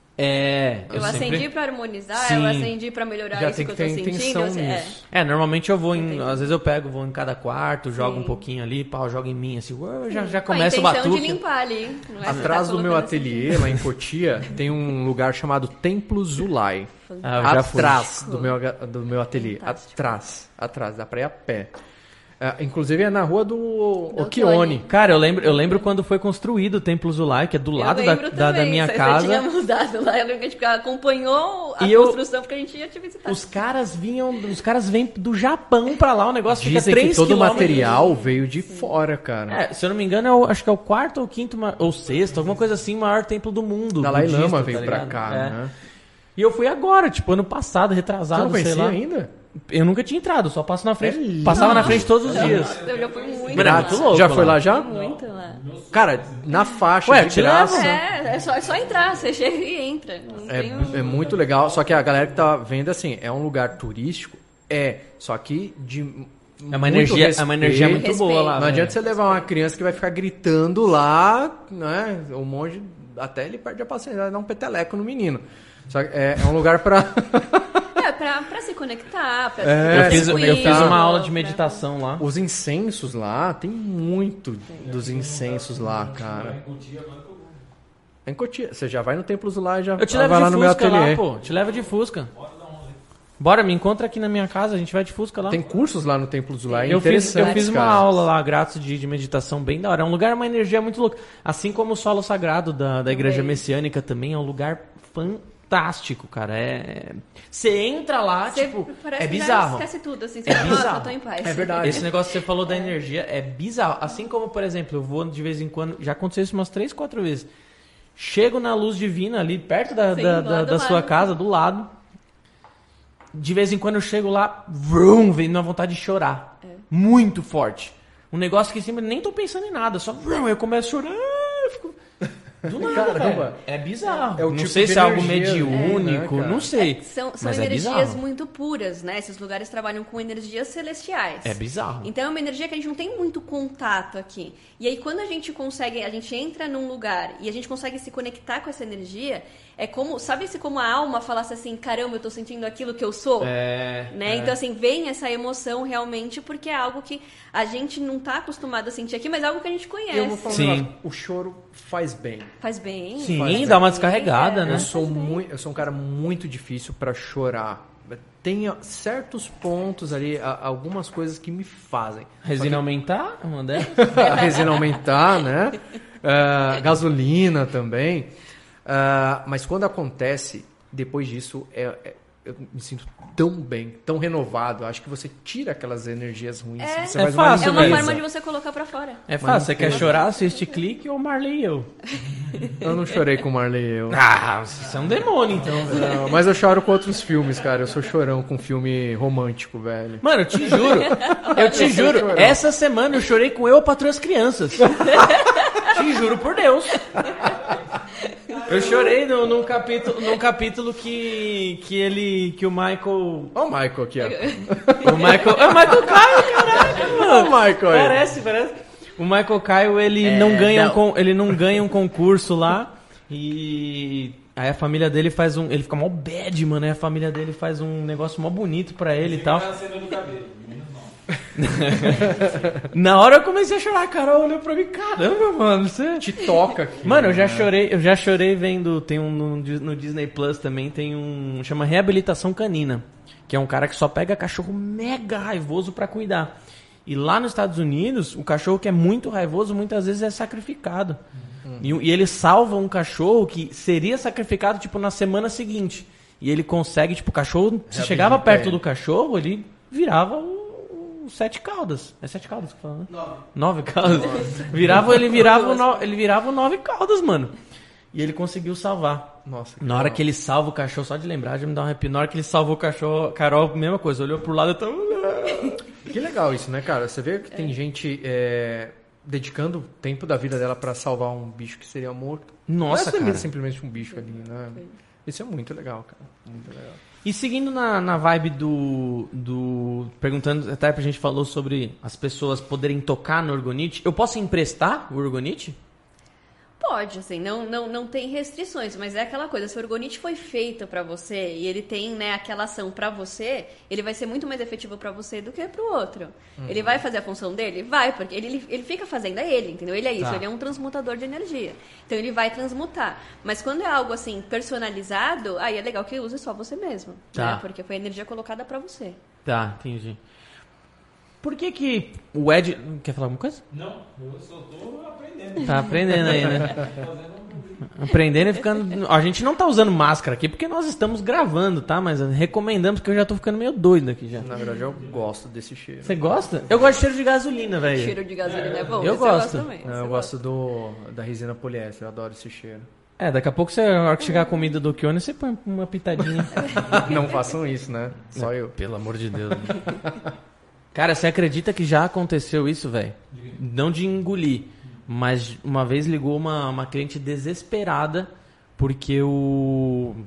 É, Eu, acendi sempre... pra harmonizar, Sim. eu acendi pra melhorar Já isso tem que que eu ter tô sentindo. intenção você- é. nisso. É, normalmente eu vou em... Entendi. Às vezes eu pego, vou em cada quarto, jogo Sim. um pouquinho ali, pau, jogo em mim, assim, ué, já, já Com a começa o intenção batuque. de limpar ali. Não é? Você Atrás tá do meu colocando assim. ateliê, lá em Cotia, tem um lugar chamado Templo Zulai. Ah, eu já fui. Atrás do meu, do meu ateliê. Fantástico. Atrás. Atrás, dá pra ir a pé. Ah, inclusive é na rua do Do Okione. Okione. Cara, eu lembro, eu lembro quando foi construído o Templo Zulai, que é do Eu lado da, lembro da, da também, minha você- casa. Você tinha mudado lá, eu lembro que a gente acompanhou a E eu- construção porque a gente ia te visitar. Os caras vinham, os caras vêm do Japão pra lá, o negócio Dizem fica três que todo o quilômetros. material veio de fora, cara. É, se eu não me engano, é o- acho que é o quarto ou quinto, ma- ou sexto, alguma coisa assim, maior templo do mundo. Dalai budista, Lama tá veio pra ligado? cá, É. né? E eu fui agora, tipo, ano passado, Você retrasado, não sei conhecia lá. ainda? Eu nunca tinha entrado, só passo na frente. É lindo. Passava na frente todos os dias. Eu já fui muito Mas é lá. muito louco Já foi lá. lá já? Muito lá. Cara, na faixa Ué, eu de te graça. levo. É, é só, é só entrar, você chega e entra. Não tem um- É, é muito legal, só que a galera que tá vendo assim, é um lugar turístico, é, só que de É uma energia, é uma energia muito Respeito. boa lá. Não velho. adianta você levar uma criança que vai ficar gritando lá, né? O monge, até ele perde a paciência, vai dar um peteleco no menino. Só que é, é um lugar pra... É, pra, pra se conectar, pra É, Eu ficar fiz, eu tranquilo, fiz uma aula de pra- meditação lá. Os incensos lá, tem muito dos incensos lá, cara. É em Cotia. Você já vai no Templo Zulai e já Eu te vai levo lá de no meu Fusca ateliê. lá, pô. Te levo de Fusca. Bora, me encontra aqui na minha casa, a gente vai de Fusca lá. Tem cursos lá no Templo Zulai Eu fiz, eu interessantes, fiz uma cara. aula lá, grátis, de, de meditação bem da hora. É um lugar, uma energia muito louca. Assim como o solo sagrado da, da igreja Também. messiânica também é um lugar fantástico, cara. É... Você entra lá, Você tipo, parece é que já bizarro. esquece tudo, assim. Você É fala, "Nossa, bizarro. eu tô em paz. É verdade. Esse negócio que você falou da energia é bizarro. Assim como, por exemplo, eu vou de vez em quando, já aconteceu isso umas três, quatro vezes. Chego na luz divina ali, perto da, Sim, da, do da- lado da do sua lado. casa, do lado. De vez em quando eu chego lá, vrum, vem uma vontade de chorar. É. Muito forte. Um negócio que sempre nem tô pensando em nada, só vrum, eu começo a chorar, eu fico... Do nada, Caramba. velho. É bizarro. É o não tipo sei de se é algo energia, mediúnico, né, cara? não sei. São, são mas é energias bizarro. muito puras, né? Esses lugares trabalham com energias celestiais. É bizarro. Então é uma energia que a gente não tem muito contato aqui. E aí quando a gente consegue, a gente entra num lugar e a gente consegue se conectar com essa energia, é como, sabe se como a alma falasse assim, caramba, eu tô sentindo aquilo que eu sou? É, Né? é. Então assim, vem essa emoção realmente porque é algo que a gente não tá acostumado a sentir aqui, mas é algo que a gente conhece. Eu vou falar um Sim. negócio, o choro faz bem. Faz bem. Sim, faz dá uma bem, descarregada, é, né? Eu faz sou, bem. muito, eu sou um cara muito difícil pra chorar. Tem certos pontos ali, a- algumas coisas que me fazem. Resina aumentar, uma delas. A resina aumentar, né? Ah, gasolina também. Ah, mas quando acontece, depois disso, é, é- eu me sinto tão bem, tão renovado. Acho que você tira aquelas energias ruins. É, você é faz fácil É uma mesmo. forma de você colocar pra fora. É fácil, você quer chorar, assiste Clique ou Marley e eu. Eu não chorei com Marley e eu. Ah, você é um demônio, então. velho. Não, mas eu choro com outros filmes, cara. Eu sou chorão com filme romântico, velho. Mano, eu te juro, eu te juro, chorão. essa semana eu chorei com Eu, a Patroa e as Crianças. Te juro por Deus. Eu chorei no, num capítulo, num capítulo que, que ele, que o Michael... Olha o Michael aqui, ó. O Michael... É o Michael Caio, caraca, mano. Olha o Michael aí. Parece, parece. O Michael Caio, ele, não ganha não. Um, con- ele não ganha um concurso lá e... Aí a família dele faz um... Ele fica mó bad, mano. Aí a família dele faz um negócio mó bonito pra ele e tal. Fica na cena do cabelo. Menos mal. Na hora eu comecei a chorar, a Carol olhou pra mim, caramba, mano, você... Te toca aqui. Mano, eu já né? chorei, eu já chorei vendo, tem um no, no Disney Plus também, tem um, chama Reabilitação Canina, que é um cara que só pega cachorro mega raivoso pra cuidar. E lá nos Estados Unidos, o cachorro que é muito raivoso, muitas vezes é sacrificado. E, e ele salva um cachorro que seria sacrificado, tipo, na semana seguinte. E ele consegue, tipo, o cachorro, se chegava perto do cachorro, ele virava o, o sete caudas. É sete caudas que fala, né? Nove. Nove caudas. Virava, ele virava, o no, ele virava o nove caudas, mano. E ele conseguiu salvar. Nossa, Na hora que ele salva o cachorro, só de lembrar, já me dá um arrepio. Na hora que ele salvou o cachorro, Carol, mesma coisa, olhou pro lado e tava... Que legal isso, né, cara? Você vê que tem gente é, dedicando tempo da vida dela pra salvar um bicho que seria morto. Nossa, Não é cara. simplesmente um bicho ali, né? Isso é muito legal, cara. Muito legal. E seguindo na, na vibe do, do... Perguntando, até a gente falou sobre as pessoas poderem tocar no Orgonite. Eu posso emprestar o Orgonite? Pode, assim, não, não, não tem restrições, mas é aquela coisa, se o Orgonite foi feito pra você e ele tem, né, aquela ação pra você, ele vai ser muito mais efetivo pra você do que pro outro. Uhum. Ele vai fazer a função dele? Vai, porque ele, ele fica fazendo, é ele, entendeu? Ele é isso, Tá. ele é um transmutador de energia. Então ele vai transmutar. Mas quando é algo, assim, personalizado, aí é legal que use só você mesmo, Tá. né? Porque foi a energia colocada pra você. Tá, entendi. Por que que o Ed... Quer falar alguma coisa? Não, eu só tô aprendendo. Tá aprendendo aí, né? Fazendo um- Aprendendo e ficando... A gente não tá usando máscara aqui porque nós estamos gravando, tá? Mas recomendamos porque eu já tô ficando meio doido aqui já. Na verdade, eu gosto desse cheiro. Você gosta? Eu gosto de cheiro de gasolina, velho. Cheiro de gasolina é bom? Eu esse gosto. também. Não, esse eu gosto do, da resina poliéster, eu adoro esse cheiro. É, daqui a pouco, você, na hora que chegar a comida do Kione, você põe uma pitadinha. Não façam isso, né? Só eu. Pelo amor de Deus. Cara, você acredita que já aconteceu isso, velho? Não de engolir, mas uma vez ligou uma, uma cliente desesperada porque o...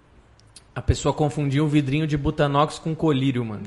a pessoa confundiu o vidrinho de Butanox com colírio, mano.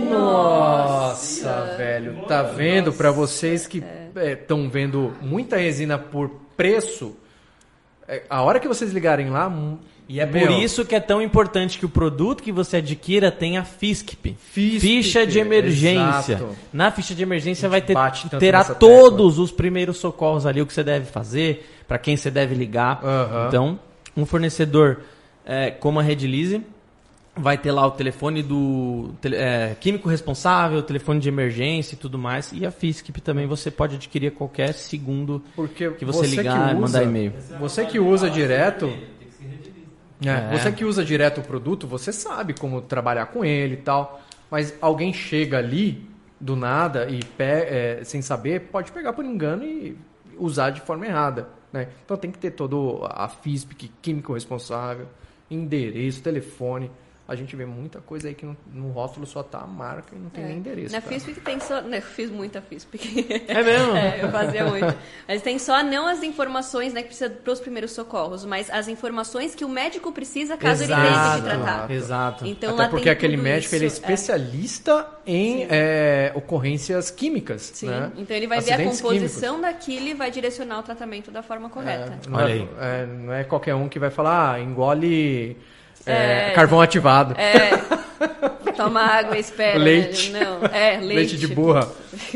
Nossa, velho. Tá vendo? Pra vocês que estão vendo muita resina por preço, é, a hora que vocês ligarem lá... hum, E é meu, por isso que é tão importante que o produto que você adquira tenha FISCP. FISCP, Ficha de emergência. exato. Na ficha de emergência vai ter, bate tanto terá nessa todos os primeiros socorros ali, o que você deve fazer, para quem você deve ligar. Aham. Então, um fornecedor é, como a Redilize vai ter lá o telefone do tele- é, químico responsável, o telefone de emergência e tudo mais. E a FISCP também você pode adquirir a qualquer segundo Porque que você, ligar e que mandar usa- e-mail. Você que usa direto... Tem que ser redilize. É, É. Você que usa direto o produto, você sabe como trabalhar com ele e tal. Mas alguém chega ali do nada e pe- é, sem saber, pode pegar por engano e usar de forma errada, né? Então tem que ter todo a FISP, que químico responsável, endereço, telefone. a gente vê muita coisa aí que no, no rótulo só tá a marca e não tem É. nem endereço. Na cara. FISP tem só... Não, eu fiz muita FISP. É mesmo? É, eu fazia muito. Mas tem só não as informações, né, que precisa para os primeiros socorros, mas as informações que o médico precisa caso ele deixe de tratar. Exato. Então, Até lá porque tem aquele tudo médico isso. ele é especialista em é, ocorrências químicas. Sim, Né? então ele vai ver a Acidentes composição daquilo e vai direcionar o tratamento da forma correta. É, não, Olha é, aí. é, não é qualquer um que vai falar, ah, engole é, É. carvão ativado. É, toma água e espera. Leite. Né? Não, é, leite. Leite de burra.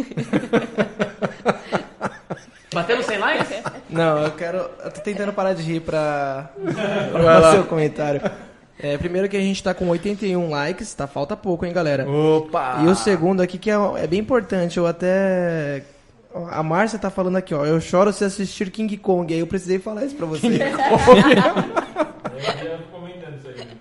Batendo sem likes? Não, eu quero. Eu tô tentando parar de rir pra. pra fazer o comentário. É, primeiro que a gente tá com oitenta e um likes, tá? Falta pouco, hein, galera? Opa! E o segundo aqui que é, é bem importante, eu até. A Márcia tá falando aqui, ó. Eu choro se assistir King Kong. Aí eu precisei falar isso pra você. Eu já tô comentando isso aí.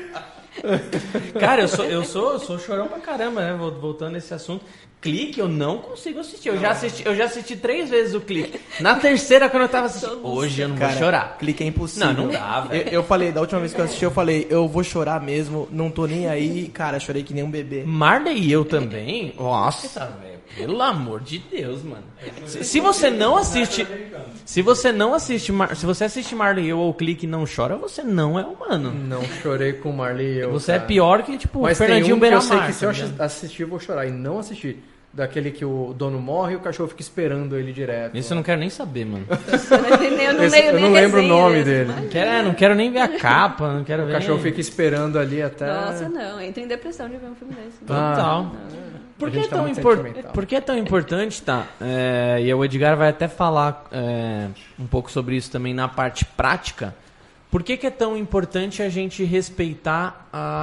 Cara, eu sou, eu sou, eu sou chorão pra caramba, né? Vol- Voltando a esse assunto. Clique, eu não consigo assistir. Eu já assisti, eu já assisti três vezes o clique. Na terceira, quando eu tava assistindo. Hoje eu não Cara, vou chorar. Clique é impossível. Não, não dá, velho. Eu, eu falei, da última vez que eu assisti, eu falei, eu vou chorar mesmo, não tô nem aí. Cara, chorei que nem um bebê. Marley e eu também. Nossa, velho. Pelo amor de Deus, mano. Se, se você não assiste. Se você não assiste. Mar- Se você assiste Marley e eu ou Clique e não chora, você não é humano. Não chorei com o Marley e eu. Você é cara. pior que, tipo, Mas o Fernandinho tem um que eu sei Beiramar. que se eu tá ligado? assistir, eu vou chorar. E não assistir. Daquele que o dono morre e o cachorro fica esperando ele direto. Isso eu não quero nem saber, mano. Eu não, eu não, Esse- leio eu nem não lembro o resenha nome desse, dele. mas- Quero, é, não quero nem ver a capa, não quero O ver. cachorro fica esperando ali até. Nossa, não. Entra em depressão de ver um filme desse. Total. Por A que, gente é tá tão muito impor- sentimental. Por que é tão importante, tá? É, e o Edgar vai até falar é, um pouco sobre isso também na parte prática. Por que, que é tão importante a gente respeitar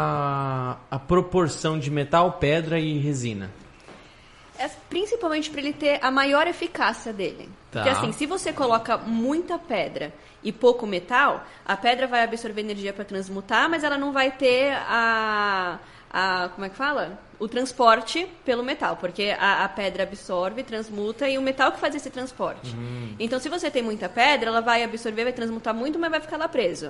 a, a proporção de metal, pedra e resina? É principalmente para ele ter a maior eficácia dele. Tá. Porque assim, se você coloca muita pedra e pouco metal, a pedra vai absorver energia para transmutar, mas ela não vai ter a, a como é que fala? O transporte pelo metal, porque a, a pedra absorve, transmuta e o metal que faz esse transporte. Então, se você tem muita pedra, ela vai absorver, vai transmutar muito, mas vai ficar lá preso.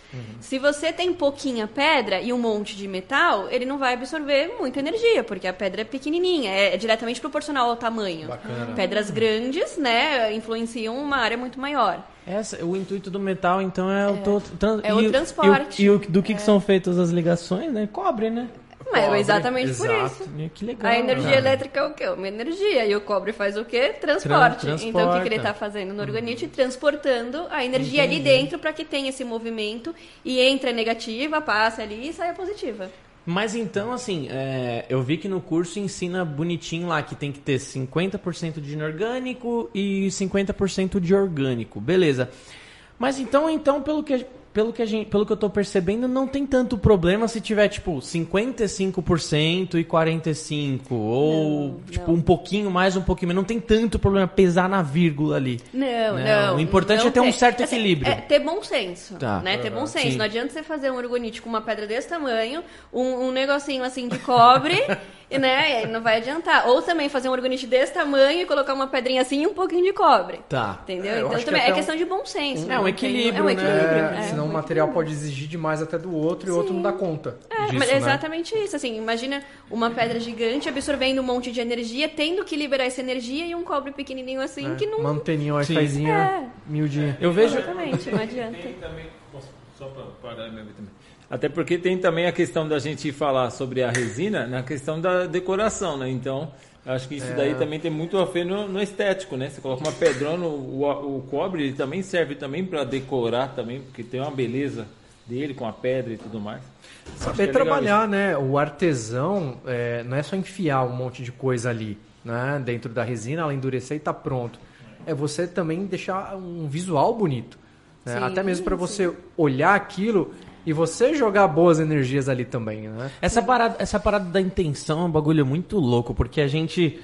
Se você tem pouquinha pedra e um monte de metal, ele não vai absorver muita energia, porque a pedra é pequenininha, é, é diretamente proporcional ao tamanho. Bacana. Pedras grandes, né, influenciam uma área muito maior. Essa, o intuito do metal, então, é, o, to- tran- É o e transporte. E, o, e o- do que, que são feitas as ligações, né? Cobre, né? Mas Cobre, é exatamente por exato. isso. E que legal. A energia cara. elétrica é o quê? Uma energia. E o cobre faz o quê? Transporte. Tran- Então, o que, que ele transporta. está fazendo no organite? Transportando a energia ali Entendi. dentro para que tenha esse movimento e entra negativa, passa ali e sai positiva. Mas então, assim, é, eu vi que no curso ensina bonitinho lá que tem que ter cinquenta por cento de inorgânico e cinquenta por cento de orgânico. Beleza. Mas então, então pelo que, pelo que, a gente, pelo que eu tô percebendo, não tem tanto problema se tiver, tipo, cinquenta e cinco por cento e quarenta e cinco por cento. Ou, Não, tipo, não. um pouquinho mais, um pouquinho menos. Não tem tanto problema pesar na vírgula ali. Não, Não, não. o importante não é ter um tem. certo Assim, equilíbrio. É ter bom senso, Tá. né? Ter bom senso. Sim. Não adianta você fazer um orgonite com uma pedra desse tamanho, um, um negocinho assim de cobre, e, né? E aí não vai adiantar. Ou também fazer um orgonite desse tamanho e colocar uma pedrinha assim e um pouquinho de cobre. Tá. Entendeu? É, eu então acho que também até é um- questão de bom senso. É um não tem- equilíbrio, é um né? equilíbrio. É, é, senão um o material equilíbrio. pode exigir demais até do outro e o outro não dá conta. É, disso, mas né? é exatamente isso. Assim, imagina uma pedra gigante absorvendo um monte de energia, tendo que liberar essa energia e um cobre pequenininho assim É, que não. Manteninho, Sim. Wi-Fizinha, É. miudinha. Eu vejo... Exatamente, não adianta. Tem também, posso- só para parar minha vida também. Até porque tem também a questão da gente falar sobre a resina na questão da decoração, né? Então, acho que isso É. daí também tem muito a ver no, no estético, né? Você coloca uma pedrona, o, o, o cobre ele também serve também para decorar também, porque tem uma beleza dele com a pedra e tudo mais. Acho que Saber é legal trabalhar, né? O artesão é, não é só enfiar um monte de coisa ali, né? Dentro da resina, ela endurecer e tá pronto. É você também deixar um visual bonito, né? Sim, Até mesmo para sim. você olhar aquilo e você jogar boas energias ali também, né? Essa parada, essa parada da intenção é um bagulho muito louco, porque a gente.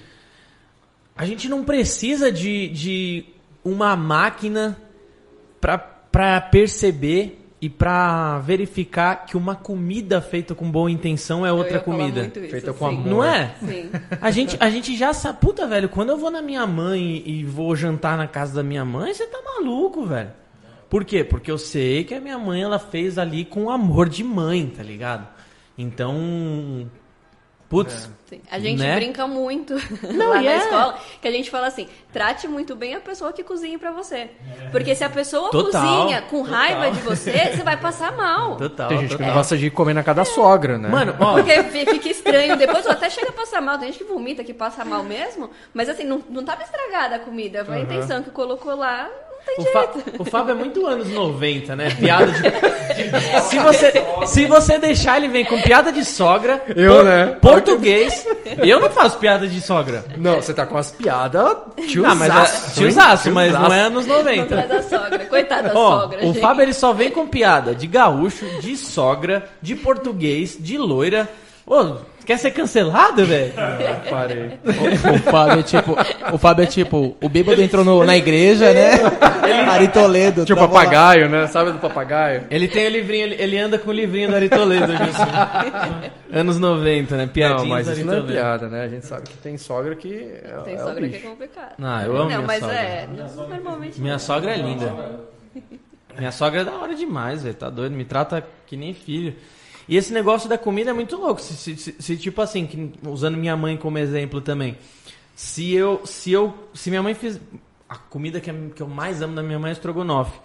A gente não precisa de, de uma máquina pra, pra perceber e pra verificar que uma comida feita com boa intenção é Eu outra ia falar comida. muito isso, Feita com sim. amor. Não é? Sim. A gente, a gente já sabe. Puta, velho, quando eu vou na minha mãe e vou jantar na casa da minha mãe, você tá maluco, velho. Por quê? Porque eu sei que a minha mãe ela fez ali com amor de mãe, tá ligado? Então, putz, Sim. A gente né? brinca muito Não, lá e na é. escola, que a gente fala assim, trate muito bem a pessoa que cozinha pra você. Porque se a pessoa Total, cozinha com total. raiva de você, você vai passar mal. total. Tem gente que total. não gosta de ir comer na casa da sogra, né? Mano, ó, Porque fica estranho. Depois ou até chega a passar mal. Tem gente que vomita, que passa mal mesmo. Mas assim, não, não tava estragada a comida. Foi a intenção que colocou lá. Não tem o, jeito. Fá- o Fábio é muito anos noventa, né? Piada de. de- se, você, se você deixar, ele vem com piada de sogra, Eu, por- né? português. Eu não faço piada de sogra. Não, você tá com as piadas Não, tiozaço. mas é, tiozaço, mas não é anos Não noventa. traz a sogra. Coitada da Ó, sogra, o gente. Fábio ele só vem com piada de gaúcho, de sogra, de português, de loira. Ô, quer ser cancelado, velho? Parei. O, o Fábio é tipo, o Fábio é tipo, o bêbado entrou no- na igreja, né? Ari Toledo. Tipo tava lá. papagaio, né? Sabe do papagaio? Ele tem o livrinho, ele, ele anda com o livrinho do Ari Toledo. assim. Anos noventa, né? Piadinhas Não, mas do isso Ari não é Toledo. piada, né? A gente sabe que tem sogra que é, Tem é o sogra que é bicho. complicado. Ah, eu amo Não, minha mas sogra. é. não- Normalmente. Minha não. sogra é linda. Minha sogra é da hora demais, velho. Tá doido, me trata que nem filho. E esse negócio da comida é muito louco. Se, se- se- se, tipo assim, que- usando minha mãe como exemplo também. Se eu. Se eu. Se minha mãe fiz. A comida que, é- que eu mais amo da minha mãe é estrogonofe.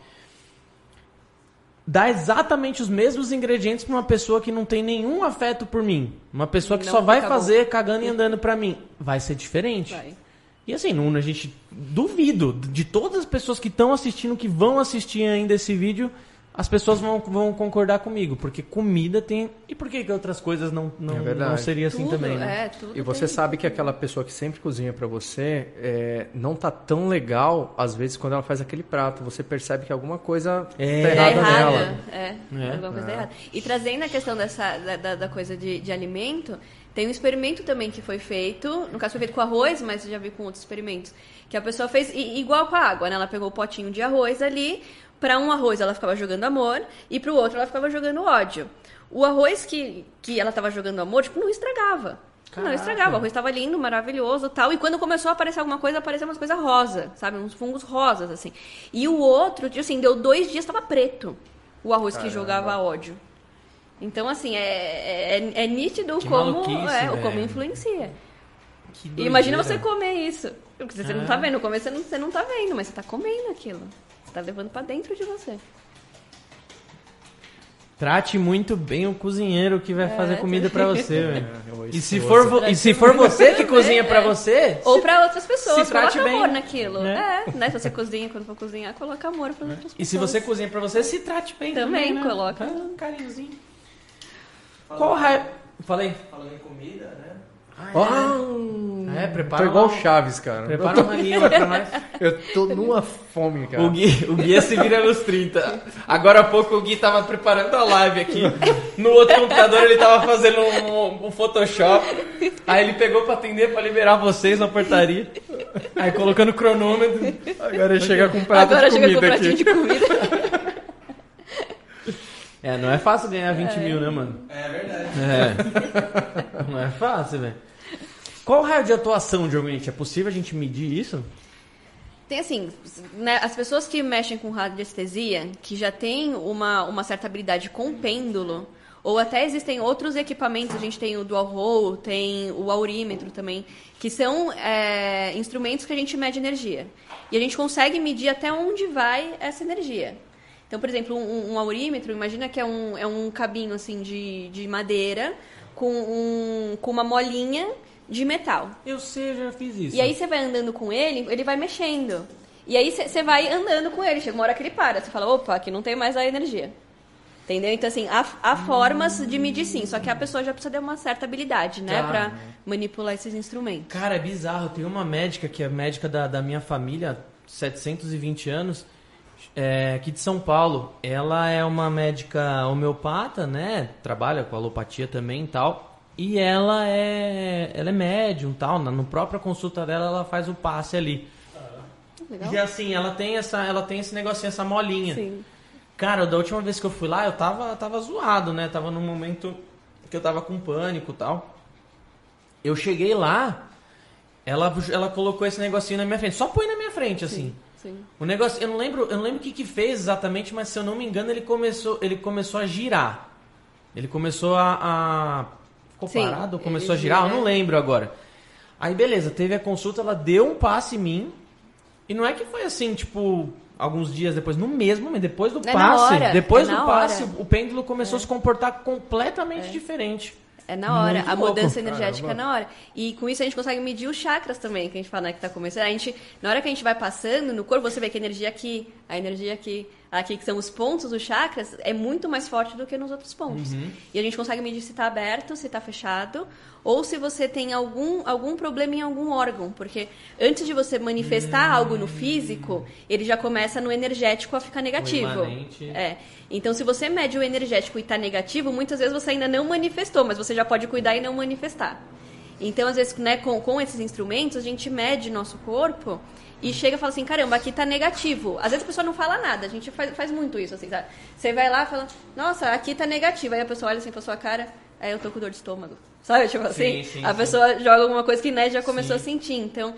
Dá exatamente os mesmos ingredientes pra uma pessoa que não tem nenhum afeto por mim. Uma pessoa que Não só vai fica bom. fazer cagando e andando pra mim. Vai ser diferente. Vai. E assim, não, a gente duvido de todas as pessoas que estão assistindo, que vão assistir ainda esse vídeo, as pessoas vão, vão concordar comigo, porque comida tem. E por que, que outras coisas não, não, É verdade. não seria assim Tudo, também, né? é, tudo E você tem- sabe que aquela pessoa que sempre cozinha pra você é, não tá tão legal, às vezes, quando ela faz aquele prato. Você percebe que alguma coisa É. tá É errada, errada, nela. é, É. alguma coisa errada. E trazendo a questão dessa, da, da- da coisa de, de alimento, tem um experimento também que foi feito, no caso foi feito com arroz, mas eu já vi com outros experimentos, que a pessoa fez i- igual com a água, né? Ela pegou o potinho de arroz ali, para um arroz ela ficava jogando amor, e para o outro ela ficava jogando ódio. O arroz que, que ela estava jogando amor, tipo, não estragava. Não estragava, o arroz estava lindo, maravilhoso tal. E quando começou a aparecer alguma coisa, apareceu umas coisas rosa, sabe? Uns fungos rosas, assim. E o outro, assim, deu dois dias, estava preto. O arroz que jogava ódio. Então, assim, é, é, é nítido Que como, maluquice, é, o como velho. influencia. Que E doideira. imagina você comer isso. Porque você não É. tá vendo. No começo você não, você não tá vendo, mas você tá comendo aquilo. Você tá levando pra dentro de você. Trate muito bem o cozinheiro que vai fazer comida pra você, velho. É, E se for, vo- e se for você que cozinha pra você, Ou pra outras pessoas, se trate coloca bem, amor naquilo. né? É, né? Se você cozinha, quando for cozinhar, coloca amor pra outras pessoas. e se você cozinha pra você, se trate bem também, Também né? coloca. Ah, um carinhozinho. Qual raio... Falei. Falando em comida, né? Ah, É, prepara tô igual uma- o Chaves, cara. Prepara uma língua pra nós. Eu tô numa fome, cara. O Gui, o Gui se vira nos trinta. Agora há pouco o Gui tava preparando a live aqui. No outro computador ele tava fazendo um, um Photoshop. Aí ele pegou pra atender, pra liberar vocês na portaria. Aí colocando o cronômetro. Agora ele chega com um prato Agora de chega com comida um pratinho aqui. de comida. É, não é fácil ganhar vinte mil, né, mano? É verdade. É. Não é fácil, velho. Qual o raio de atuação de Organite? É possível a gente medir isso? Tem assim, né, as pessoas que mexem com radiestesia, que já tem uma, uma certa habilidade com pêndulo, ou até existem outros equipamentos, a gente tem o dual hole, tem o aurímetro também, que são é, instrumentos que a gente mede energia. E a gente consegue medir até onde vai essa energia. Então, por exemplo, um, um aurímetro, imagina que é um, é um cabinho assim de, de madeira com, um, com uma molinha de metal. Eu sei, eu já fiz isso. E aí você vai andando com ele, ele vai mexendo. E aí você vai andando com ele, chega uma hora que ele para. Você fala, opa, aqui não tem mais a energia. Entendeu? Então, assim, há, há formas de medir sim, só que a pessoa já precisa ter uma certa habilidade, né? Tá. Pra manipular esses instrumentos. Cara, é bizarro. Tem uma médica que é médica da, da minha família há setecentos e vinte anos, é, aqui de São Paulo. Ela é uma médica homeopata, né? Trabalha com alopatia também e tal. E ela é, ela é médium e tal. Na no própria consulta dela, ela faz o passe ali. Legal? E assim, ela tem, essa, ela tem esse negocinho, essa molinha. Sim. Cara, da última vez que eu fui lá, eu tava, tava zoado, né? Tava num momento que eu tava com pânico e tal. Eu cheguei lá, ela, ela colocou esse negocinho na minha frente. Só põe na minha frente, assim. Sim. O negócio, eu não lembro, eu não lembro o que que fez exatamente, mas se eu não me engano, ele começou, ele começou a girar. Ele começou a... a... Ficou Sim, parado? Começou ele a girar? gira. Eu não lembro agora. Aí, beleza, teve a consulta, ela deu um passe em mim. E não é que foi assim, tipo... Alguns dias depois, no mesmo momento, depois do É na passe, hora, depois é do na passe, hora. o pêndulo começou a se comportar completamente diferente. É na hora, Muito a louco. mudança energética é na hora. E com isso a gente consegue medir os chakras também, que a gente fala, né, que tá começando. A gente, na hora que a gente vai passando no corpo, você vê que a energia aqui, a energia aqui, aqui que são os pontos dos chakras, é muito mais forte do que nos outros pontos. Uhum. E a gente consegue medir se tá aberto, se tá fechado, ou se você tem algum, algum problema em algum órgão. Porque antes de você manifestar Hum. algo no físico, ele já começa no energético a ficar negativo. imanente. É. Então, se você mede o energético e tá negativo, muitas vezes você ainda não manifestou, mas você já pode cuidar e não manifestar. Então, às vezes, né, com, com esses instrumentos, a gente mede nosso corpo e chega e fala assim, caramba, aqui tá negativo. Às vezes a pessoa não fala nada, a gente faz, faz muito isso, assim, sabe? Você vai lá e fala, nossa, aqui tá negativo. Aí a pessoa olha assim pra sua cara, aí eu tô com dor de estômago. Sabe, tipo assim? Sim, sim, a sim. pessoa joga alguma coisa que, né, já começou Sim. a sentir. Então,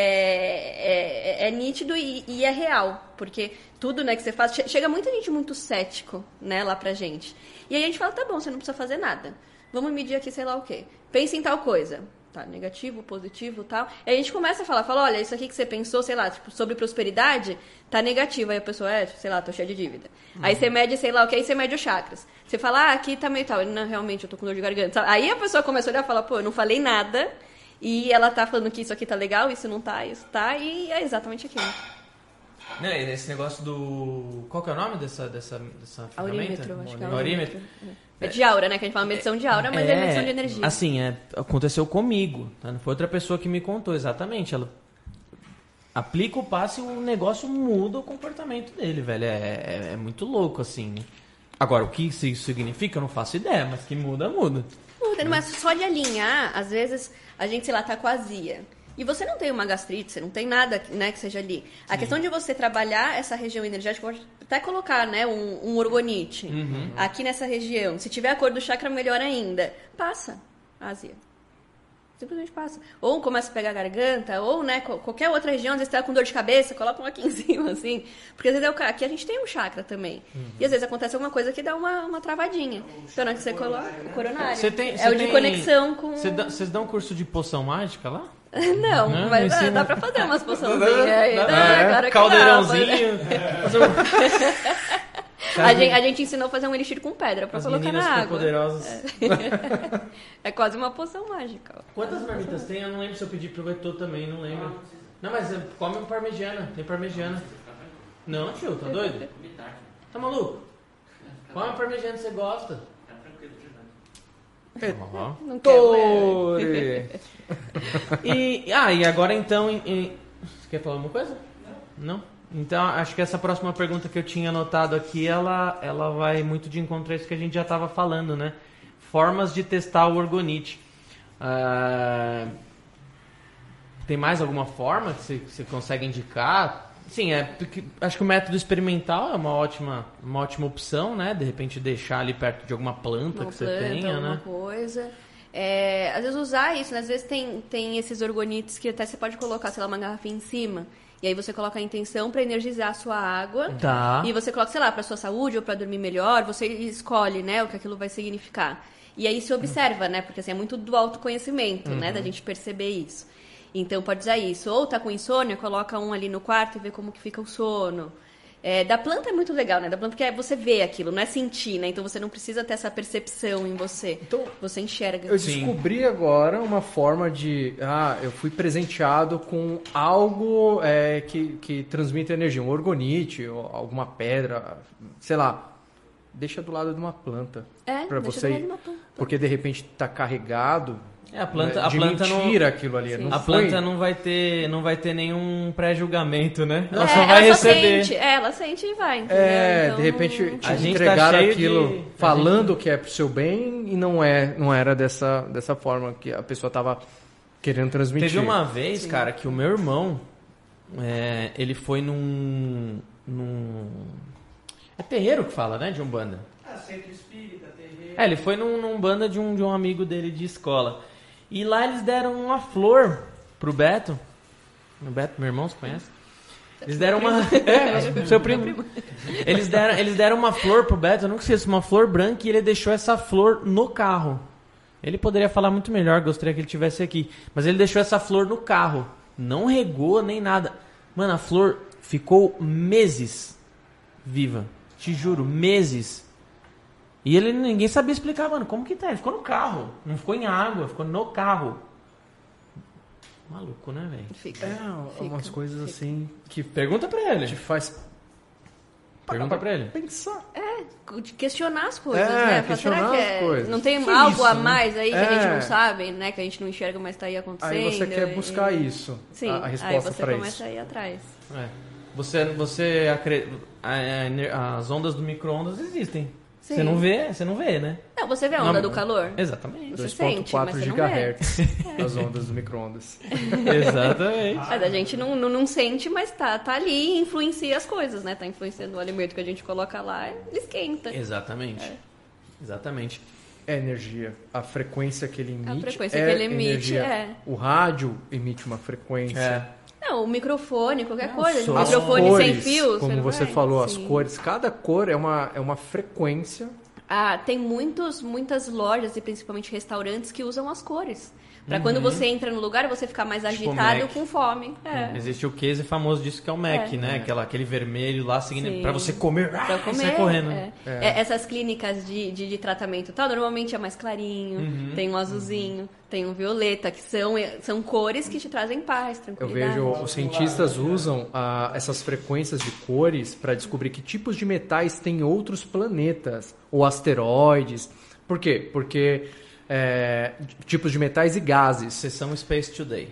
é, é, é nítido e, e é real. Porque tudo, né, que você faz... che- Chega muita gente muito cético, né, lá pra gente. E aí a gente fala, tá bom, você não precisa fazer nada. Vamos medir aqui, sei lá o quê. Pensa em tal coisa. Tá, negativo, positivo, tal. E aí a gente começa a falar, fala, olha, isso aqui que você pensou, sei lá, tipo, sobre prosperidade, tá negativo. Aí a pessoa, é, sei lá, tô cheia de dívida. Uhum. Aí você mede, sei lá o que, aí você mede os chakras. Você fala, ah, aqui tá meio tal. Ele, não, realmente, eu tô com dor de garganta. Sabe? Aí a pessoa começa a olhar e fala, pô, eu não falei nada. E ela tá falando que isso aqui tá legal, isso não tá, isso tá. E é exatamente aquilo. Não, e esse negócio do... Qual que é o nome dessa, dessa, dessa ferramenta? Aurímetro, acho que é Aurímetro. É de aura, né? Que a gente fala medição de aura, mas é, medição de energia. Assim, é, aconteceu comigo. Tá? Não foi outra pessoa que me contou exatamente. Ela aplica o passe e o negócio muda o comportamento dele, velho. É, é, é muito louco, assim. Agora, o que isso significa, eu não faço ideia, mas que muda, muda. Muda, mas só de alinhar, às vezes a gente, sei lá, tá com azia. E você não tem uma gastrite, você não tem nada, né, que seja ali. A questão de você trabalhar essa região energética, pode até colocar, né, um, um orgonite Uhum. aqui nessa região. Se tiver a cor do chakra, melhor ainda. Passa a azia. Simplesmente passa. Ou começa a pegar a garganta, ou, né, co- qualquer outra região, às vezes você tá com dor de cabeça, coloca um aqui em cima, assim. Porque às vezes é o ca- aqui a gente tem um chakra também. E às vezes acontece alguma coisa que dá uma, uma travadinha. Então, na hora que você coloca o coronário. Você tem, é você o de tem- conexão com... Você dá- Vocês dão curso de poção mágica lá? Não, Não, mas ensina- ah, dá pra fazer umas poçãozinhas aí. Dá- Dá, é, claro que caldeirãozinho. Fazer um- dá. A gente, a gente ensinou a fazer um elixir com pedra pra As colocar meninas na super água. poderosas. É quase uma poção mágica. Ó. Quantas marmitas tem? Eu não lembro se eu pedi pro Heitor também, não lembro. Não, mas é, come um parmegiana, tem parmegiana. Não, tio, tá doido? Tá maluco? Come um parmegiana que você gosta. Ó. Não quero, né? Tore! E, ah, e agora então... em- em- Você quer falar alguma coisa? Não? Então, acho que essa próxima pergunta que eu tinha anotado aqui, ela, ela vai muito de encontro a isso que a gente já estava falando, né? Formas de testar o orgonite. Ah, tem mais alguma forma que você, que você consegue indicar? Sim, é, porque acho que o método experimental é uma ótima, uma ótima opção, né? De repente deixar ali perto de alguma planta Uma que você planta, tenha, alguma né? coisa. É, às vezes usar isso, né? Às vezes tem, tem esses orgonites que até você pode colocar, sei lá, uma garrafinha em cima. E aí você coloca a intenção para energizar a sua água. Tá. E você coloca, sei lá, para sua saúde ou para dormir melhor, você escolhe, né, o que aquilo vai significar. E aí se observa, né? Porque assim, é muito do autoconhecimento, né? Da gente perceber isso. Então pode usar isso. Ou tá com insônia, coloca um ali no quarto e vê como que fica o sono. É, da planta é muito legal, né? Da planta porque é você vê aquilo, não é sentir, né? Então você não precisa ter essa percepção em você. Então, Você enxerga. Eu descobri agora uma forma de... Ah, eu fui presenteado com algo é, que, que transmite energia. Um orgonite, ou alguma pedra, sei lá. Deixa do lado de uma planta. É, pra deixa você do lado ir- de uma planta. Porque de repente tá carregado... É, a planta, né, a de planta mentira não... aquilo ali. Não A foi- planta não vai ter, não vai ter nenhum pré-julgamento, né? Ela É, só vai ela só receber. sente, é, ela sente e vai. Entendeu? É, Então, de repente não- te A gente tá entregaram cheio aquilo de- falando que é pro seu bem e não é, não era dessa, dessa forma que a pessoa tava querendo transmitir. Teve uma vez, cara, que o meu irmão, é, ele foi num, num... É terreiro que fala, né, de Umbanda? Ah, centro espírita, terreiro. É, ele foi num, num banda de um, de um amigo dele de escola. E lá eles deram uma flor pro Beto. O Beto, meu irmão, você conhece? Eles deram uma... É, seu primo. Eles deram, eles deram uma flor pro Beto, eu nunca esqueço, uma flor branca, e ele deixou essa flor no carro. Ele poderia falar muito melhor, gostaria que ele tivesse aqui. Mas ele deixou essa flor no carro. Não regou nem nada. Mano, a flor ficou meses viva. Te juro, meses. E ele, ninguém sabia explicar, mano, como que tá? Ele ficou no carro. Não ficou em água, ficou no carro. Maluco, né, velho? Fica. É, fica, umas coisas fica. assim que Pergunta pra ele. te faz Pergunta pra ele. pensar. De questionar as coisas, É, né? Falar, questionar será que as é- coisas. não tem Foi algo isso, a né? mais aí que a gente É. não sabe, né? Que a gente não enxerga, mas tá aí acontecendo. Aí você quer e- buscar isso, Sim, a, a aí resposta você para começa isso. a ir atrás. É. Você, você acredita... As ondas do micro-ondas existem. Sim. Você não vê, você não vê, né? Não, você vê a onda Não, do calor? Exatamente. Você dois sente, ponto quatro mas você não vê. gigahertz as ondas do micro-ondas. Exatamente. Mas a gente não, não, não sente, mas tá, tá ali e influencia as coisas, né? Tá influenciando o alimento que a gente coloca lá, ele esquenta. Exatamente. É. Exatamente. É energia. A frequência que ele emite frequência é que ele emite, energia. é. O rádio emite uma frequência. É. Não, o microfone, qualquer coisa. som. Um As microfone cores, sem fio. como não você vai? falou, as Sim. cores. Cada cor é uma, é uma frequência. Ah, tem muitos, muitas lojas e principalmente restaurantes que usam as cores. Pra Uhum. quando você entra no lugar, você ficar mais Tipo agitado Mac. com fome. É. Existe o case famoso disso que é o Mac, É. né? Aquela, aquele vermelho lá, seguindo, Sim. pra você comer, Pra ah, comer. sai correndo. é. É, essas clínicas de, de, de tratamento tal, normalmente é mais clarinho, Uhum. tem um azulzinho, tem um violeta, que são, são cores que te trazem paz, Eu tranquilidade. vejo os cientistas usam ah, essas frequências de cores para descobrir que tipos de metais têm outros planetas ou asteroides. Por quê? Porque é, tipos de metais e gases. Sessão Space Today.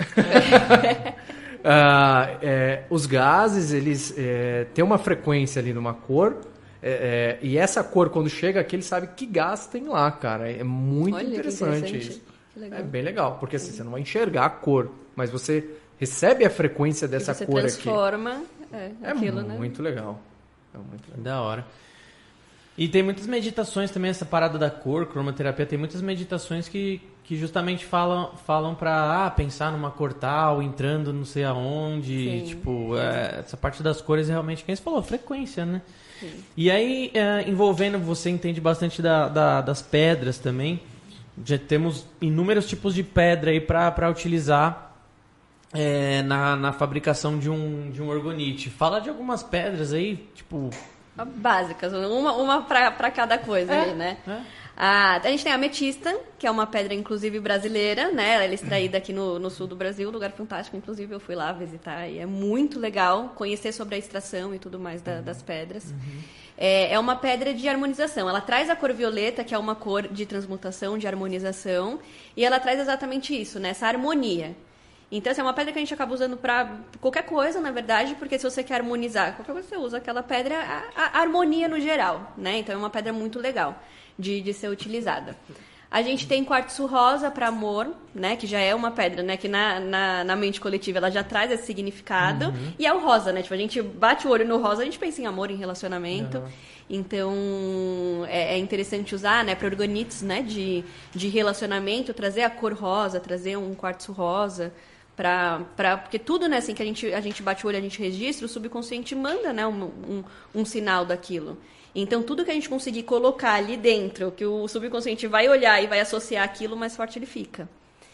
Ah, é, os gases, eles é, têm uma frequência ali numa cor, é, é, e essa cor, quando chega aqui, ele sabe que gás tem lá, cara. É muito Olha, que interessante, interessante. isso. Que legal. É bem legal, porque assim, você não vai enxergar a cor, mas você recebe a frequência dessa E você cor aqui. transforma é, É aquilo, né? muito legal. É muito legal. Da hora. E tem muitas meditações também, essa parada da cor, cromoterapia, tem muitas meditações que, que justamente falam, falam pra ah, pensar numa cor tal, entrando não sei aonde, Sim. tipo, é, essa parte das cores é realmente, quem você falou, frequência, né? Sim. E aí, é, envolvendo, você entende bastante da, da- das pedras também, já temos inúmeros tipos de pedra aí pra, pra utilizar é, na, na fabricação de um, de um orgonite. Fala de algumas pedras aí, tipo... Básicas, uma, uma pra, pra cada coisa É, ali, né? é. A, a gente tem a ametista, que é uma pedra, inclusive, brasileira, né? Ela é extraída aqui no, no sul do Brasil, lugar fantástico, inclusive, eu fui lá visitar e é muito legal conhecer sobre a extração e tudo mais da- das pedras. É, é uma pedra de harmonização. Ela traz a cor violeta, que é uma cor de transmutação, de harmonização, e ela traz exatamente isso, né? Essa harmonia. Então, essa é uma pedra que a gente acaba usando para qualquer coisa, na verdade, porque se você quer harmonizar qualquer coisa, você usa aquela pedra, a, a harmonia no geral, né? Então, é uma pedra muito legal de, de ser utilizada. A gente tem quartzo rosa para amor, né? Que já é uma pedra, né? Que na, na, na mente coletiva ela já traz esse significado. E é o rosa, né? Tipo, a gente bate o olho no rosa, a gente pensa em amor, em relacionamento. Então, é, é interessante usar, né? Para orgonites, né? De, de relacionamento, trazer a cor rosa, trazer um quartzo rosa. Pra, pra, porque tudo, né, assim, que a gente, a gente bate o olho, a gente registra, o subconsciente manda, né, um, um, um sinal daquilo. Então, tudo que a gente conseguir colocar ali dentro, que o subconsciente vai olhar e vai associar aquilo, mais forte ele fica.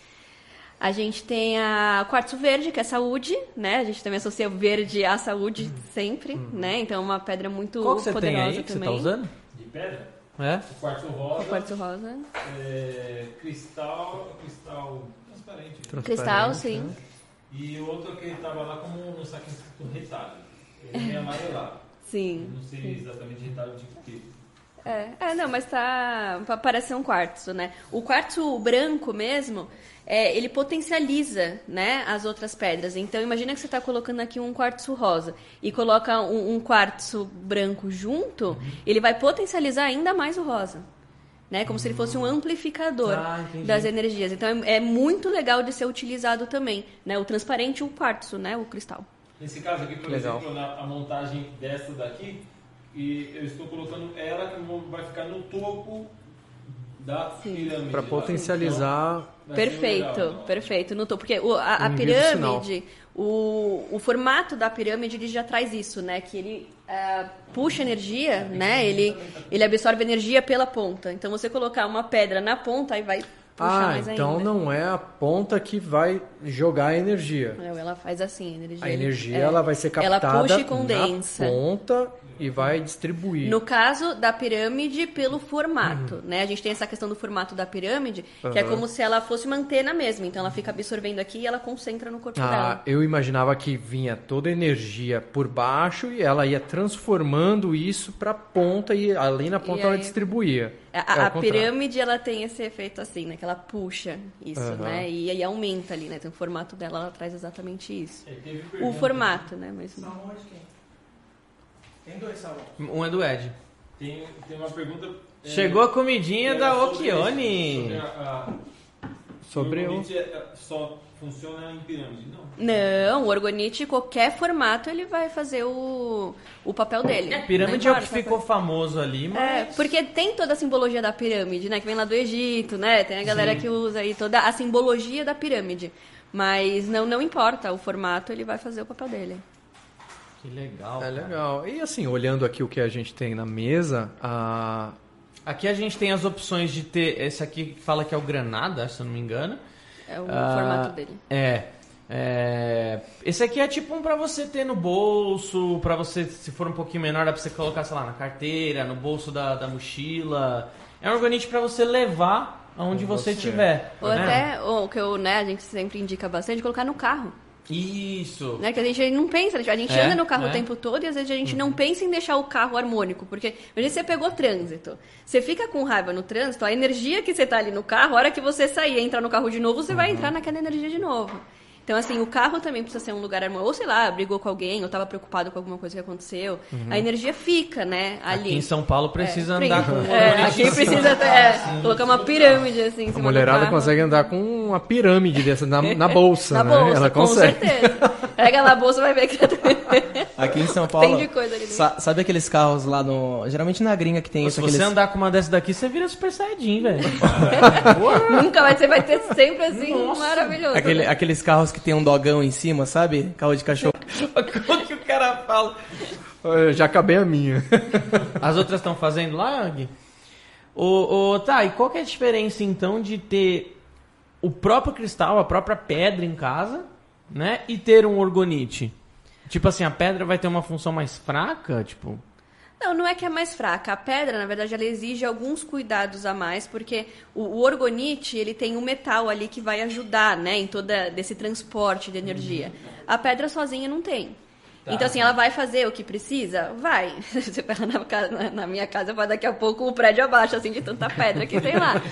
A gente tem a quartzo verde, que é saúde, né? A gente também associa o verde à saúde sempre, né? Então, é uma pedra muito Qual que você poderosa tem aí que também. você tá usando? De pedra? É? O quartzo rosa. O quartzo rosa. É, cristal. Cristal transparente. Cristal, sim. E o outro que estava lá como no saquinho escrito retalho. Ele é meio amarelado. Sim. Não sei exatamente retalho de quê. É, é, não, mas tá. Parece ser um quartzo, né? O quartzo branco mesmo, é, ele potencializa, né, as outras pedras. Então, imagina que você está colocando aqui um quartzo rosa e coloca um, um quartzo branco junto, ele vai potencializar ainda mais o rosa. Né? Como se ele fosse um amplificador Ah, entendi. das energias. Então, é, é muito legal de ser utilizado também. Né? O transparente e o quartzo, né? O cristal. Nesse caso aqui, por Legal. exemplo, na, a montagem dessa daqui, e eu estou colocando ela que vai ficar no topo da pirâmide. Para lá. potencializar. Então, vai ser Perfeito, legal. perfeito. No topo, porque o- a, a Um envio de pirâmide, O, o formato da pirâmide ele já traz isso, né? Que ele uh, puxa energia, né? Ele, ele absorve energia pela ponta. Então, você colocar uma pedra na ponta, aí vai puxar ah, mais ainda. então não é a ponta que vai jogar a energia. Não, ela faz assim, a energia. A energia é, ela vai ser captada ela puxa e condensa na ponta e vai distribuir. No caso da pirâmide, pelo formato, uhum. né? A gente tem essa questão do formato da pirâmide, uhum. que é como se ela fosse uma antena mesmo. Então, ela fica absorvendo aqui e ela concentra no corpo ah, dela. Eu imaginava que vinha toda a energia por baixo e ela ia transformando isso para a ponta e ali na ponta e ela aí... distribuía. A, é a pirâmide, ela tem esse efeito assim, né? Que ela puxa isso, uhum. né? E aí aumenta ali, né? Então, o formato dela, ela traz exatamente isso. É, o formato, né? Mas... Salmão é de quem? Tem dois salmões. Um é do Ed. Tem, tem uma pergunta... Chegou é, a comidinha da Okione. Sobre, a, a, sobre o... Só funciona em pirâmide, não? Não, o orgonite, qualquer formato, ele vai fazer o, o papel dele. A pirâmide é o que ficou famoso ali, mas... É, porque tem toda a simbologia da pirâmide, né? Que vem lá do Egito, né? Tem a galera Sim. que usa aí toda a simbologia da pirâmide. Mas não, não importa, o formato, ele vai fazer o papel dele. Que legal, É cara. legal. E assim, olhando aqui o que a gente tem na mesa, a... aqui a gente tem as opções de ter... Esse aqui que fala que é o granada, se eu não me engano. É o ah, formato dele. É. É, esse aqui é tipo um pra você ter no bolso, pra você, se for um pouquinho menor, dá pra você colocar, sei lá, na carteira, no bolso da, da mochila. É um orgonite pra você levar aonde você estiver. Ou né? até, o que eu, né, a gente sempre indica bastante, colocar no carro. Isso. Né, que a gente não pensa, a gente é, anda no carro é. o tempo todo e às vezes a gente uhum. não pensa em deixar o carro harmônico, porque às vezes você pegou trânsito, você fica com raiva no trânsito, a energia que você tá ali no carro, a hora que você sair e entrar no carro de novo, você uhum. vai entrar naquela energia de novo. Então, assim, o carro também precisa ser um lugar harmônico. Ou, sei lá, brigou com alguém, ou estava preocupado com alguma coisa que aconteceu. Uhum. A energia fica, né, ali. Aqui em São Paulo precisa é, andar com... É, aqui precisa é, colocar uma pirâmide, assim, em cima A mulherada do carro. consegue andar com uma pirâmide dessa na, na bolsa, na né? bolsa, Ela com consegue. certeza. Pega na bolsa e vai ver que... Aqui em São Paulo, tem de coisa ali sa- sabe aqueles carros lá no... Geralmente na gringa que tem Pô, isso. Se aqueles... você andar com uma dessa daqui, você vira Super Saiyajin, velho. Nunca vai, você vai ter sempre assim, Nossa. maravilhoso. Aquele, né? aqueles carros que tem um dogão em cima, sabe? Carro de cachorro. Como que o cara fala? Eu já acabei a minha. As outras estão fazendo lá, Gui? O, o, tá, e qual que é a diferença, então, de ter o próprio cristal, a própria pedra em casa, né? E ter um orgonite? Tipo assim, a pedra vai ter uma função mais fraca, tipo... Não, não é que é mais fraca. A pedra, na verdade, ela exige alguns cuidados a mais, porque o, o orgonite, ele tem um metal ali que vai ajudar, né, em todo esse transporte de energia. A pedra sozinha não tem. Tá. Então, assim, ela vai fazer o que precisa? Vai. Você pega na, casa, na minha casa, vai daqui a pouco o prédio abaixo, assim, de tanta pedra que tem lá.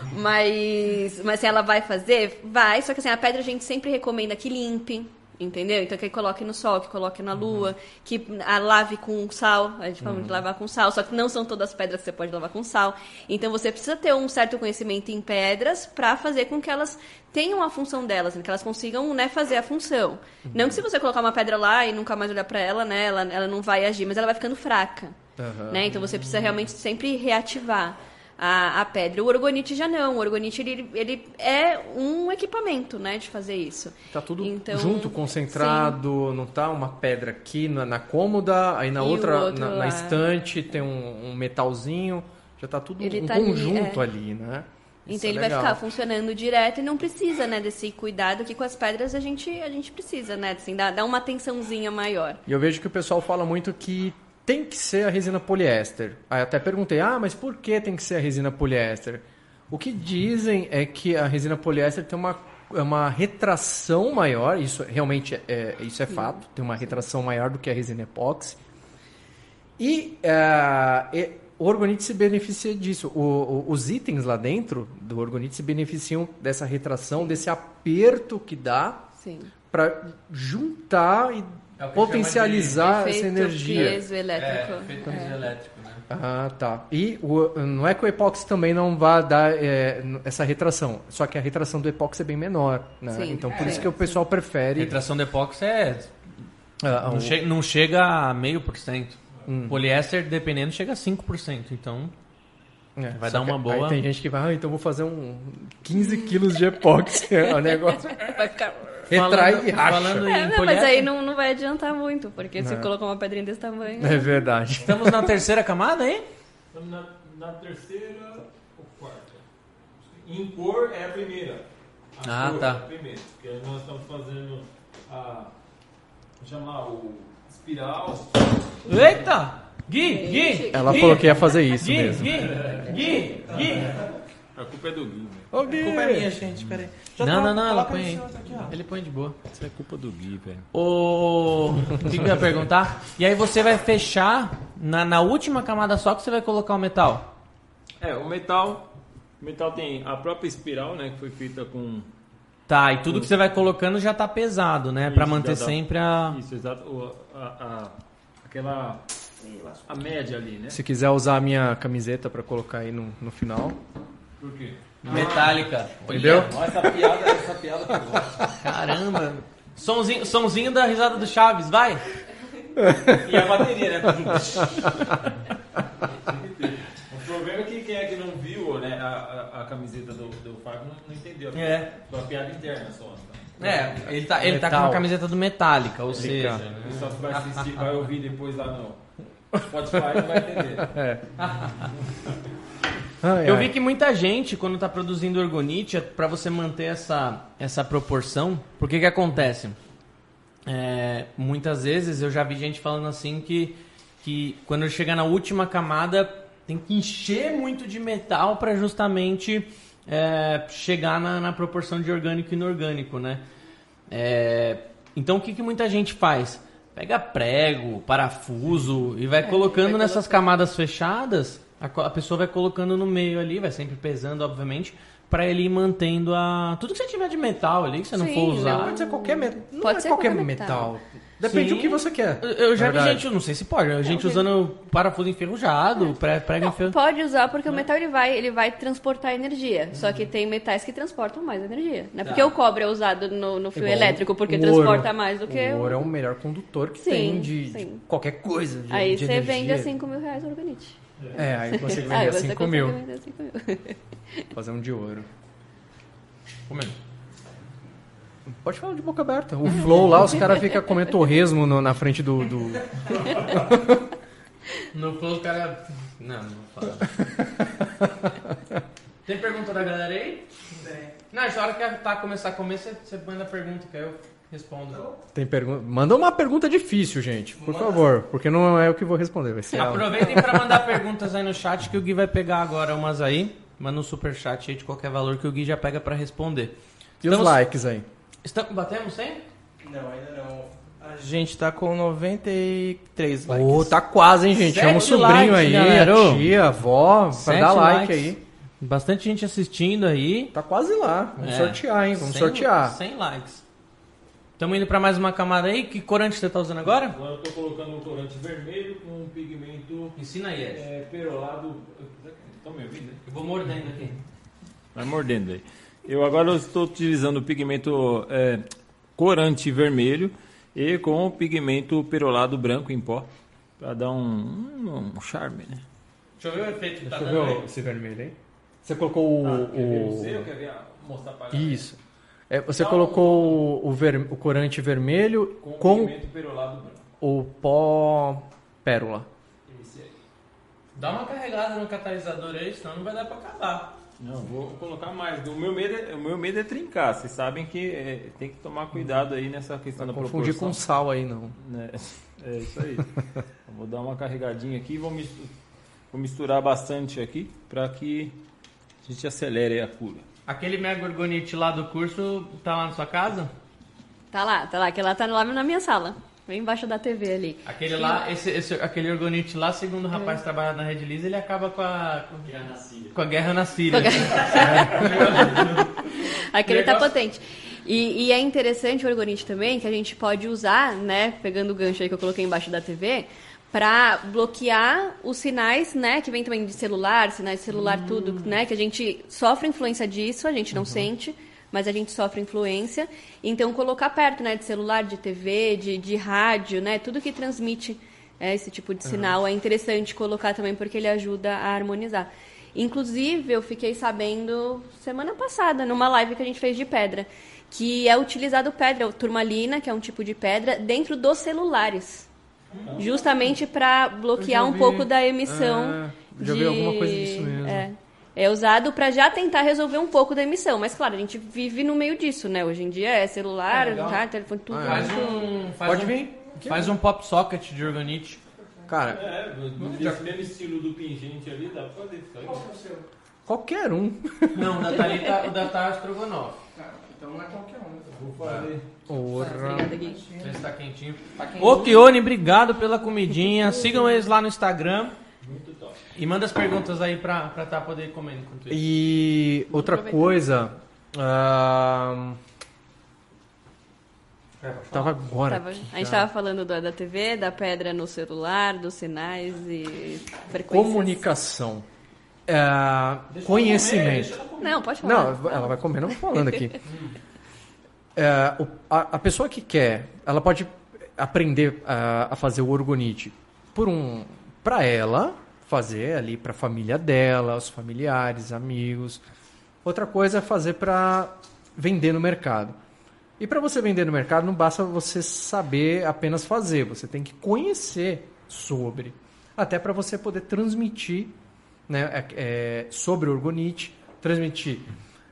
Mas, mas assim, ela vai fazer? Vai. Só que, assim, a pedra a gente sempre recomenda que limpe. Entendeu? Então, que coloque no sol, que coloque na lua, que a lave com sal. A gente fala uhum. de lavar com sal, só que não são todas as pedras que você pode lavar com sal. Então, você precisa ter um certo conhecimento em pedras para fazer com que elas tenham a função delas, que elas consigam, né, fazer a função. Uhum. Não que se você colocar uma pedra lá e nunca mais olhar para ela, né, ela, ela não vai agir, mas ela vai ficando fraca. Uhum. Né? Então, você precisa realmente sempre reativar A, a pedra. O orgonite já não. O orgonite, ele, ele é um equipamento, né, de fazer isso. Tá tudo então, junto, concentrado, sim. Não tá uma pedra aqui na, na cômoda, aí na e outra, na, na estante tem um, um metalzinho, já tá tudo ele um tá conjunto ali, é. ali, né? Então Isso ele é vai legal. ficar funcionando direto e não precisa, né, desse cuidado que com as pedras a gente, a gente precisa, né, assim, dá, dá uma atençãozinha maior. E eu vejo que o pessoal fala muito que tem que ser a resina poliéster. Aí até perguntei, ah, mas por que tem que ser a resina poliéster? O que dizem é que a resina poliéster tem uma, uma retração maior, isso realmente é, isso é fato, tem uma retração maior do que a resina epóxi. E uh, e, o orgonite se beneficia disso. O, o, os itens lá dentro do orgonite se beneficiam dessa retração, desse aperto que dá para juntar e É o que potencializar chama de essa energia. Peso elétrico. É, efeito é. elétrico, né? Ah, tá. E o, não é que o epóxi também não vai dar é, essa retração, só que a retração do epóxi é bem menor, né? Sim, então por é, isso que o pessoal A prefere... retração de epóxi é... Ah, não, o... che não chega a meio por cento. Hum. Poliéster, dependendo, chega a cinco por cento. Então... É, Vai só dar que uma boa. Aí tem gente que vai, ah, então vou fazer um quinze quilos de epóxi. É um negócio. Vai ficar... Retrai Falando- e racha. falando em É, não, mas poliéster- aí não, não vai adiantar muito, porque se É. colocar uma pedrinha desse tamanho... É verdade. Estamos na terceira camada aí? Estamos na, na terceira ou quarta. Em cor é a primeira. A Ah, cor tá. É a primeira. Porque nós estamos fazendo a. Vou chamar o espiral. Eita! Gui, Gui! Ela Gui, falou que ia fazer isso Gui, mesmo. Gui, Gui, Gui. A culpa é do Gui, né? Ô, Gui! A culpa é minha, gente, peraí. Já Não, tá- não, não, ela coloca põe esse aí. outro aqui, ó. Ele põe de boa. Isso é culpa do Gui, velho. O o que, que eu ia perguntar? E aí você vai fechar na, na última camada só que você vai colocar o metal? É, o metal. O metal tem a própria espiral, né? Que foi feita com. Tá, e tudo que você vai colocando já tá pesado, né? Pra Isso, manter já dá. sempre a... Isso, exato. O, a, a- aquela. A média ali, né? Se quiser usar a minha camiseta pra colocar aí no, no final. Por quê? Metálica. Entendeu? Ó, essa piada, essa piada que eu gosto. Caramba. Sonzinho, sonzinho da risada do Chaves, vai. E a bateria, né? O problema é que quem é que não viu, né, a, a, a camiseta do, do Fábio não, não entendeu. É. Foi uma piada interna só. Tá? É, ele tá, ele tá com Metal. uma camiseta do Metallica, ou seja... O pessoal que vai assistir, vai ouvir depois lá no Spotify não vai entender. É. Ai, Eu ai. vi que muita gente, quando tá produzindo orgonite, para você manter essa, essa proporção, por que que acontece? É, muitas vezes eu já vi gente falando assim que, que quando chegar na última camada tem que encher muito de metal para justamente é, chegar na, na proporção de orgânico e inorgânico, né? É, então o que, que muita gente faz? Pega prego, parafuso e vai colocando vai nessas camadas fechadas. A, co- a pessoa vai colocando no meio ali, vai sempre pesando, obviamente, para ele ir mantendo a tudo que você tiver de metal ali que você não Sim, for usar. não- Pode ser qualquer metal. Não Pode é ser qualquer qualquer metal. metal. Depende Sim. do que você quer. Eu- Eu já Na vi verdade. gente, eu não sei se pode, a gente usando parafuso enferrujado, pré- prego enferrujado. Pode usar porque o metal ele vai, ele vai transportar energia. Só que tem metais que transportam mais energia. Né? Porque o cobre é usado no, no fio Igual elétrico porque o transporta ouro. mais do que O ouro é o melhor condutor que Sim, tem de, sim. de qualquer coisa. De, Aí de você energia. vende a cinco mil reais o orgonite. É, aí você Aí vende a você cinco consegue mil. vender a cinco mil. Fazer um de ouro. Comendo. Pode falar de boca aberta. O Flow lá, os caras ficam comendo torresmo no- na frente do... do... No flow o cara. Não, não vou falar. Tem pergunta da galera aí? Tem. Não, essa hora que tá começar a comer, você, você manda a pergunta que aí eu respondo. Tem pergunta. Manda uma pergunta difícil, gente, por favor. Porque não é eu que vou responder, vai ser ela. Aproveitem para mandar perguntas aí no chat que o Gui vai pegar agora umas aí. Manda um superchat aí de qualquer valor que o Gui já pega para responder. E os likes aí? Estamos, batemos cem? Não, ainda não. A gente tá com noventa e três likes. Ô, tá quase, hein, gente? Chama o Sete sobrinho likes, aí, galera. a tia, a avó, pra Sete dar like likes. aí. Bastante gente assistindo aí. Tá quase lá. Vamos É. sortear, hein? Vamos cem sortear. cem likes. Estamos indo para mais uma camada aí. Que corante você tá usando agora? Agora eu tô colocando um corante vermelho com um pigmento Ensina aí, Ed. é, perolado. Estão me ouvindo? Eu vou mordendo aqui. Vai mordendo aí. Eu agora estou utilizando o pigmento é, corante vermelho e com o pigmento perolado branco em pó para dar um, um, um charme, né? Deixa eu ver o efeito que tá Deixa eu dando ver aí. esse vermelho aí. Você colocou o... o... quer ver mostrar para Isso. É, você colocou o, ver... o corante vermelho com o com pigmento perolado branco. o pó pérola. Esse aí. Dá uma carregada no catalisador aí, senão não vai dar pra acabar. Não, vou colocar mais. O meu medo é, o meu medo é trincar. Vocês sabem que é, tem que tomar cuidado aí nessa questão da Confundir com proporção. sal aí, não. Né? É isso aí. Eu vou dar uma carregadinha aqui e vou, mistu- vou misturar bastante aqui para que a gente acelere a cura. Aquele mega orgonite lá do curso tá lá na sua casa? Tá lá, tá lá, que ela tá lá na minha sala. Bem embaixo da T V ali. Aquele lá, esse, esse, aquele orgonite lá, segundo o rapaz que trabalha na Rede Lisa, ele acaba com a, com a guerra na Síria. Aquele tá Negócio- potente. E, e é interessante o orgonite também, que a gente pode usar, né, pegando o gancho aí que eu coloquei embaixo da T V, para bloquear os sinais, né, que vem também de celular, sinais de celular, tudo, né, que a gente sofre influência disso, a gente não sente, mas a gente sofre influência. Então, colocar perto, né, de celular, de T V, de, de rádio, né, tudo que transmite é, esse tipo de sinal é interessante colocar também, porque ele ajuda a harmonizar. Inclusive, eu fiquei sabendo semana passada, numa live que a gente fez de pedra, que é utilizado pedra, o turmalina, que é um tipo de pedra, dentro dos celulares. Justamente para bloquear um vi. pouco da emissão. É, já de... vi alguma coisa disso mesmo. É, é usado para já tentar resolver um pouco da emissão. Mas, claro, a gente vive no meio disso, né? Hoje em dia é celular, É, legal. tá, telefone, tudo. Ah, é. Faz um, faz Pode um, vir. Faz um pop socket de orgonite. Cara, É, desse mesmo estilo do pingente ali, dá pra fazer. Fica igual. qualquer um. Não, o da Thalita, o da Thalita Strogonoff. Então não é qualquer um. Vou fazer. Obrigada, Gui. Vê se tá quentinho. Ô, Kione, obrigado pela comidinha. Sigam eles lá no Instagram. Muito top. E manda as perguntas aí pra pra tá poder comer enquanto isso. E outra coisa. ah, Tava agora. Tava- aqui, a gente cara. estava falando do, da T V, da pedra no celular, dos sinais e frequências. Comunicação. É, conhecimento. Não, pode falar. Não, ela vai comer, não vou falando aqui. É, o- a, a pessoa que quer, ela pode aprender a, a fazer o orgonite por um, para ela fazer ali para a família dela, os familiares, amigos. Outra coisa é fazer para vender no mercado. E para você vender no mercado não basta você saber apenas fazer, você tem que conhecer sobre, até para você poder transmitir, né, é, é, sobre o orgonite, transmitir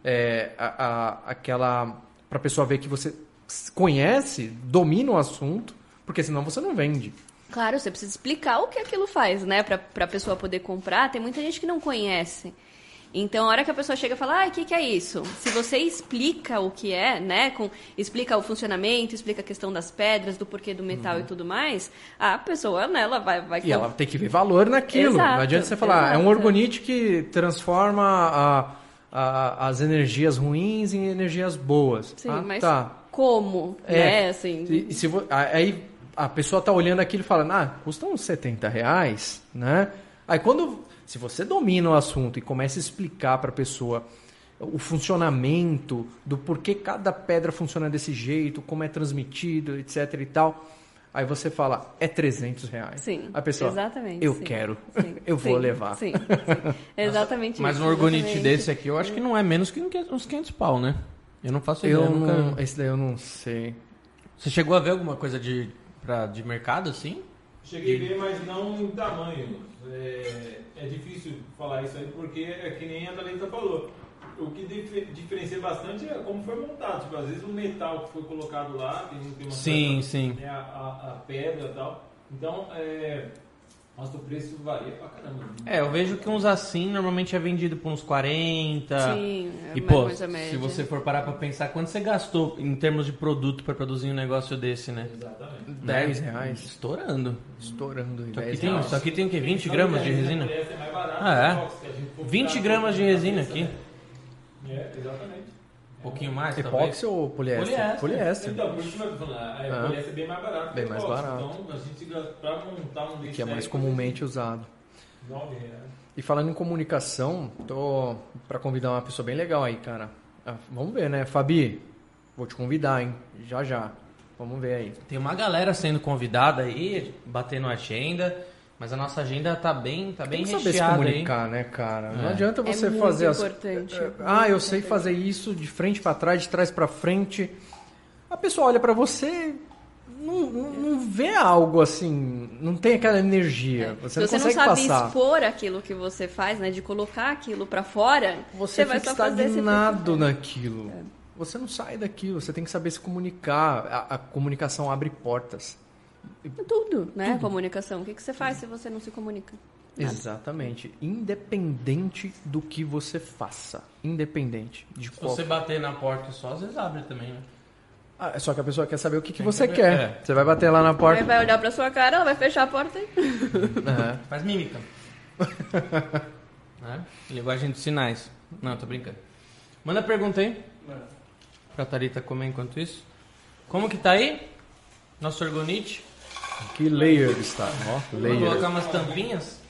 é, a, a, aquela para a pessoa ver que você conhece, domina o assunto, porque senão você não vende. Claro, você precisa explicar o que aquilo faz, né? Pra, pra pessoa poder comprar. Tem muita gente que não conhece. Então, a hora que a pessoa chega e fala, ah, o que, que é isso? Se você explica o que é, né? Com, explica o funcionamento, explica a questão das pedras, do porquê do metal Uhum. e tudo mais, a pessoa, né, ela vai... vai E ela tem que ver valor naquilo. Exato, não adianta você falar, é um exato. orgonite que transforma a, a, as energias ruins em energias boas. Sim, ah, mas tá. como, É. né? Assim, E, e se vo- aí a pessoa tá olhando aquilo e falando, ah, custa uns setenta reais, né? Aí quando, se você domina o assunto e começa a explicar para a pessoa o funcionamento, do porquê cada pedra funciona desse jeito, como é transmitido, etc e tal, aí você fala, é trezentos reais. sim, A pessoa, exatamente. eu sim, quero, sim, eu vou sim, levar. Sim, sim. Exatamente Mas isso, um orgonite exatamente. desse aqui, eu acho que não é menos que uns quinhentos pau, né? Eu não faço ideia. Eu nunca... não, esse daí eu não sei. Você chegou a ver alguma coisa de, pra, de mercado, assim? Cheguei a ver, mas não em tamanho. É, é difícil falar isso aí, porque é que nem a Thalita falou. O que dif- diferencia bastante é como foi montado. Tipo, às vezes o metal que foi colocado lá, tem, tem uma Sim, coisa, sim. né, a, a, a pedra e tal. Então, é, mas o preço varia pra caramba. É, eu vejo que uns assim normalmente é vendido por uns quarenta. Sim, é E mais pô, ou menos a média. se você for parar pra pensar, quanto você gastou em termos de produto pra produzir um negócio desse, né? Exatamente. dez reais. Estourando. Estourando. Isso aqui dez tem, reais. isso aqui tem o quê? vinte gramas de resina? Essa é mais barata Ah, é? que o epóxi, que a gente for vinte ficar gramas de com a resina cabeça, aqui. né? É, exatamente. Um pouquinho mais, Epóxi talvez. ou poliéster? Poliéster. Poliéster. Então, por isso que eu tô falando, a Ah. poliéster é bem mais barato Bem que o mais epóxi. barato. Então, a gente gasta pra montar um desse Que é mais daí, comumente usado. nove reais. E falando em comunicação, tô pra convidar uma pessoa bem legal aí, cara. Ah, vamos ver, né? Fabi, vou te convidar, hein? Já, já. Vamos ver aí. Tem uma galera sendo convidada aí, batendo agenda, mas a nossa agenda tá bem, tá bem Tem que saber se recheada aí. comunicar, né, cara? Não É. adianta É você muito fazer as... importante. Ah, eu muito sei importante. fazer isso de frente pra trás, de trás pra frente. A pessoa olha pra você, não, não, não vê algo assim, não tem aquela energia. Você, Se você não não consegue sabe passar. expor aquilo que você faz, né, de colocar aquilo pra fora, Você, vai fica só fazer esse estagnado tipo de- naquilo. Você não sai daquilo, você tem que saber se comunicar. A, a comunicação abre portas. Tudo, né? Comunicação. O que, que você faz se você não se comunica? Nada. Exatamente. Independente do que você faça. Independente de Se qual... você bater na porta só, às vezes abre também, né? Ah, é só que a pessoa quer saber o que, que Tem que você saber, quer. é. Você vai bater lá na Aí porta. vai olhar pra sua cara, ela vai fechar a porta e... Aham. Faz mímica. né? Linguagem de sinais. Não, tô brincando. Manda pergunta aí. Pra Thalita comer enquanto isso. Como que tá aí? Nosso orgonite. Que layer está. Ó, Vou layer. colocar umas tampinhas.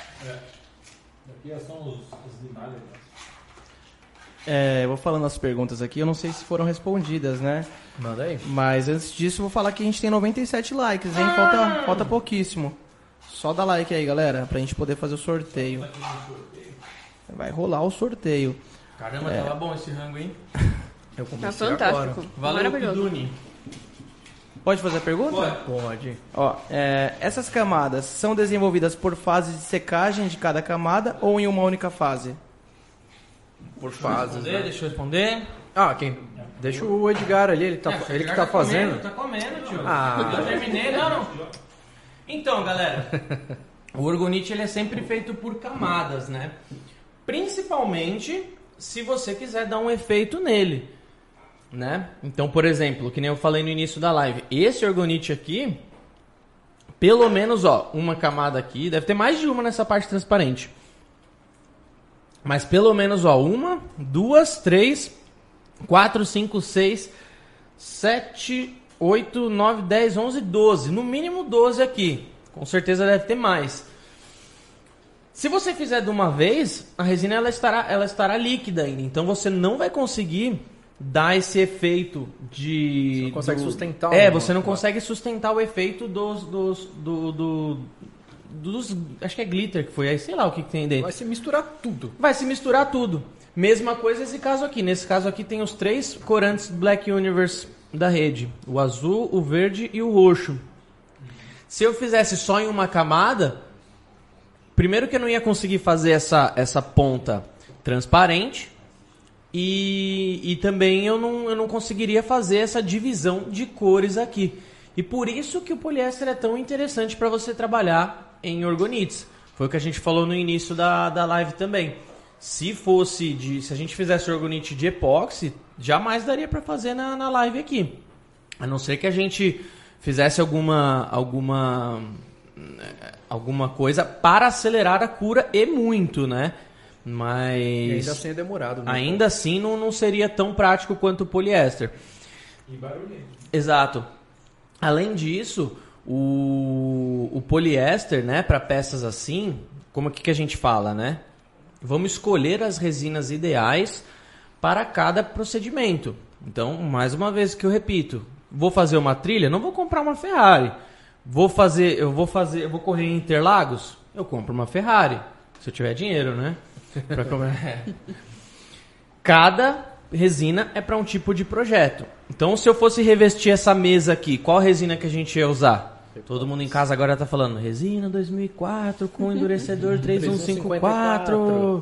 Aqui são os, os limalhas. É, eu vou falando as perguntas aqui, eu não sei se foram respondidas, né? Manda aí. Mas antes disso, eu vou falar que a gente tem noventa e sete likes, hein? Falta, falta pouquíssimo. Só dá like aí, galera, pra gente poder fazer o sorteio. vai rolar o sorteio. Caramba, é. Tava bom esse rango, hein? Eu Tá comecei fantástico. agora. Valeu, Maravilhoso. Duni. Pode fazer a pergunta? Pode. Pode. Ó, é, essas camadas são desenvolvidas por fases de secagem de cada camada ou em uma única fase? Por fases, Responder, né? Deixa eu responder. Ah, quem? Deixa o Edgar ali, ele, tá, É, ele que já tá fazendo. Comendo, tá comendo, tio. Ah. Já terminei, não, não. Então, galera, o orgonite ele é sempre feito por camadas, né? Principalmente se você quiser dar um efeito nele, né? Então, por exemplo, que nem eu falei no início da live, esse orgonite aqui, pelo menos, ó, uma camada aqui, deve ter mais de uma nessa parte transparente. Mas pelo menos, ó, uma, duas, três, quatro, cinco, seis, sete, oito, nove, dez, onze, doze. No mínimo doze aqui. Com certeza deve ter mais. Se você fizer de uma vez, a resina ela estará, ela estará líquida ainda. Então você não vai conseguir dar esse efeito de... Você não consegue do, sustentar. É, o você não negócio. consegue sustentar o efeito dos... dos do, do, dos acho que é glitter que foi aí. Sei lá o que, que tem dentro. Vai se misturar tudo. Vai se misturar tudo. Mesma coisa esse caso aqui. Nesse caso aqui tem os três corantes Black Universe da rede. O azul, o verde e o roxo. Se eu fizesse só em uma camada, primeiro que eu não ia conseguir fazer essa, essa ponta transparente e, e também eu não, eu não conseguiria fazer essa divisão de cores aqui. E por isso que o poliéster é tão interessante para você trabalhar em orgonites. Foi o que a gente falou no início da, da live também. Se fosse de, se a gente fizesse orgonite de epóxi, jamais daria para fazer na, na live aqui. A não ser que a gente fizesse alguma, alguma, alguma coisa para acelerar a cura e muito, né? Mas E ainda assim é demorado. Né? ainda assim não, não seria tão prático quanto o poliéster. E barulhento. Exato. Além disso, o, o poliéster, né, para peças assim, como que, que a gente fala, né? Vamos escolher as resinas ideais para cada procedimento. Então, mais uma vez que eu repito, vou fazer uma trilha, não vou comprar uma Ferrari. Vou fazer, eu vou fazer, eu vou correr em Interlagos, eu compro uma Ferrari, se eu tiver dinheiro, né? Pra comprar. Cada resina é para um tipo de projeto. Então, se eu fosse revestir essa mesa aqui, qual resina que a gente ia usar? Todo mundo em casa agora tá falando resina dois mil e quatro com endurecedor três um cinco quatro.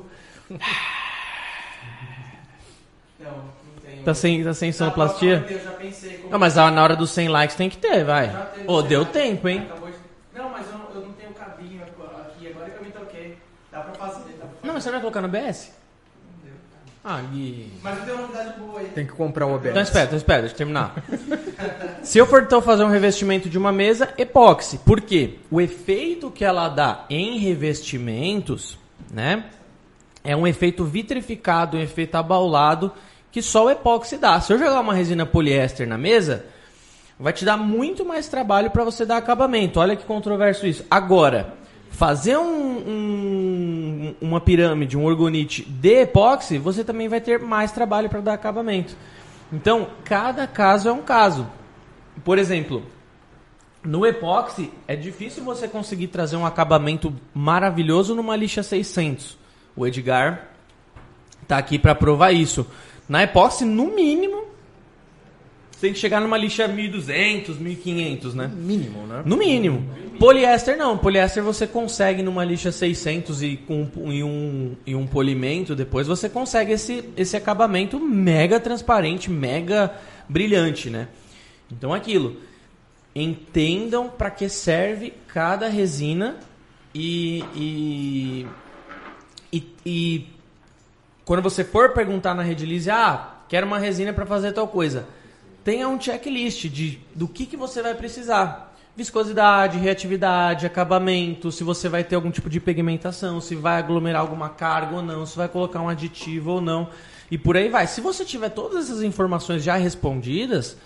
Tá sem, tá sem sonoplastia? Eu já pensei como... Não, mas na hora dos cem likes tem que ter, vai. Ô, deu tempo, hein? Não, mas eu, eu não tenho cabinho aqui, agora que eu me toquei. Dá pra fazer, dá pra fazer. Não, mas você não vai colocar no B S? Ah, Gui. Mas eu tenho uma novidade boa aí. Tem que comprar o O B S. Então espera, então espera, deixa eu terminar. Se eu for então fazer um revestimento de uma mesa, epóxi. Por quê? O efeito que ela dá em revestimentos, né? É um efeito vitrificado, um efeito abaulado que só o epóxi dá. Se eu jogar uma resina poliéster na mesa, vai te dar muito mais trabalho para você dar acabamento. Olha que controverso isso. Agora, fazer um, um, uma pirâmide, um orgonite de epóxi, você também vai ter mais trabalho para dar acabamento. Então, cada caso é um caso. Por exemplo, no epóxi, é difícil você conseguir trazer um acabamento maravilhoso numa lixa seiscentos. O Edgar tá aqui para provar isso. Na epóxi, no mínimo, você tem que chegar numa lixa mil e duzentos, mil e quinhentos, né? Mínimo, né? No mínimo. Poliéster não. Poliéster você consegue numa lixa seiscentos e com e um, e um polimento, depois você consegue esse, esse acabamento mega transparente, mega brilhante, né? Então aquilo. Entendam para que serve cada resina e, e, e, e quando você for perguntar na Redilize, ah, quero uma resina para fazer tal coisa, tenha um checklist de, do que, que você vai precisar. Viscosidade, reatividade, acabamento, se você vai ter algum tipo de pigmentação, se vai aglomerar alguma carga ou não, se vai colocar um aditivo ou não, e por aí vai. Se você tiver todas essas informações já respondidas,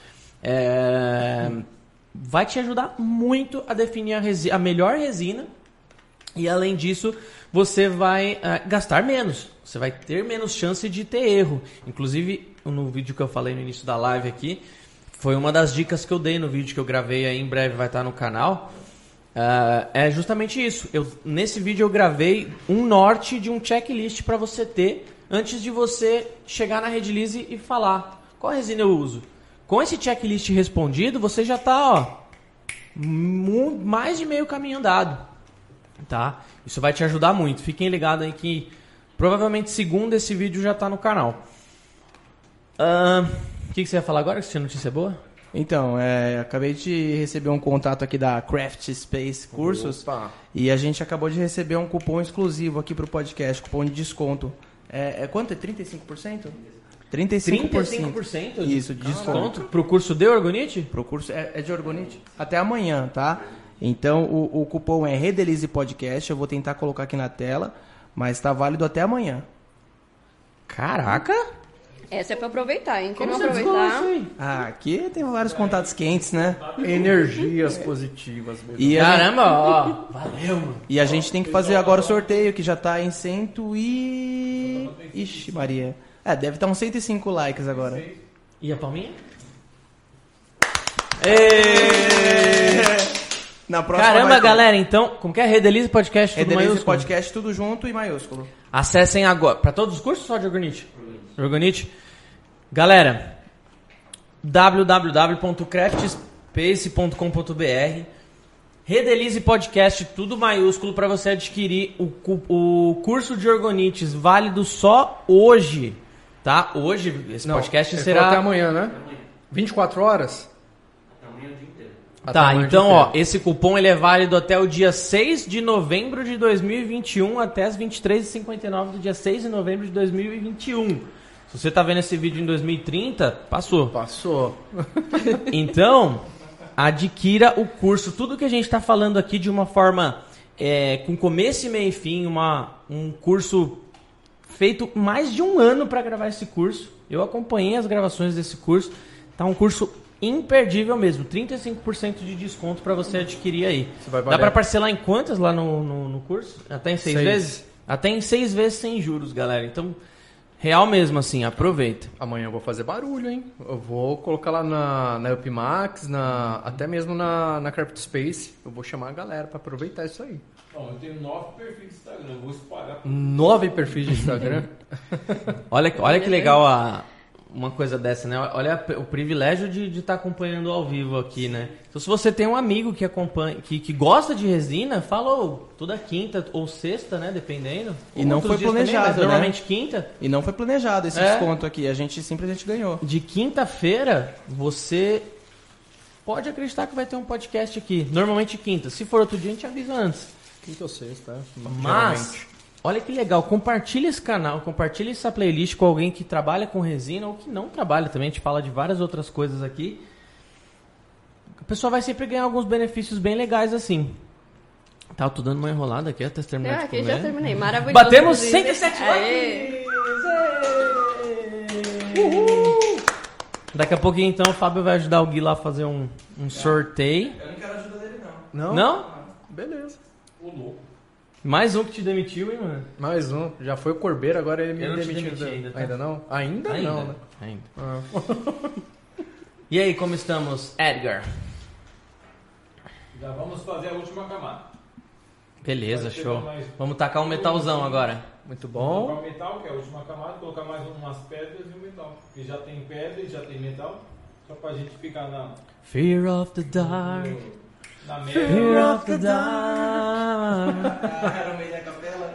é, vai te ajudar muito a definir a, resi- a melhor resina, e além disso, você vai uh, gastar menos, você vai ter menos chance de ter erro. Inclusive, no vídeo que eu falei no início da live aqui, foi uma das dicas que eu dei no vídeo que eu gravei aí, em breve vai estar no canal. Uh, é justamente isso. Eu, nesse vídeo eu gravei um norte de um checklist para você ter antes de você chegar na Redilize e falar qual resina eu uso. Com esse checklist respondido, você já está ó, mu- mais de meio caminho andado. Tá? Isso vai te ajudar muito. Fiquem ligados aí que provavelmente segunda esse vídeo já está no canal. O uh, que, que você ia falar agora? Que você tinha notícia boa? Então, é, acabei de receber um contato aqui da Craft Space Cursos. Opa. E a gente acabou de receber um cupom exclusivo aqui pro podcast, cupom de desconto. É, é quanto? É trinta e cinco por cento? trinta e cinco por cento. trinta e cinco por cento de Isso, de desconto. Pro curso de Orgonite? Pro curso é, é de Orgonite. Até amanhã, tá? Então, o, o cupom é Redelize Podcast. Eu vou tentar colocar aqui na tela, mas tá válido até amanhã. Caraca! Essa é pra aproveitar, hein? Quem Como não você descolou aproveitar... isso aí? Ah, aqui tem vários contatos quentes, né? Energias positivas. Mesmo. E a, gente, Caramba, ó. Valeu, mano. e a gente tem que fazer agora o sorteio, que já tá em cento e... Ixi, Maria. É, deve estar uns cento e cinco likes agora. E a palminha? Êêêê! Na próxima Caramba, vai ter. galera, então, como que é? Redelize Podcast, tudo Redelize maiúsculo? Podcast, tudo junto e maiúsculo. Acessem agora. Para todos os cursos ou só de Orgonite? Orgonite. Galera, w w w ponto craftspace ponto com ponto b r Redelize Podcast, tudo maiúsculo, para você adquirir o, cu- o curso de Orgonites, válido só hoje, tá? Hoje, esse Não, podcast ele será... falou até amanhã, né? vinte e quatro horas? Até Tá, amanhã então, de ó, inteiro. esse cupom ele é válido até o dia seis de novembro de dois mil e vinte e um, até as vinte e três e cinquenta e nove do dia seis de novembro de dois mil e vinte e um. Se você tá vendo esse vídeo em dois mil e trinta, passou. Passou. Então, adquira o curso. Tudo que a gente está falando aqui de uma forma é, com começo e meio e fim, uma, um curso feito mais de um ano para gravar esse curso. Eu acompanhei as gravações desse curso. Tá um curso imperdível mesmo. trinta e cinco por cento de desconto para você adquirir aí. Você vai Dá valer- para parcelar em quantas lá no, no, no curso? Até em seis, Seis. vezes? Até em seis vezes sem juros, galera. Então, real mesmo assim, aproveita. Amanhã eu vou fazer barulho, hein? Eu vou colocar lá na, na Upmax, na, até mesmo na, na Craft Space. Eu vou chamar a galera pra aproveitar isso aí. Bom, eu tenho nove perfis de Instagram, eu vou espalhar. Nove perfis de Instagram. Olha, olha que legal a, uma coisa dessa, né? Olha o privilégio de estar acompanhando ao vivo aqui, né? Então, se você tem um amigo que acompanha, que, que gosta de resina, fala ô, toda quinta ou sexta, né? Dependendo. E não Outros foi dias também, planejado, mas né? normalmente quinta. E não foi planejado esse É. desconto aqui. A gente simplesmente ganhou. De quinta-feira, você pode acreditar que vai ter um podcast aqui. Normalmente quinta. Se for outro dia, a gente avisa antes. Quinta ou sexta, é? Mas, Geralmente. olha que legal, compartilha esse canal, compartilha essa playlist com alguém que trabalha com resina ou que não trabalha também. A gente fala de várias outras coisas aqui. A pessoa vai sempre ganhar alguns benefícios bem legais assim. Tá, eu tô dando uma enrolada aqui até terminar Ah, de aqui comer. já terminei. Maravilhoso. Batemos inclusive. cento e sete Aê. likes! Uhul! Daqui a pouquinho então o Fábio vai ajudar o Gui lá a fazer um, um sorteio. Eu não quero ajuda dele, não. Não? Não? Beleza. Ô, louco. Mais um que te demitiu, hein, mano? Mais um. Já foi o Corbeiro, agora ele me Eu não te demitiu. demiti ainda, tá? Ainda não? Ainda, não, né? Ainda. Ah. E aí, como estamos, Edgar? Já vamos fazer a última camada. Beleza, Vai chegar show. mais- Vamos tacar um metalzão agora. Muito Colocar bom. o metal, que é a última camada, colocar mais umas pedras e o metal. Porque já tem pedra e já tem metal. Só pra gente ficar na, Fear of the dark, na média. fear of the dark. Era o meio da capela.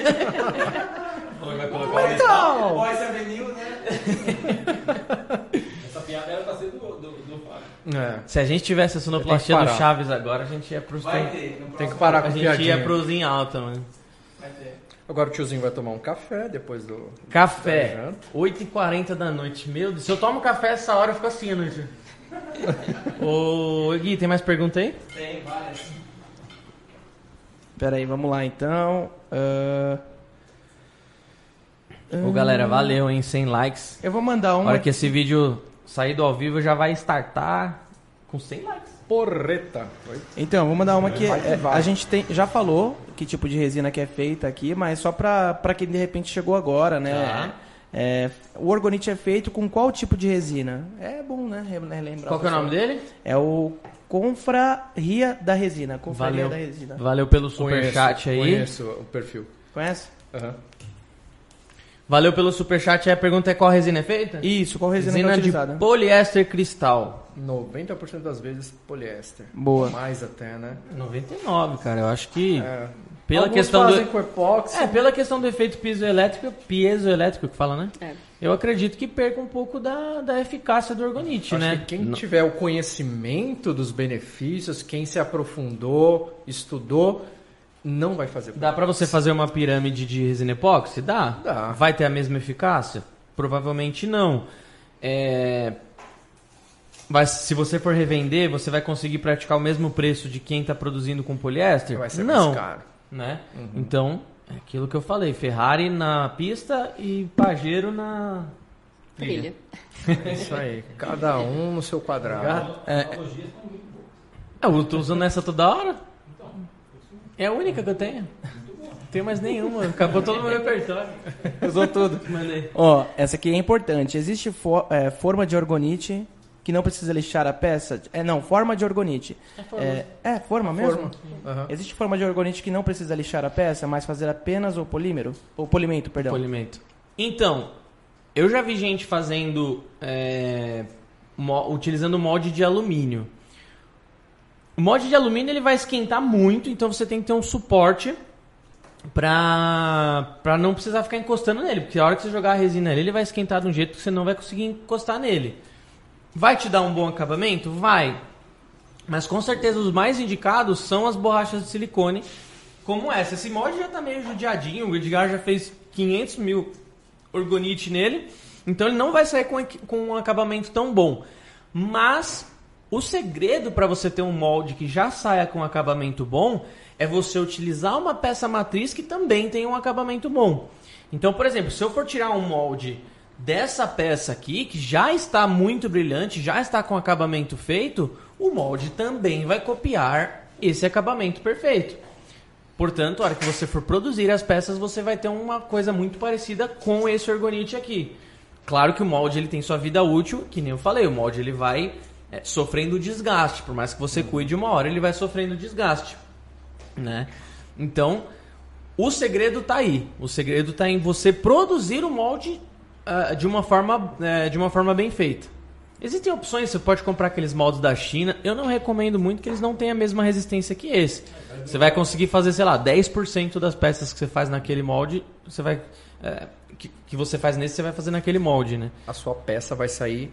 Vai colocar o metal. Voice Avenue, né? Essa piada era pra ser do, do, do Fábio. É. Se a gente tivesse a sonoplastia Tem do que parar. Chaves agora, a gente ia pros... Vai ter. no Tem que próximo parar A com gente piadinha. ia pros em alta, mano. Vai ter. Agora o tiozinho vai tomar um café depois do... da Café, janta. oito e quarenta da noite. Meu Deus, se eu tomo café essa hora, eu fico assim à noite. Ô, Gui, tem mais pergunta aí? Tem várias. Pera aí, vamos lá então. Ah, Ô, galera, valeu, hein? cem likes. eu vou mandar Na uma. hora que esse vídeo sair do ao vivo, já vai startar com cem likes. Porreta. Então, vou mandar uma que Vai que é, vai. a gente tem, já falou que tipo de resina que é feita aqui, mas só pra, pra quem de repente chegou agora, né? Tá. É, o orgonite é feito com qual tipo de resina? É bom, né? Relembrar. Qual que é o nome dele? É o Confraria da Resina. Confraria Valeu, da Resina. valeu pelo superchat aí. Conheço o perfil. Conhece? Aham. Valeu pelo superchat. Aí a pergunta é qual resina é feita? Isso, qual resina, Resina que é de utilizada? poliéster cristal. noventa por cento das vezes poliéster. Boa. Mais até, né? noventa e nove, cara. Eu acho que É. pela Alguns questão fazem do com epóxi. É, pela questão do efeito piezoelétrico, piezoelétrico que fala, né? É. Eu acredito que perca um pouco da, da eficácia do orgonite, Acho né? que quem Não- tiver o conhecimento dos benefícios, quem se aprofundou, estudou, não vai fazer. Dá pra você fazer uma pirâmide de resina epóxi? Dá. Dá. Vai ter a mesma eficácia? Provavelmente não. É... Mas se você for revender, você vai conseguir praticar o mesmo preço de quem está produzindo com poliéster? Vai ser não. mais caro. Né? Então, é aquilo que eu falei. Ferrari na pista e Pajero na Trilha. É isso aí. Cada um no seu quadrado. É, eu tô usando essa toda hora. É a única que eu tenho. Não tenho mais nenhuma. Acabou todo o meu repertório. Usou tudo. Mandei. Ó, essa aqui é importante. Existe fo- é, forma de orgonite que não precisa lixar a peça? É, não, forma de orgonite. É forma, é, é, forma mesmo? Forma. Aham. Existe forma de orgonite que não precisa lixar a peça, mas fazer apenas o polímero? O polimento, perdão. Polimento. Então, eu já vi gente fazendo, é, mo- utilizando molde de alumínio. O molde de alumínio ele vai esquentar muito, então você tem que ter um suporte pra, pra não precisar ficar encostando nele. Porque a hora que você jogar a resina nele, ele vai esquentar de um jeito que você não vai conseguir encostar nele. Vai te dar um bom acabamento? Vai. Mas com certeza os mais indicados são as borrachas de silicone, como essa. Esse molde já tá meio judiadinho, o Edgar já fez quinhentos mil orgonite nele, então ele não vai sair com, com um acabamento tão bom. Mas o segredo para você ter um molde que já saia com um acabamento bom é você utilizar uma peça matriz que também tem um acabamento bom. Então, por exemplo, se eu for tirar um molde dessa peça aqui, que já está muito brilhante, já está com acabamento feito, o molde também vai copiar esse acabamento perfeito. Portanto, a hora que você for produzir as peças, você vai ter uma coisa muito parecida com esse orgonite aqui. Claro que o molde ele tem sua vida útil, que nem eu falei, o molde ele vai é, sofrendo desgaste, por mais que você cuide uma hora, ele vai sofrendo desgaste, né? Então, o segredo está aí. O segredo está em você produzir o molde uh, de uma forma, uh, de uma forma bem feita. Existem opções, você pode comprar aqueles moldes da China. Eu não recomendo muito que eles não tenham a mesma resistência que esse. Você vai conseguir fazer, sei lá, dez por cento das peças que você faz naquele molde, você vai, é, que, que você faz nesse, você vai fazer naquele molde, né? A sua peça vai sair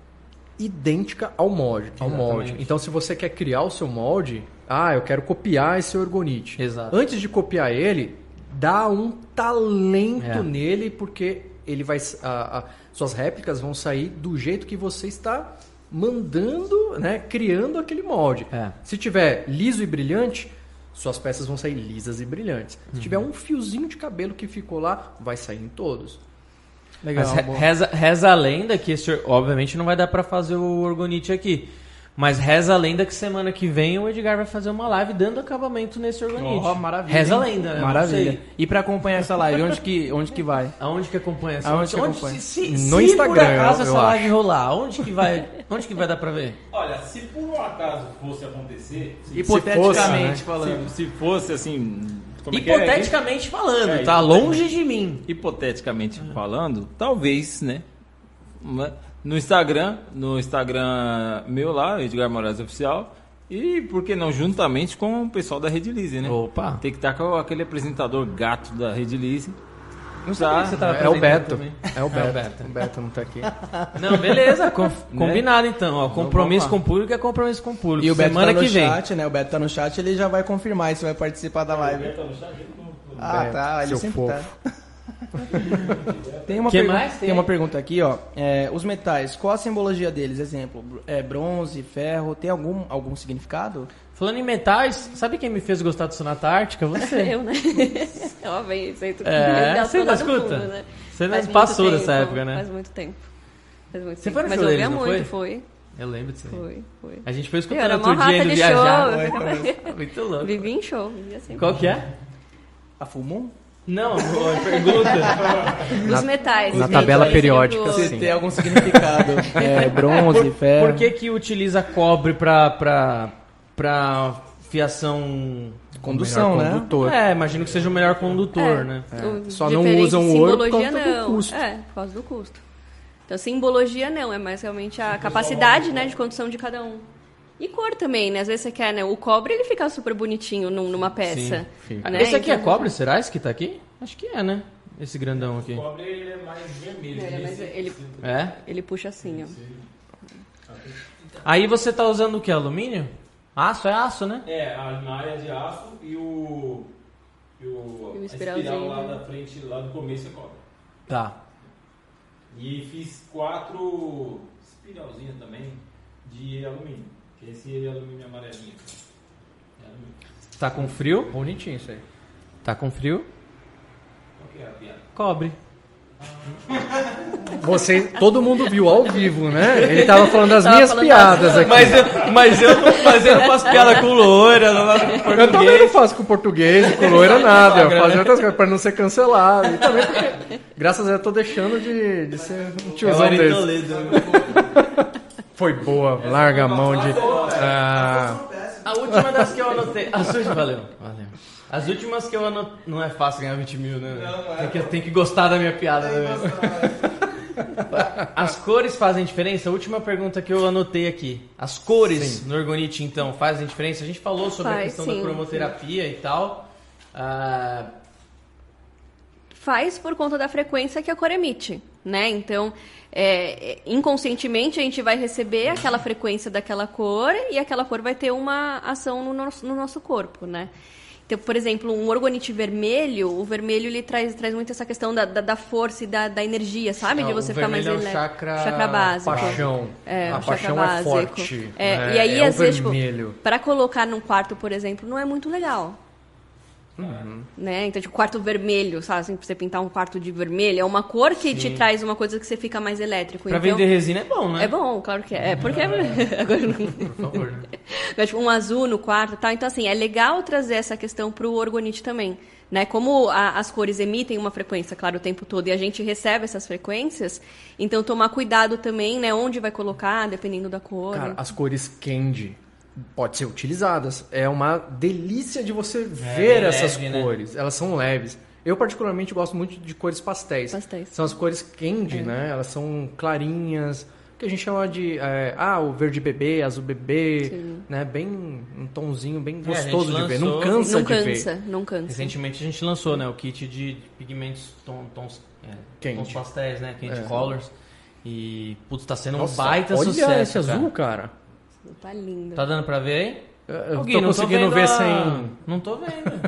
idêntica ao molde. Ao molde. Então, se você quer criar o seu molde, ah, eu quero copiar esse orgonite. Exato. Antes de copiar ele, dá um talento É. nele, porque ele vai, a- a- suas réplicas vão sair do jeito que você está mandando, né, criando aquele molde. É. Se tiver liso e brilhante, suas peças vão sair lisas e brilhantes. Se tiver um fiozinho de cabelo que ficou lá, vai sair em todos. Legal. Mas re- boa. reza, reza a lenda que esse, or- obviamente não vai dar pra fazer o orgonite aqui. Mas reza a lenda que semana que vem o Edgar vai fazer uma live dando acabamento nesse orgonite. Ó, maravilha. Reza a hein? lenda, né? Maravilha. Não sei. E pra acompanhar essa live, onde que, onde que vai? Aonde que acompanha essa? Aonde que acompanha? Se, se, No se Instagram, por acaso eu- essa eu live rolar, onde que vai, onde que vai dar pra ver? Olha, se por um acaso fosse acontecer, se, Hipoteticamente se, falando. se fosse assim. Como é que é? Hipoteticamente falando, É, tá hipoteticamente. longe de mim. Hipoteticamente falando, talvez, né? Uma- No Instagram, no Instagram meu lá, Edgar Moraes Oficial, e por que não juntamente com o pessoal da Redilize, né? Opa. Tem que estar com aquele apresentador gato da Redilize. Não sabia que você tava É o apresentando Beto. também. É o Beto. É o Beto. O Beto não tá aqui. Não, beleza, com- combinado então. Ó, compromisso vamos com o público é compromisso com o público. E o Beto semana tá no que vem. chat, né? O Beto tá no chat, ele já vai confirmar se vai participar da live. Ah, Beto, tá. Ele seu sempre fofo. tá. Tem uma, Que pergun- mais tem tem? uma pergunta aqui, ó. É, os metais, qual a simbologia deles? Exemplo, br- é, bronze, ferro, tem algum, algum significado? Falando em metais, sabe quem me fez gostar do Sonata Ártica? Você. Eu, né? Ó, vem, isso aí tu É, resgatou você lá não do escuta? fundo, né? Você não Faz muito passou dessa tempo, época, né? Faz muito tempo. Faz muito Você tempo. foi no Mas show eu deles, ouvia não muito, foi? foi? Eu lembro disso aí. Foi, foi. A gente foi Eu escutando era outro uma dia rata indo de viajar. show. Muito louco. Vivi em show, vivia sempre. Qual que é? A Full Moon? Não, boa pergunta. Dos metais. na gente, tabela por periódica, exemplo, sim. Tem algum significado. É, bronze, ferro. Por que que utiliza cobre pra, pra, pra fiação... Condução, Melhor né? condutor. É, imagino que seja o melhor condutor, É. né? O- Só não diferente usam de o ouro por simbologia, causa do não. custo. É, por causa do custo. Então, simbologia não, é mais realmente a capacidade, né, de condução de cada um. E cor também, né? Às vezes você quer, né? O cobre, ele fica super bonitinho num- numa peça. Sim, né? Esse aqui é Então, cobre, será? Esse que tá aqui? Acho que é, né? Esse grandão aqui. O cobre ele é mais vermelho. É, mas Esse- ele, É? ele puxa assim, ó. Aí você tá usando o que? Alumínio? Aço? É aço, né? É, a malha de aço e o. E o, E o a espiralzinho, espiral lá né? da frente, lá do começo é cobre. Tá. E fiz quatro espiralzinhas também de alumínio. Que esse é alumínio amarelinho. É alumínio. Tá com frio? Bonitinho isso aí. Tá com frio? Qual que é a piada? Cobre. Você, todo mundo viu ao vivo, né? Ele tava falando das Tava minhas falando piadas aqui. Mas eu, mas eu não fazendo umas piadas com loira, não faço com Eu também não português. faço com português, com loira, nada. Eu faço outras coisas pra não ser cancelado. E também porque, graças a Deus, eu tô deixando de, de ser um É o tiozão Ari desse. Toledo. Foi boa, larga a mão de... Ah, A última das que eu anotei. As últimas, valeu, valeu. As últimas que eu anotei. Não é fácil ganhar vinte mil, né? Tem que, tem que gostar da minha piada, né? As cores fazem diferença? A última pergunta que eu anotei aqui. As cores no Orgonite, então, fazem diferença? A gente falou sobre a Faz, questão sim, da cromoterapia e tal. Ah, Faz por conta da frequência que a cor emite, né? Então, é, inconscientemente, a gente vai receber aquela frequência daquela cor e aquela cor vai ter uma ação no nosso, no nosso corpo, né? Então, por exemplo, um orgonite vermelho, o vermelho ele traz, traz muito essa questão da, da, da força e da, da energia, sabe? De o você ficar mais vermelho é o elétrico. chakra, chakra básico. paixão. É, a o chakra paixão básico. é forte. É, né? E aí, é às o vezes, tipo, vermelho. para colocar num quarto, por exemplo, não é muito legal. Uhum. Né? Então, tipo, quarto vermelho, sabe? Assim, pra você pintar um quarto de vermelho, é uma cor que te traz uma coisa que você fica mais elétrico. pra então, vender resina é bom, né? é bom, claro que é. É porque agora não... Por favor. Mas, tipo, um azul no quarto, tá? Então, assim, é legal trazer essa questão pro orgonite também, né? Como a- as cores emitem uma frequência, claro, o tempo todo, e a gente recebe essas frequências, então tomar cuidado também, né? Onde vai colocar, dependendo da cor. Cara, as cores candy pode ser utilizadas. É uma delícia de você ver bem essas leve, né? cores. Elas são leves. Eu, particularmente, gosto muito de cores pastéis. Pastéis. São as cores candy, né? Elas são clarinhas, que a gente chama de... é, ah, o verde bebê, azul bebê, Sim. né? Bem, um tonzinho bem É, a gente gostoso de ver. Não lançou- cansa não de cansa, ver. não cansa. Recentemente a gente lançou, né, o kit de pigmentos tom- tons, é, Quente. tons pastéis, né, candy É. colors. E, putz, tá sendo um Nossa, baita olha sucesso, esse azul, cara. Tá lindo. Tá dando pra ver aí? Eu, eu Ô, Gui, tô não conseguindo vendo ver a- sem... Não tô vendo.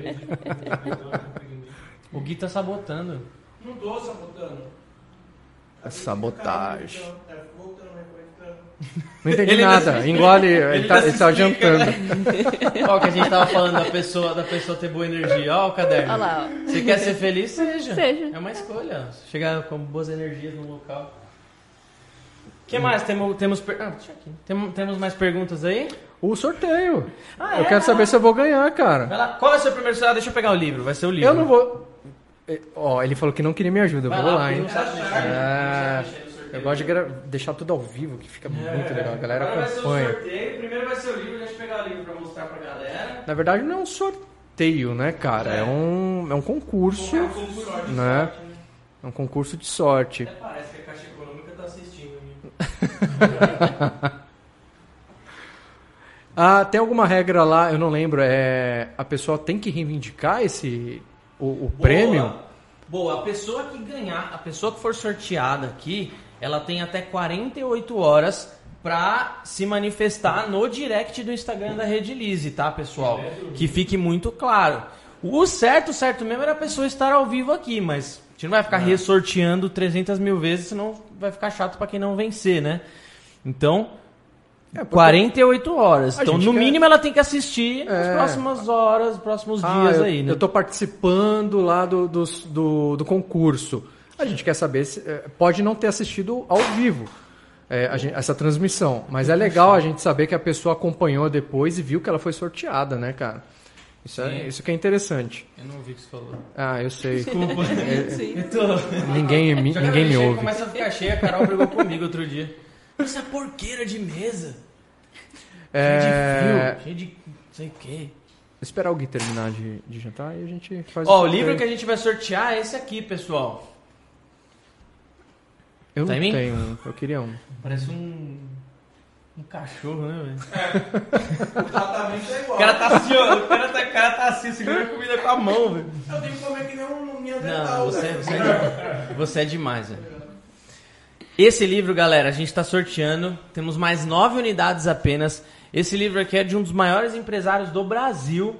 O Gui tá sabotando. Não tô sabotando. Sabotagem. É, voltando, reconectando. Não entendi Ele nada. ainda se- Engole, ele, ele tá, ainda ele se tá explica. jantando. Ó, que a gente tava falando da pessoa, da pessoa ter boa energia. Ó o caderno. Olha lá, ó. Você quer ser feliz? Seja. Seja. É uma escolha. Chegar com boas energias no local. O que mais? Temos, temos, per- ah, deixa aqui. Temos, temos mais perguntas aí? O sorteio. Ah, eu é? quero saber se eu vou ganhar, cara. Vai lá. Qual vai ser o primeiro sorteio? Ah, deixa eu pegar o livro. Vai ser o livro. Eu não vou. É, Ó, ele falou que não queria me ajuda. Eu Vai vou lá, lá, porque hein? não sabe mexer, É, não sabe mexer no sorteio. eu gosto de gra- deixar tudo ao vivo, que fica muito legal. A galera Agora vai ser o acompanha. sorteio. Primeiro vai ser o livro. Deixa eu pegar o livro pra mostrar pra galera. Na verdade, não é um sorteio, né, cara? É um, é um concurso, É um concurso de né? sorte, né? É um concurso de sorte. Até parece que a Caixa Econômica tá assistindo. Né? Ah, tem alguma regra lá, eu não lembro, é a pessoa tem que reivindicar esse o, o prêmio? Boa, a pessoa que ganhar, a pessoa que for sorteada aqui, ela tem até quarenta e oito horas pra se manifestar no direct do Instagram da Rede Lise, tá, pessoal? Que fique muito claro. O certo, certo mesmo era a pessoa estar ao vivo aqui, mas a gente não vai ficar ressorteando trezentas mil vezes, senão vai ficar chato pra quem não vencer, né? Então, É, porque- quarenta e oito horas. A Então, gente no quer- mínimo, ela tem que assistir nas É. próximas horas, próximos Ah, dias eu, aí, né? eu tô participando lá do, do, do, do concurso. A gente quer saber se eh, pode não ter assistido ao vivo eh, a gente- essa transmissão, mas é legal a gente saber que a pessoa acompanhou depois e viu que ela foi sorteada, né, cara? Isso, é, isso que é interessante. Eu não ouvi o que você falou. Ah, eu sei. Desculpa. Sim. Eu tô... Ninguém, me- Já ninguém me chega, ouve. Começa a ficar cheia, a Carol brigou comigo outro dia. Essa porqueira de mesa. É, Cheio de fio, cheio de não sei o quê. Esperar o Gui terminar de, de jantar e a gente faz Ó, o sorteio. livro que a gente vai sortear é esse aqui, pessoal. Eu Tá não em mim? tenho um, eu queria um. Parece um... Um cachorro, né, velho? O tratamento é igual. O cara tá assim, ó. O cara tá, o cara tá assim, segurando a comida com a mão, velho. Eu tenho que comer que nem um minha Não, você, você, é, de- você é demais, velho. Esse livro, galera, a gente tá sorteando. Temos mais nove unidades apenas. Esse livro aqui é de um dos maiores empresários do Brasil.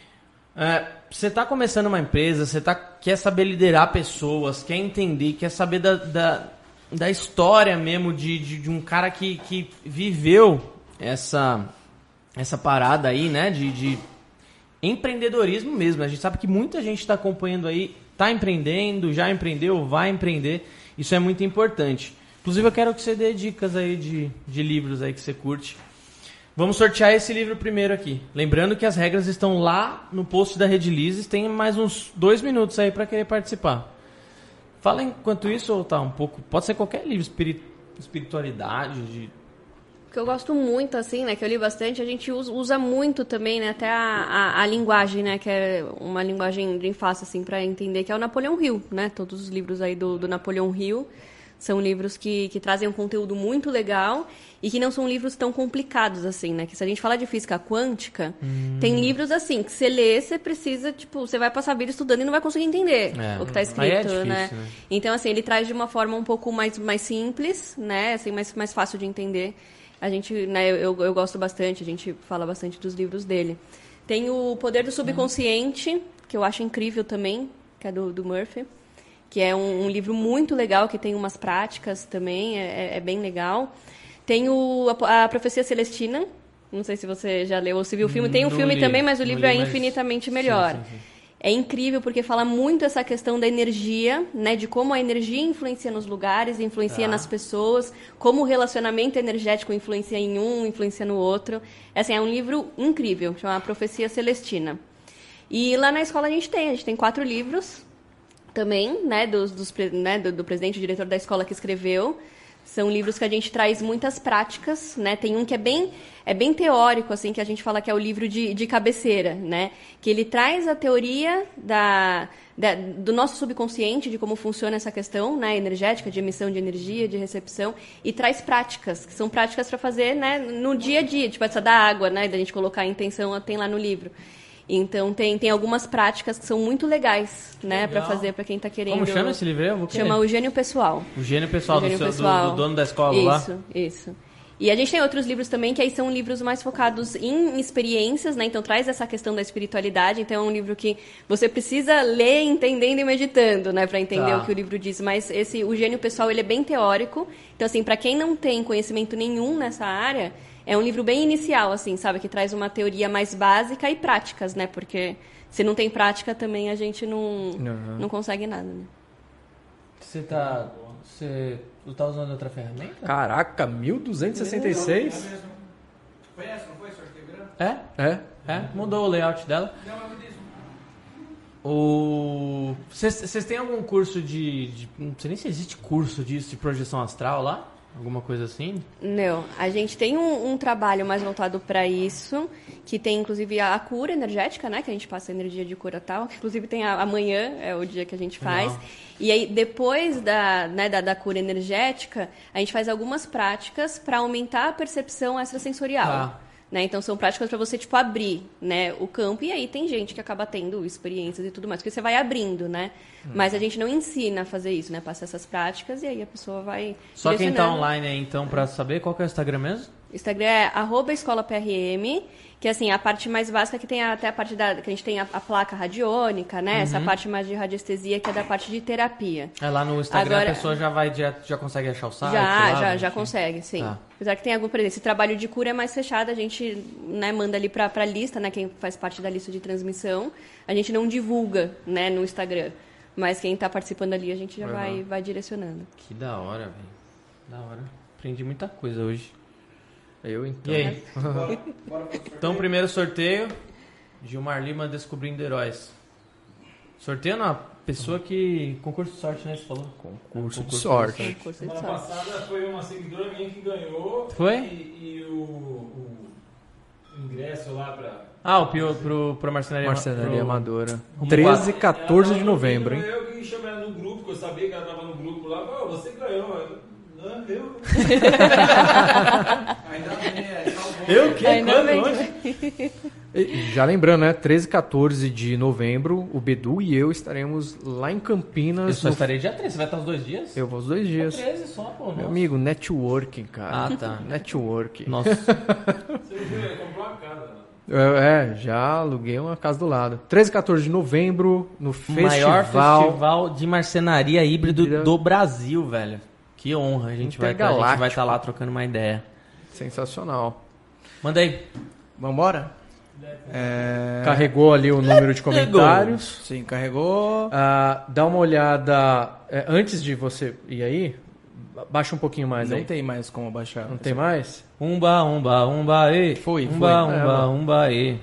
É, você tá começando uma empresa, você tá, quer saber liderar pessoas, quer entender, quer saber da, da, da história mesmo de, de, de um cara que, que viveu essa, essa parada aí, né? De, de empreendedorismo mesmo. A gente sabe que muita gente está acompanhando aí, tá empreendendo, já empreendeu, vai empreender. Isso é muito importante. Inclusive eu quero que você dê dicas aí de, de livros aí que você curte. Vamos sortear esse livro primeiro aqui. Lembrando que as regras estão lá no post da Redilises. Tem mais uns dois minutos aí para querer participar. Fala enquanto isso, ou tá um pouco... Pode ser qualquer livro, espiri- espiritualidade, de... O que eu gosto muito, assim, né, que eu li bastante, a gente usa, usa muito também, né, até a, a, a linguagem, né, que é uma linguagem bem fácil, assim, para entender, que é o Napoleão Hill, né, todos os livros aí do, do Napoleão Hill são livros que, que trazem um conteúdo muito legal e que não são livros tão complicados, assim, né, que se a gente falar de física quântica, hum. tem livros, assim, que você lê, você precisa, tipo, você vai passar a vida estudando e não vai conseguir entender é. o que está escrito, Aí é difícil, né? né? Então, assim, ele traz de uma forma um pouco mais, mais simples, né, assim, mais, mais fácil de entender. A gente, né, eu, eu gosto bastante, a gente fala bastante dos livros dele. Tem o Poder do Subconsciente, que eu acho incrível também, que é do, do Murphy, que é um, um livro muito legal, que tem umas práticas também, é, é bem legal. Tem o, a, a Profecia Celestina, não sei se você já leu ou se viu o filme. Tem um Não filme li, também, mas o não livro li, é mas- infinitamente melhor. Sim, sim, sim. É incrível porque fala muito essa questão da energia, né, de como a energia influencia nos lugares, influencia Tá. nas pessoas, como o relacionamento energético influencia em um, influencia no outro. Assim, é um livro incrível, chama Profecia Celestina. E lá na escola a gente tem, a gente tem quatro livros também, né, dos, dos, pre- né, do, do presidente e diretor da escola que escreveu. São livros que a gente traz muitas práticas, né? Tem um que é bem, é bem teórico, assim, que a gente fala que é o livro de, de cabeceira, né? Que ele traz a teoria da, da, do nosso subconsciente, de como funciona essa questão, né, energética, de emissão de energia, de recepção, e traz práticas, que são práticas para fazer, né, no dia a dia, tipo essa da água, né? Da gente colocar a intenção, tem lá no livro. Então, tem, tem algumas práticas que são muito legais, né, para fazer para quem está querendo... Como chama esse livro aí? Eu vou querer. Chama O Gênio Pessoal. O Gênio Pessoal, O Gênio do, seu- do- Pessoal. do dono da escola lá? Isso, isso. E a gente tem outros livros também, que aí são livros mais focados em experiências, né? Então, traz essa questão da espiritualidade. Então, é um livro que você precisa ler entendendo e meditando, né? Para entender Tá. o que o livro diz. Mas esse, o Gênio Pessoal, ele é bem teórico. Então, assim, para quem não tem conhecimento nenhum nessa área, é um livro bem inicial, assim, sabe? Que traz uma teoria mais básica e práticas, né? Porque se não tem prática, também a gente não, Uhum. não consegue nada, né? Você tá... Você tá usando outra ferramenta? Caraca, mil duzentos e sessenta e seis? Foi essa, não foi, sorteio grande? É? É? É? Mudou o layout dela. Não, mas me diz. O... Vocês vocês têm algum curso de, de... Não sei nem se existe curso disso, de projeção astral lá? Alguma coisa assim? Não, a gente tem um, um trabalho mais voltado para isso, que tem inclusive a, a cura energética, né? Que a gente passa energia de cura tal, que inclusive tem a, amanhã, é o dia que a gente faz. Legal. E aí, depois da, né, da, da cura energética, a gente faz algumas práticas para aumentar a percepção extrasensorial. Tá. Né? Então, são práticas para você, tipo, abrir, né, o campo. E aí tem gente que acaba tendo experiências e tudo mais, porque você vai abrindo, né? Hum. Mas a gente não ensina a fazer isso, né? Passa essas práticas e aí a pessoa vai Só quem tá direcionando. online aí, então, pra saber qual que é o Instagram mesmo? Instagram é arroba escola P R M, que assim, a parte mais básica que tem até a parte da. Que a gente tem a, a placa radiônica, né? Uhum. Essa parte mais de radiestesia, que é da parte de terapia. É lá no Instagram Agora- a pessoa já vai, já, já consegue achar o site? já, lá, já, já enfim. consegue, sim. Tá. Apesar que tem algum, por exemplo, esse trabalho de cura é mais fechado, a gente, né, manda ali pra, pra lista, né? Quem faz parte da lista de transmissão, a gente não divulga, né, no Instagram. Mas quem tá participando ali, a gente já Uhum. vai, vai direcionando. Que da hora, velho. Da hora. Aprendi muita coisa hoje. Eu então. E aí? Bora, bora pro sorteio. Então, primeiro sorteio. Gilmar Lima descobrindo heróis. Sorteio na pessoa que... Concurso de sorte, né? Você falou? Concurso de sorte. Concurso de Semana sorte. passada foi uma seguidora minha que ganhou. Foi? E, e o, o ingresso lá pra... Ah, o Pio pro, pro Marcenaria, Marcenaria pro- Amadora. Rumo treze e quatro. quatorze de Ela tava novembro, hein? ouvindo, Eu que chamei ela no grupo, que eu sabia que ela tava no grupo lá. Pô, você ganhou. Eu, não, eu. Ainda bem, é, salvou. Eu que? Ainda Quando? bem. Onde? E já lembrando, né? treze e quatorze de novembro, o Bedu e eu estaremos lá em Eu Campinas. só no- estarei dia treze. Você vai estar os dois dias? Eu vou os dois dias. treze só, pô. Meu nossa. amigo, networking, cara. Ah, tá. Networking. Nossa. Você não viu, comprou uma casa. Né? É, é, já aluguei uma casa do lado. treze e quatorze de novembro, no festival. Maior festival de marcenaria híbrido Híbrida. do Brasil, velho. Que honra. A gente vai estar Intergaláctico. vai tá lá trocando uma ideia. Sensacional. Manda aí. Vambora? É... Carregou ali o número de comentários. Sim, carregou. Ah, dá uma olhada. é, antes de você ir aí, ba- baixa um pouquinho mais Não aí. tem mais como baixar. Não tem mais? Umba, umba, umba, e. Foi, umba, foi. umba, É, umba, e.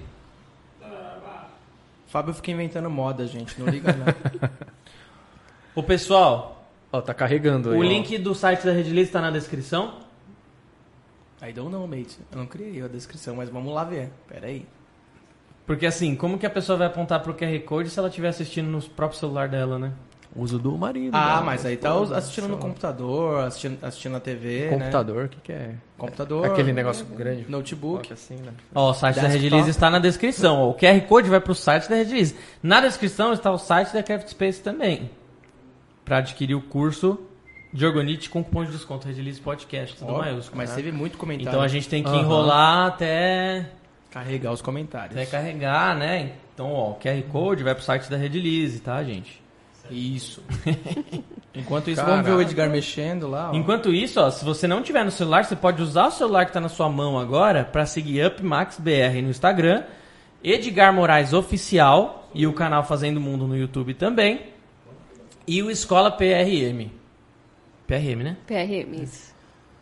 Fábio fica inventando moda, gente. Não liga, não. Ô, pessoal, Ó, tá carregando aí. o ó. link do site da Redilize tá na descrição. I don't know, mate. Eu não criei a descrição, mas vamos lá ver. Pera aí. Porque assim, como que a pessoa vai apontar pro Q R Code se ela estiver assistindo no próprio celular dela, né? Uso do marido. Ah, né? mas aí tá os- assistindo no computador, assistindo, assistindo na T V, né? Computador, o que, que é? Computador. Aquele negócio grande. Notebook. Coloca assim, né? Ó, o site da Desktop. Redilize está na descrição. Ó, o Q R Code vai pro site da Redilize. Na descrição está o site da Craft Space também. Para adquirir o curso de Orgonite com cupom de desconto Redilize Podcast, tudo Ó, maiúsculo. mas né? teve muito comentário. Então a gente tem que Aham. enrolar até, Carregar os comentários. até carregar, né? Então, ó, o Q R Code vai pro site da Redilize, tá, gente? Isso. Enquanto isso, Caralho. vamos ver o Edgar mexendo lá. Ó. Enquanto isso, ó, se você não tiver no celular, você pode usar o celular que está na sua mão agora para seguir UpMaxBR no Instagram, Edgar Moraes Oficial e o canal Fazendo Mundo no YouTube também, e o Escola P R M. P R M, né? P R M, isso.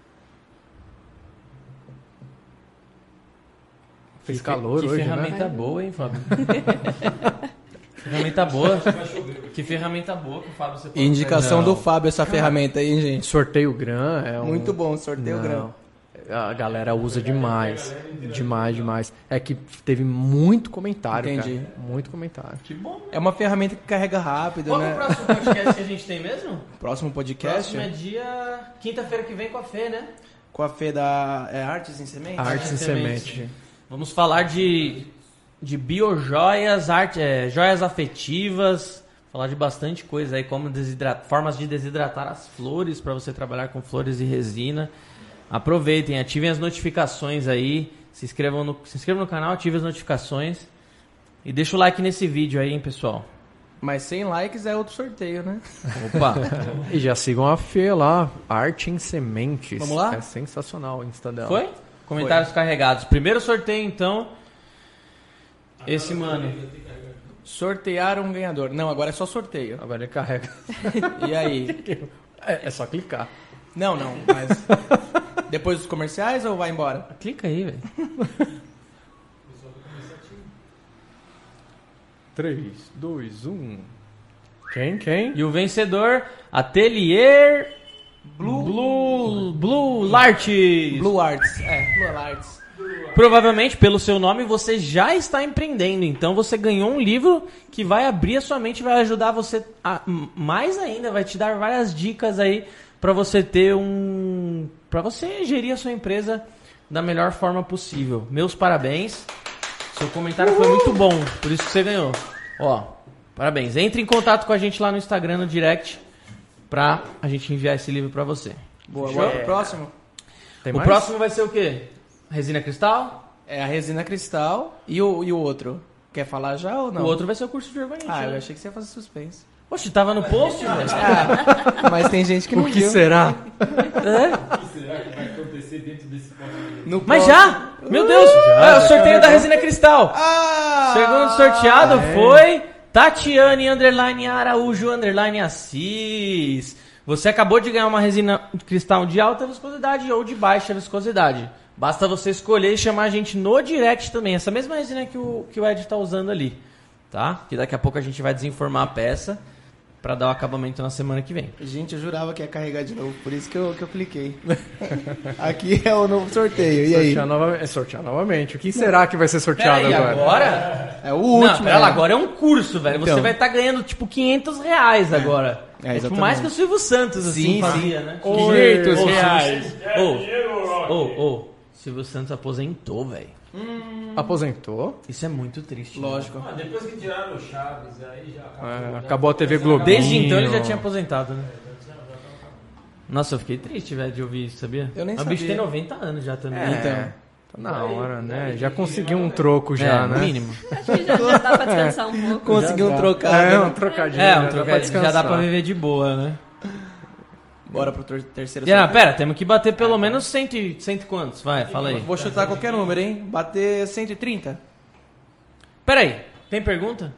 Fez Que- calor que hoje, ferramenta né? boa, hein, Fábio? ferramenta boa. Que ferramenta boa que o Fábio separou. Indicação Não. do Fábio essa ferramenta aí, hein, gente. Sorteio Gran é um... Muito bom, sorteio Não. grande. A galera usa demais. Demais, demais. É que teve muito comentário, Entendi. cara. Muito comentário. Que bom. É uma ferramenta que carrega rápido, Qual que é né? o próximo podcast que a gente tem mesmo? Próximo podcast Próximo é dia... Quinta-feira que vem com a Fê, né? com a Fê da é, Artes em Sementes? Artes em Semente. semente. Vamos falar de, de biojoias, arte, é, joias afetivas, falar de bastante coisa aí, como desidrat, formas de desidratar as flores para você trabalhar com flores e resina. Aproveitem, ativem as notificações aí, se inscrevam no, se inscrevam no canal, ativem as notificações e deixa o like nesse vídeo aí, hein, pessoal. Mas cem likes é outro sorteio, né? Opa! E já sigam a Fê lá, Arte em Sementes. Vamos lá? É sensacional o Insta dela. Foi? Comentários carregados. Primeiro sorteio, então. Esse mano. Sortearam um ganhador. Não, agora é só sorteio. Agora ele carrega. E aí? É, é só clicar. Não, não, mas... Depois dos comerciais ou vai embora? Clica aí, velho. três, dois, um. Quem? Quem? E o vencedor, Atelier Blue Blue, Blue Lartes. Blue Arts. É, Blue Arts. Provavelmente, pelo seu nome, você já está empreendendo. Então, você ganhou um livro que vai abrir a sua mente, vai ajudar você a, mais ainda, vai te dar várias dicas aí para você ter um... para você gerir a sua empresa da melhor forma possível. Meus parabéns. Seu comentário foi muito bom, por isso que você ganhou. Ó, parabéns. Entre em contato com a gente lá no Instagram, no direct, pra a gente enviar esse livro pra você. Boa, Fechou? bora pro próximo. Tem O mais? próximo vai ser o quê? Resina cristal? É a resina cristal e o, e o outro. Quer falar já ou não? O outro vai ser o curso de orgonite. Ah, eu né? achei que você ia fazer suspense. Oxe, tava no post, velho. Ah, mas tem gente que não O que viu. será? É? O que será que vai acontecer dentro desse podcast? No Mas próximo- já? Meu Deus! é o sorteio da resina cristal. Ah! Segundo sorteado foi Tatiane Underline Araújo Underline Assis. Você acabou de ganhar uma resina cristal de alta viscosidade ou de baixa viscosidade. Basta você escolher e chamar a gente no direct também. Essa mesma resina que o, que o Ed tá usando ali, tá? Que daqui a pouco a gente vai desenformar a peça pra dar o acabamento na semana que vem. Gente, eu jurava que ia carregar de novo, por isso que eu, que eu cliquei. Aqui é o novo sorteio, e aí? Sortear, nova... é, sortear novamente. O que será que vai ser sorteado Pera aí, agora? agora? É o último. Não, pera lá, né? agora é um curso, velho. Então. Você vai estar ganhando, tipo, quinhentos reais agora. É, É, tipo, exatamente. mais que o Silvio Santos, assim, Sim, fazia, né? quinhentos Ô, reais. Ô, ô, ô, Silvio Santos aposentou, velho. Aposentou? Isso é muito triste. né? Lógico. Ah, depois que tiraram o Chaves, aí já acabou. É, já acabou a T V acabou. Globinho. Desde então ele já tinha aposentado, né? Nossa, eu fiquei triste, velho, de ouvir isso, sabia? Eu nem O bicho sabia. tem noventa anos já também. É, Então. tá na hora, né? Já conseguiu um troco já, é, né? no mínimo. Acho que já, já dá pra descansar um pouco. Conseguiu um trocado. É, né? um trocadinho. É, um já dá pra trocadinho, já dá descansar. pra viver de boa, né? Bora pro ter- terceiro E, ah, sorteio. pera, temos que bater pelo menos cento, e- cento e quantos? Vai, fala aí. Vou chutar qualquer número, hein? Bater cento e trinta? Pera aí, tem pergunta?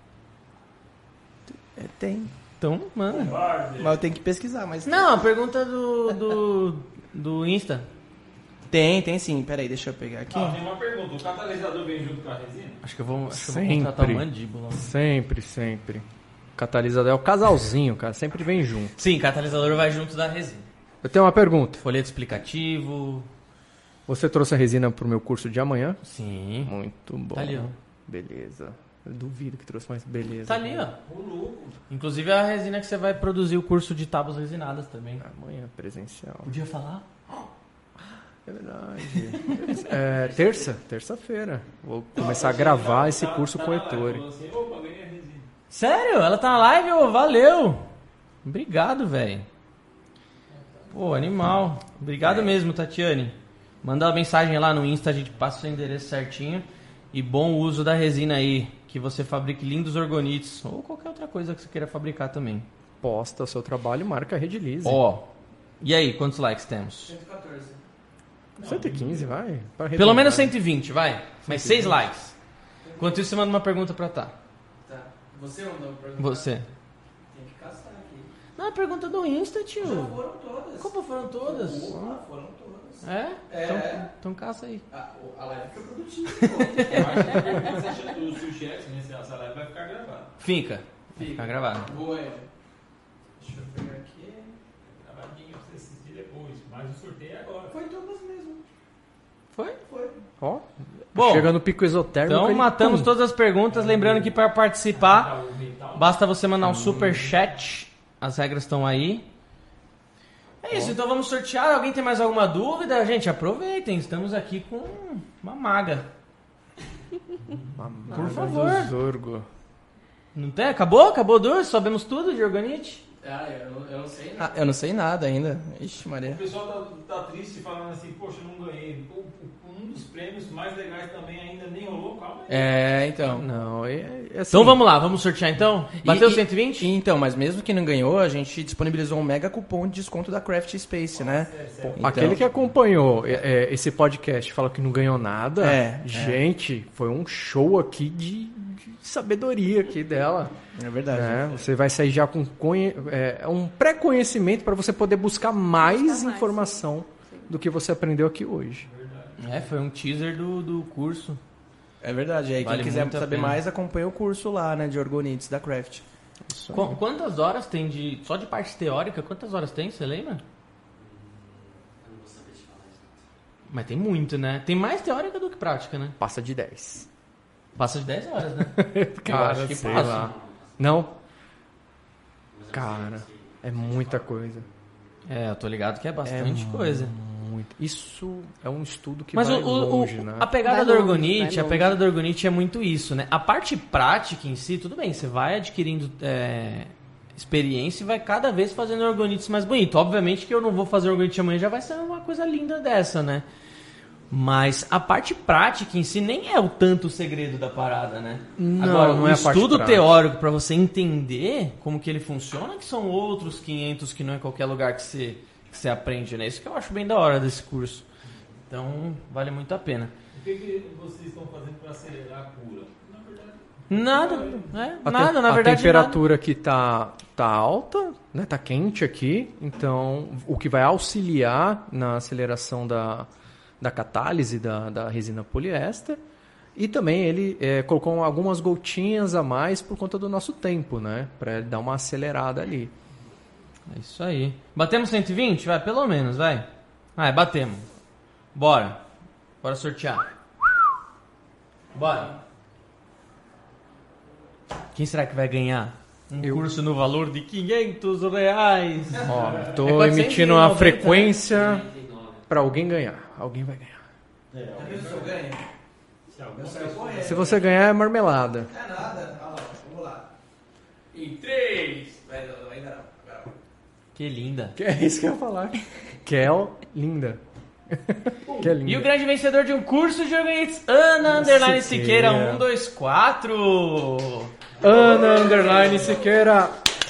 É, tem. Então, manda. Mas eu tenho que pesquisar, mas... Não, a pergunta do, do, do Insta. Tem, tem sim. Pera aí, deixa eu pegar aqui. Ah, tem uma pergunta. O catalisador vem junto com a resina? Acho que eu vou, acho que eu vou Sempre. contratar o Mandíbula. Sempre, sempre. Catalisador é o casalzinho, cara. Sempre vem junto. Sim, catalisador vai junto da resina. Eu tenho uma pergunta. Folheto explicativo. Você trouxe a resina pro meu curso de amanhã? Sim. Muito bom. Tá ali, ó. Beleza. Eu duvido que trouxe, mas beleza. Tá ali, ó. Inclusive a resina que você vai produzir o curso de tábuas resinadas também. Amanhã, presencial. Podia falar? É verdade. É, terça, terça-feira. Vou começar a gravar esse curso com o Ettore. Falou assim, opa, ganhei a resina. Sério? Ela tá na live? Ô, valeu! Obrigado, velho. Pô, animal. Obrigado mesmo, Tatiane. Manda uma mensagem lá no Insta, a gente passa o seu endereço certinho. E bom uso da resina aí. Que você fabrique lindos orgonites. Ou qualquer outra coisa que você queira fabricar também. Posta o seu trabalho e marca a Redilize. Ó. E aí, quantos likes temos? cento e quatorze. cento e quinze, vai. Pra Pelo arredondar. menos cento e vinte, vai. Mas seis likes. Enquanto isso, você manda uma pergunta pra tá. Tá. Você mandou uma pergunta? Você. Tem que caçar aqui. Não, é pergunta do Insta, tio. Já foram todas. Como foram todas? Porra, foram todas. É? É. Então, então caça aí. A, o- a live foi produtiva. Eu acho que depois você achando do sushi, né? Essa live vai ficar gravada. Fica. Fica gravado. Boa, Ed. Deixa eu pegar aqui. Gravadinho pra você assistir depois. Mas o sorteio é agora. Foi todas mesmo. Foi? Foi. Ó, Bom, chega no pico esotérmico. então ele- matamos pum. todas as perguntas. Lembrando que para participar, Tá, o metal. basta você mandar um super chat. As regras estão aí. É isso, então vamos sortear. Alguém tem mais alguma dúvida? Gente, aproveitem. Estamos aqui com uma maga. Por favor. Do Zorgo. Não tem? Acabou? Acabou dois? Sabemos tudo de orgonite? Ah, eu, não- eu não sei nada. Ah, eu não sei nada ainda. Ixi, O Maria. pessoal tá, tá triste falando assim, poxa, eu não ganhei. Pô, um dos prêmios mais legais também ainda nem rolou, calma aí. É, então. Não, é, é assim, Então vamos lá, vamos sortear então? Bateu E- e- cento e vinte? e então, mas mesmo que não ganhou, a gente disponibilizou um mega cupom de desconto da Craft Space, né? Então- Aquele que acompanhou é, é, esse podcast fala que não ganhou nada. É, Gente, foi um show aqui de, de sabedoria aqui dela. É verdade. É, você vai sair já com conhe- é, um pré-conhecimento para você poder buscar mais Buscar mais, informação do que você aprendeu aqui hoje. É, foi um teaser do, do curso. É verdade. E aí, Vale quem quiser muito a saber pena. mais, acompanha o curso lá, né, de Orgonites da Craft. Qu- quantas horas tem de. Só de parte teórica, quantas horas tem? Você lembra? Mas tem muito, né? Tem mais teórica do que prática, né? Passa de dez. Passa de dez horas, né? Cara, acho que sei passa. lá. Não? Cara, é muita coisa. É, eu tô ligado que é bastante É coisa. Muito. Isso é um estudo que Mas vai o, o- longe, o- né? a pegada Vai do longe, Orgonite, vai a longe. pegada do Orgonite é muito isso, né? A parte prática em si, tudo bem, você vai adquirindo é, experiência e vai cada vez fazendo Orgonites mais bonito. Obviamente que eu não vou fazer Orgonite amanhã, já vai ser uma coisa linda dessa, né? Mas a parte prática em si nem é o tanto o segredo da parada, né? Não, Agora, não o é a parte estudo prática. teórico para você entender como que ele funciona, que são outros quinhentos que não é qualquer lugar que você, que você aprende, né? Isso que eu acho bem da hora desse curso. Então, vale muito a pena. O que, que vocês estão fazendo para acelerar a cura? Na verdade, Nada, é, A, nada, te- na a verdade. temperatura aqui tá, tá alta, né? Tá quente aqui, então o que vai auxiliar na aceleração da, da catálise da, da resina poliéster. E também ele é, colocou algumas gotinhas a mais por conta do nosso tempo, né? Para dar uma acelerada ali. É isso aí. Batemos cento e vinte? Vai, pelo menos, vai. Vai, batemos. Bora. Bora sortear. Bora. Quem será que vai ganhar? Um Eu. curso no valor de quinhentos reais. Ó, tô É quatrocentos e emitindo uma noventa, frequência para alguém ganhar. Alguém vai ganhar. Se você ganhar, é marmelada. Não é nada. Olha lá, vamos lá. Em três. Vai, não, ainda não. Agora. Que linda. Que é isso que eu ia falar. Kel, linda. Que é linda. E o grande vencedor de um curso de organites, Ana Underline Siqueira, Siqueira. um, dois, quatro. Ana Underline Siqueira.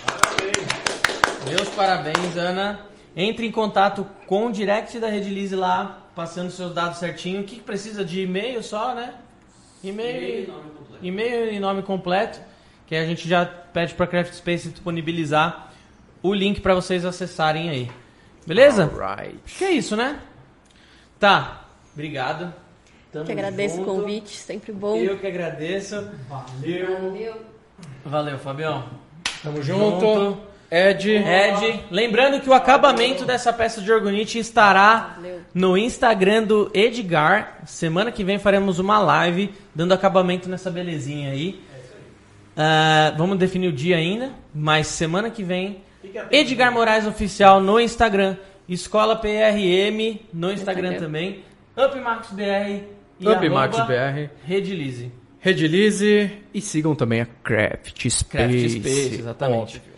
Meus parabéns, Ana. Entre em contato com o direct da Redilize lá, passando seus dados certinho. O que, que precisa de e-mail só, né? E-mail, e-mail e nome completo. Que a gente já pede para a Craft Space disponibilizar o link para vocês acessarem aí. Beleza? Alright. Acho que é isso, né? Tá. Obrigado. Tamo Que agradeço junto. o convite, sempre bom. Eu que agradeço. Valeu. Valeu. Valeu, Fabião. Tamo junto. Ed. Ed, lembrando que o acabamento dessa peça de orgonite estará Valeu. no Instagram do Edgar. Semana que vem faremos uma live dando acabamento nessa belezinha aí. Ah, vamos definir o dia ainda, mas semana que vem, Edgar Moraes Oficial no Instagram, Escola P R M no Instagram Instagram. também, UpMarcosBR e Up arroba Max B R. Redilize. Redilize e sigam também a Craft Space. Craft Space, exatamente. Óbvio.